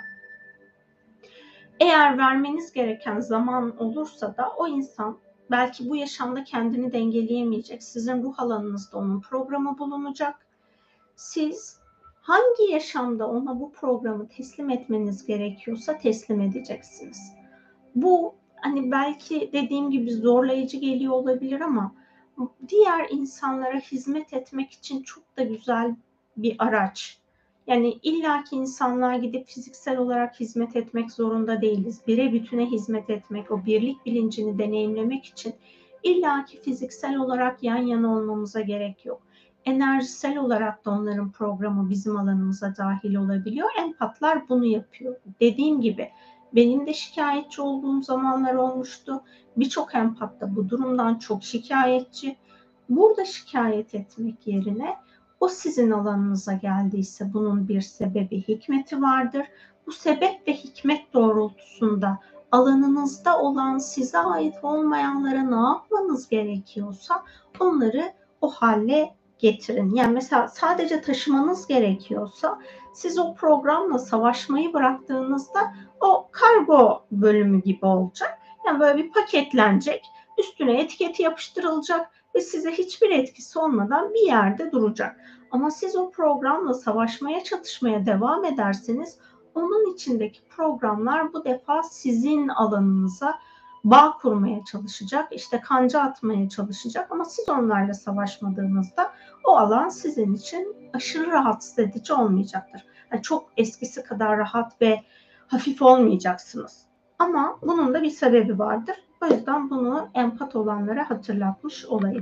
Eğer vermeniz gereken zaman olursa da o insan belki bu yaşamda kendini dengeleyemeyecek. Sizin ruh alanınızda onun programı bulunacak. Siz hangi yaşamda ona bu programı teslim etmeniz gerekiyorsa teslim edeceksiniz. Bu belki dediğim gibi zorlayıcı geliyor olabilir ama diğer insanlara hizmet etmek için çok da güzel bir araç. Yani illaki insanlığa gidip fiziksel olarak hizmet etmek zorunda değiliz. Bire bütüne hizmet etmek, o birlik bilincini deneyimlemek için illaki fiziksel olarak yan yana olmamıza gerek yok. Enerjisel olarak da onların programı bizim alanımıza dahil olabiliyor. Empatlar bunu yapıyor. Dediğim gibi benim de şikayetçi olduğum zamanlar olmuştu. Birçok empat da bu durumdan çok şikayetçi. Burada şikayet etmek yerine o sizin alanınıza geldiyse bunun bir sebebi, hikmeti vardır. Bu sebep ve hikmet doğrultusunda alanınızda olan, size ait olmayanlara ne yapmanız gerekiyorsa onları o hale getirin. Yani mesela sadece taşımanız gerekiyorsa siz o programla savaşmayı bıraktığınızda o kargo bölümü gibi olacak. Yani böyle bir paketlenecek, üstüne etiketi yapıştırılacak ve size hiçbir etkisi olmadan bir yerde duracak. Ama siz o programla savaşmaya, çatışmaya devam ederseniz onun içindeki programlar bu defa sizin alanınıza bağ kurmaya çalışacak, işte kanca atmaya çalışacak ama siz onlarla savaşmadığınızda o alan sizin için aşırı rahatsız edici olmayacaktır. Yani çok eskisi kadar rahat ve hafif olmayacaksınız. Ama bunun da bir sebebi vardır. O yüzden bunu empat olanlara hatırlatmış olayım.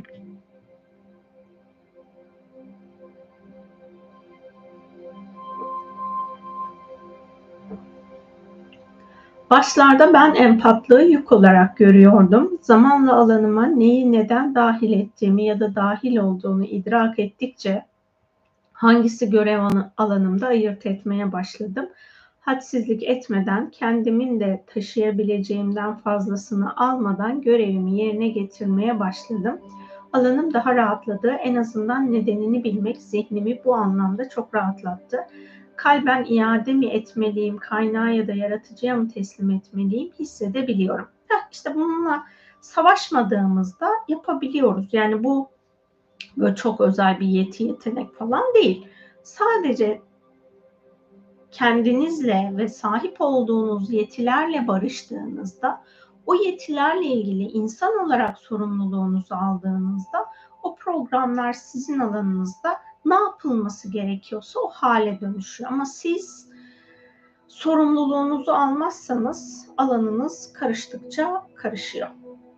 Başlarda ben empatlığı yük olarak görüyordum. Zamanla alanıma neyi neden dahil ettiğimi ya da dahil olduğunu idrak ettikçe hangisi görev alanımda ayırt etmeye başladım. Hadsizlik etmeden, kendimin de taşıyabileceğimden fazlasını almadan görevimi yerine getirmeye başladım. Alanım daha rahatladı. En azından nedenini bilmek zihnimi bu anlamda çok rahatlattı. Kalben iade mi etmeliyim, kaynağa ya da yaratıcıya mı teslim etmeliyim hissedebiliyorum. İşte bununla savaşmadığımızda yapabiliyoruz. Yani bu böyle çok özel bir yeti, yetenek falan değil. Sadece kendinizle ve sahip olduğunuz yetilerle barıştığınızda, o yetilerle ilgili insan olarak sorumluluğunuzu aldığınızda o programlar sizin alanınızda ne yapılması gerekiyorsa o hale dönüşüyor. Ama siz sorumluluğunuzu almazsanız alanınız karıştıkça karışıyor.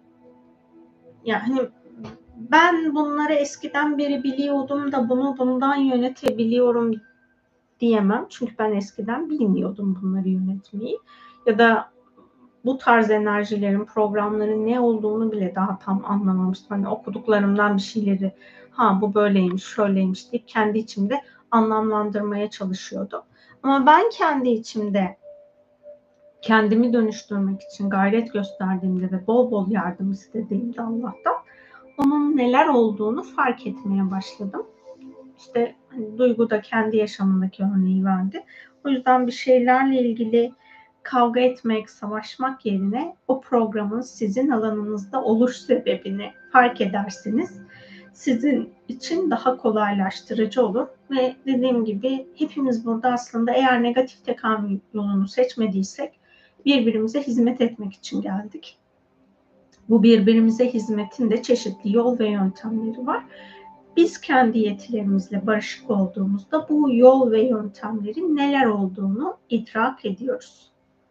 Yani ben bunları eskiden beri biliyordum da bunu bundan yönetebiliyorum diyemem. Çünkü ben eskiden bilmiyordum bunları yönetmeyi. Ya da bu tarz enerjilerin, programların ne olduğunu bile daha tam anlamamıştım. Hani okuduklarımdan bir şeyleri bu böyleymiş, şöyleymiş deyip kendi içimde anlamlandırmaya çalışıyordum. Ama ben kendi içimde kendimi dönüştürmek için gayret gösterdiğimde ve bol bol yardım istediğimde Allah'tan onun neler olduğunu fark etmeye başladım. İşte hani Duygu da kendi yaşamındaki örneği verdi. O yüzden bir şeylerle ilgili kavga etmek, savaşmak yerine o programın sizin alanınızda oluş sebebini fark edersiniz. Sizin için daha kolaylaştırıcı olur ve dediğim gibi hepimiz burada aslında eğer negatif tekamül yolunu seçmediysek birbirimize hizmet etmek için geldik. Bu birbirimize hizmetin de çeşitli yol ve yöntemleri var. Biz kendi yetilerimizle barışık olduğumuzda bu yol ve yöntemlerin neler olduğunu idrak ediyoruz.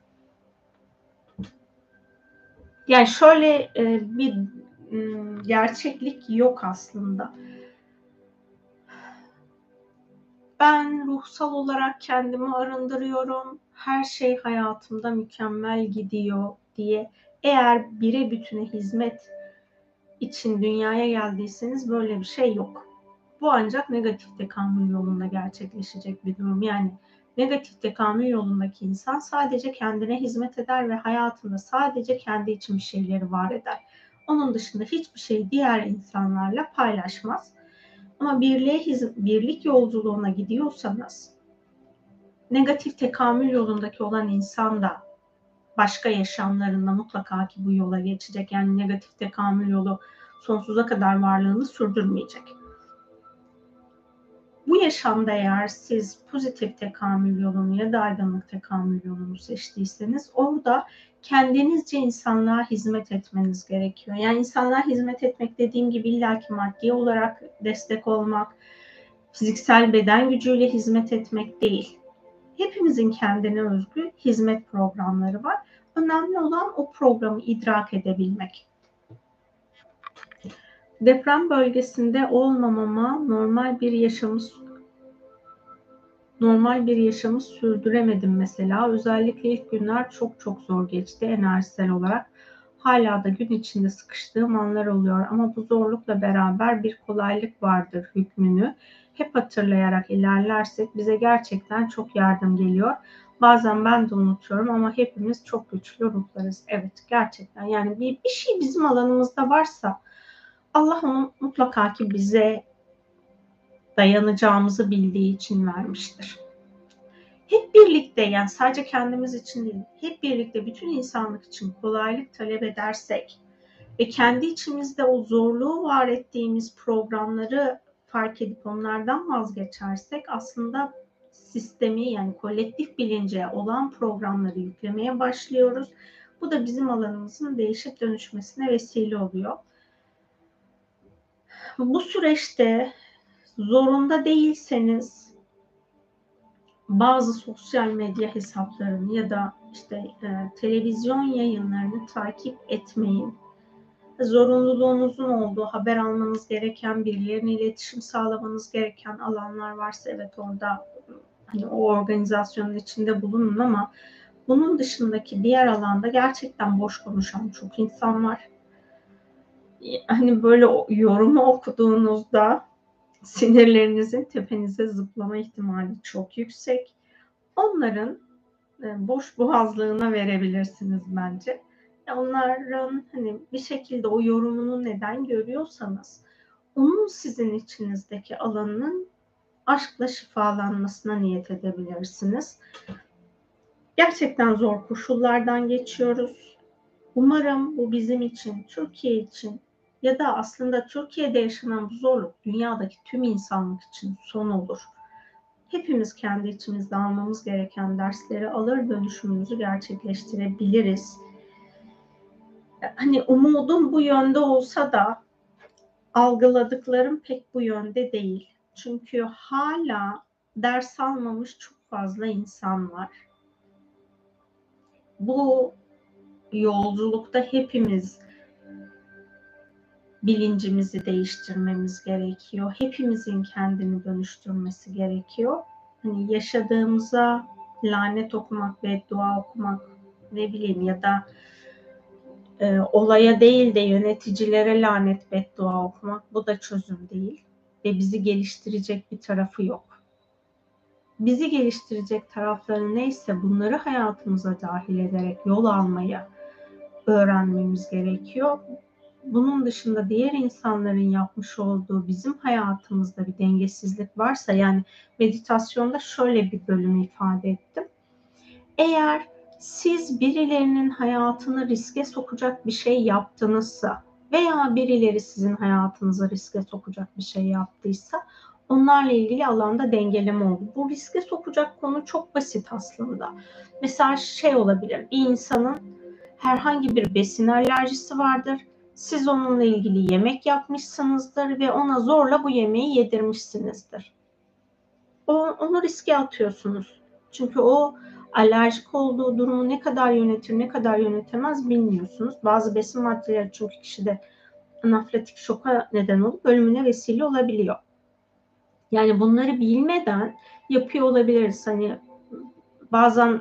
Yani şöyle bir gerçeklik yok aslında. Ben ruhsal olarak kendimi arındırıyorum. Her şey hayatımda mükemmel gidiyor diye. Eğer bire bütüne hizmet için dünyaya geldiyseniz böyle bir şey yok. Bu ancak negatif tekamül yolunda gerçekleşecek bir durum. Yani negatif tekamül yolundaki insan sadece kendine hizmet eder ve hayatında sadece kendi için bir şeyleri var eder. Onun dışında hiçbir şey diğer insanlarla paylaşmaz. Ama birlik yolculuğuna gidiyorsanız negatif tekamül yolundaki olan insan da başka yaşamlarında mutlaka ki bu yola geçecek. Yani negatif tekamül yolu sonsuza kadar varlığını sürdürmeyecek. Bu yaşamda eğer siz pozitif tekamül yolunu ya da aydınlık tekamül yolunu seçtiyseniz orada kendinizce insanlığa hizmet etmeniz gerekiyor. Yani insanlığa hizmet etmek dediğim gibi illaki maddi olarak destek olmak, fiziksel beden gücüyle hizmet etmek değil. Hepimizin kendine özgü hizmet programları var. Önemli olan o programı idrak edebilmek. Deprem bölgesinde olmamama normal bir yaşamı sürdüremedim mesela. Özellikle ilk günler çok çok zor geçti enerjisel olarak. Hala da gün içinde sıkıştığım anlar oluyor ama bu zorlukla beraber bir kolaylık vardır hükmünü hep hatırlayarak ilerlersek bize gerçekten çok yardım geliyor. Bazen ben de unutuyorum ama hepimiz çok güçlü ruhlarız. Evet, gerçekten yani bir şey bizim alanımızda varsa Allah onu mutlaka ki bize dayanacağımızı bildiği için vermiştir. Hep birlikte, yani sadece kendimiz için değil, hep birlikte bütün insanlık için kolaylık talep edersek ve kendi içimizde o zorluğu var ettiğimiz programları fark edip onlardan vazgeçersek aslında sistemi, yani kolektif bilince olan programları yüklemeye başlıyoruz. Bu da bizim alanımızın değişip dönüşmesine vesile oluyor. Bu süreçte zorunda değilseniz bazı sosyal medya hesaplarını ya da televizyon yayınlarını takip etmeyin. Zorunluluğunuzun olduğu, haber almanız gereken, birilerine iletişim sağlamanız gereken alanlar varsa evet orada hani o organizasyonun içinde bulunun ama bunun dışındaki diğer alanda gerçekten boş konuşan çok insan var. Hani böyle yorumu okuduğunuzda sinirlerinizin tepenize zıplama ihtimali çok yüksek. Onların boş boğazlığına verebilirsiniz bence. Onların hani bir şekilde o yorumunu neden görüyorsanız onun sizin içinizdeki alanının aşkla şifalanmasına niyet edebilirsiniz. Gerçekten zor koşullardan geçiyoruz. Umarım bu bizim için, Türkiye için ya da aslında Türkiye'de yaşanan bu zorluk dünyadaki tüm insanlık için son olur. Hepimiz kendi içimizde almamız gereken dersleri alır, dönüşümümüzü gerçekleştirebiliriz. Hani umudum bu yönde olsa da algıladıklarım pek bu yönde değil. Çünkü hala ders almamış çok fazla insan var. Bu yolculukta hepimiz bilincimizi değiştirmemiz gerekiyor. Hepimizin kendini dönüştürmesi gerekiyor. Hani yaşadığımıza lanet okumak, beddua okumak, ne bileyim ya da olaya değil de yöneticilere lanet beddua okumak, bu da çözüm değil. Ve bizi geliştirecek bir tarafı yok. Bizi geliştirecek tarafları neyse bunları hayatımıza dahil ederek yol almaya öğrenmemiz gerekiyor. Bunun dışında diğer insanların yapmış olduğu bizim hayatımızda bir dengesizlik varsa, yani meditasyonda şöyle bir bölümü ifade ettim. Eğer siz birilerinin hayatını riske sokacak bir şey yaptınızsa veya birileri sizin hayatınızı riske sokacak bir şey yaptıysa onlarla ilgili alanda dengeleme oldu. Bu riske sokacak konu çok basit aslında. Mesela olabilir, bir insanın herhangi bir besin alerjisi vardır. Siz onunla ilgili yemek yapmışsınızdır ve ona zorla bu yemeği yedirmişsinizdir. Onu riske atıyorsunuz. Çünkü o alerjik olduğu durumu ne kadar yönetir, ne kadar yönetemez bilmiyorsunuz. Bazı besin maddeleri çünkü kişide anafilaktik şoka neden olup ölümüne vesile olabiliyor. Yani bunları bilmeden yapıyor olabiliriz. Hani bazen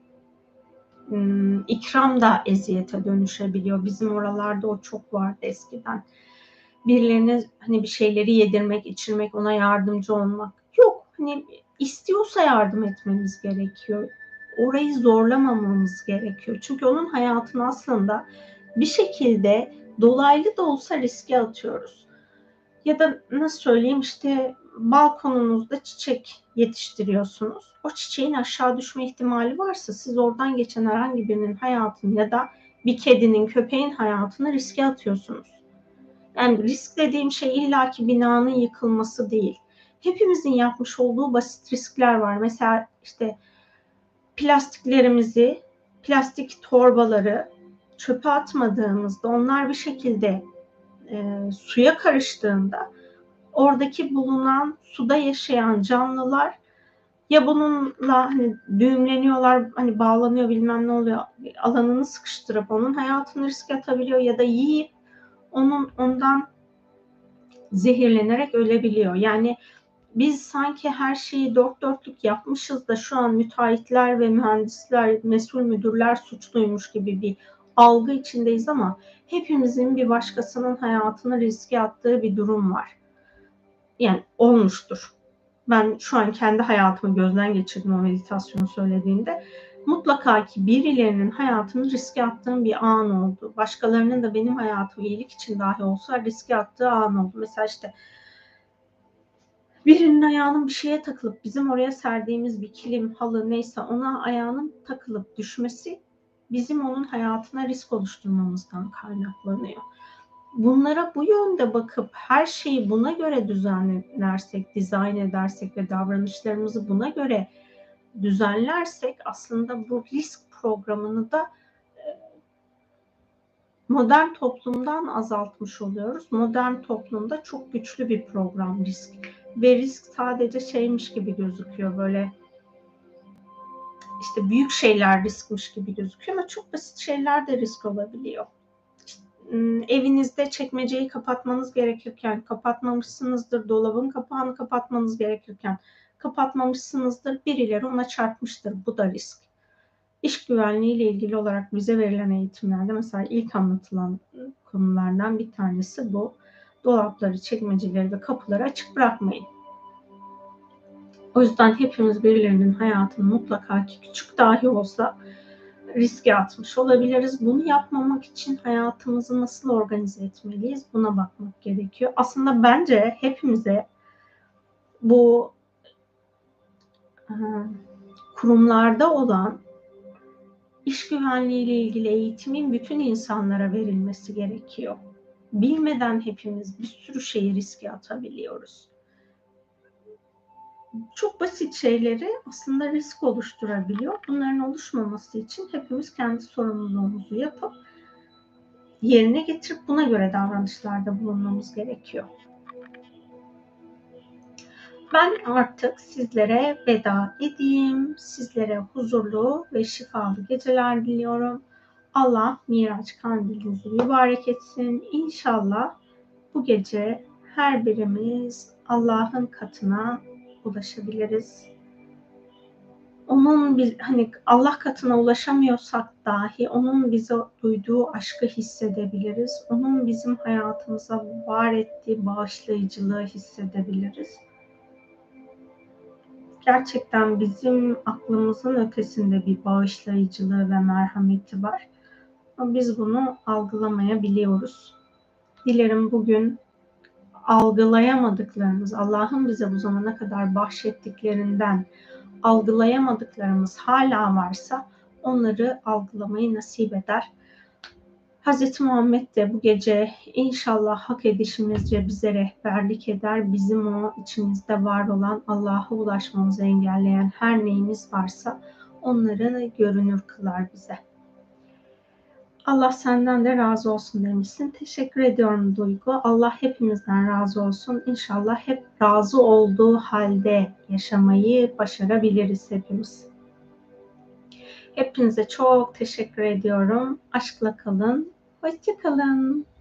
ikram da eziyete dönüşebiliyor. Bizim oralarda o çok vardı eskiden. Birilerine hani bir şeyleri yedirmek, içirmek, ona yardımcı olmak. Yok, hani istiyorsa yardım etmemiz gerekiyor. Orayı zorlamamamız gerekiyor. Çünkü onun hayatını aslında bir şekilde dolaylı da olsa riske atıyoruz. Ya da nasıl söyleyeyim, balkonunuzda çiçek yetiştiriyorsunuz. O çiçeğin aşağı düşme ihtimali varsa siz oradan geçen herhangi birinin hayatını ya da bir kedinin, köpeğin hayatını riske atıyorsunuz. Yani risk dediğim şey illaki binanın yıkılması değil. hepimizin yapmış olduğu basit riskler var. Mesela işte plastiklerimizi, plastik torbaları çöpe atmadığımızda, onlar bir şekilde suya karıştığında oradaki bulunan suda yaşayan canlılar ya bununla hani düğümleniyorlar, hani bağlanıyor, bilmem ne oluyor, alanını sıkıştırıp onun hayatını riske atabiliyor ya da yiyip ondan zehirlenerek ölebiliyor. Yani biz sanki her şeyi dört dörtlük yapmışız da şu an müteahhitler ve mühendisler, mesul müdürler suçluymuş gibi bir algı içindeyiz ama hepimizin bir başkasının hayatını riske attığı bir durum var. Yani olmuştur. Ben şu an kendi hayatımı gözden geçirdim o meditasyonu söylediğimde. Mutlaka ki birilerinin hayatını riske attığım bir an oldu. Başkalarının da benim hayatımı iyilik için dahi olsa riske attığı an oldu. Mesela işte birinin ayağının bir şeye takılıp, bizim oraya serdiğimiz bir kilim, halı neyse, ona ayağının takılıp düşmesi bizim onun hayatına risk oluşturmamızdan kaynaklanıyor. Bunlara bu yönde bakıp her şeyi buna göre düzenlersek, dizayn edersek ve davranışlarımızı buna göre düzenlersek aslında bu risk programını da modern toplumdan azaltmış oluyoruz. Modern toplumda çok güçlü bir program risk. Ve risk sadece şeymiş gibi gözüküyor, böyle işte büyük şeyler riskmiş gibi gözüküyor ama çok basit şeyler de risk olabiliyor. İşte, evinizde çekmeceyi kapatmanız gerekirken kapatmamışsınızdır, dolabın kapağını kapatmanız gerekirken kapatmamışsınızdır, birileri ona çarpmıştır, bu da risk. İş güvenliği ile ilgili olarak bize verilen eğitimlerde mesela ilk anlatılan konulardan bir tanesi bu. Dolapları, çekmeceleri ve kapıları açık bırakmayın. O yüzden hepimiz birilerinin hayatını mutlaka ki küçük dahi olsa riske atmış olabiliriz. Bunu yapmamak için hayatımızı nasıl organize etmeliyiz? Buna bakmak gerekiyor. Aslında bence hepimize bu kurumlarda olan İş güvenliği ile ilgili eğitimin bütün insanlara verilmesi gerekiyor. Bilmeden hepimiz bir sürü şeyi riske atabiliyoruz. Çok basit şeyleri aslında risk oluşturabiliyor. Bunların oluşmaması için hepimiz kendi sorumluluğumuzu yapıp yerine getirip buna göre davranışlarda bulunmamız gerekiyor. Ben artık sizlere veda edeyim. Sizlere huzurlu ve şifalı geceler diliyorum. Allah Miraç kandilinizi mübarek etsin. İnşallah bu gece her birimiz Allah'ın katına ulaşabiliriz. Onun hani Allah katına ulaşamıyorsak dahi onun bize duyduğu aşkı hissedebiliriz. Onun bizim hayatımıza var ettiği bağışlayıcılığı hissedebiliriz. Gerçekten bizim aklımızın ötesinde bir bağışlayıcılığı ve merhameti var. Ama biz bunu algılamayabiliyoruz. Dilerim bugün algılayamadıklarımız, Allah'ın bize bu zamana kadar bahşettiklerinden algılayamadıklarımız hala varsa onları algılamayı nasip eder. Hz. Muhammed de bu gece inşallah hak edişimizce bize rehberlik eder. Bizim o içimizde var olan Allah'a ulaşmamızı engelleyen her neyimiz varsa onları görünür kılar bize. Allah senden de razı olsun demişsin. Teşekkür ediyorum Duygu. Allah hepimizden razı olsun. İnşallah hep razı olduğu halde yaşamayı başarabiliriz hepimiz. Hepinize çok teşekkür ediyorum. Aşkla kalın. Hoşça kalın.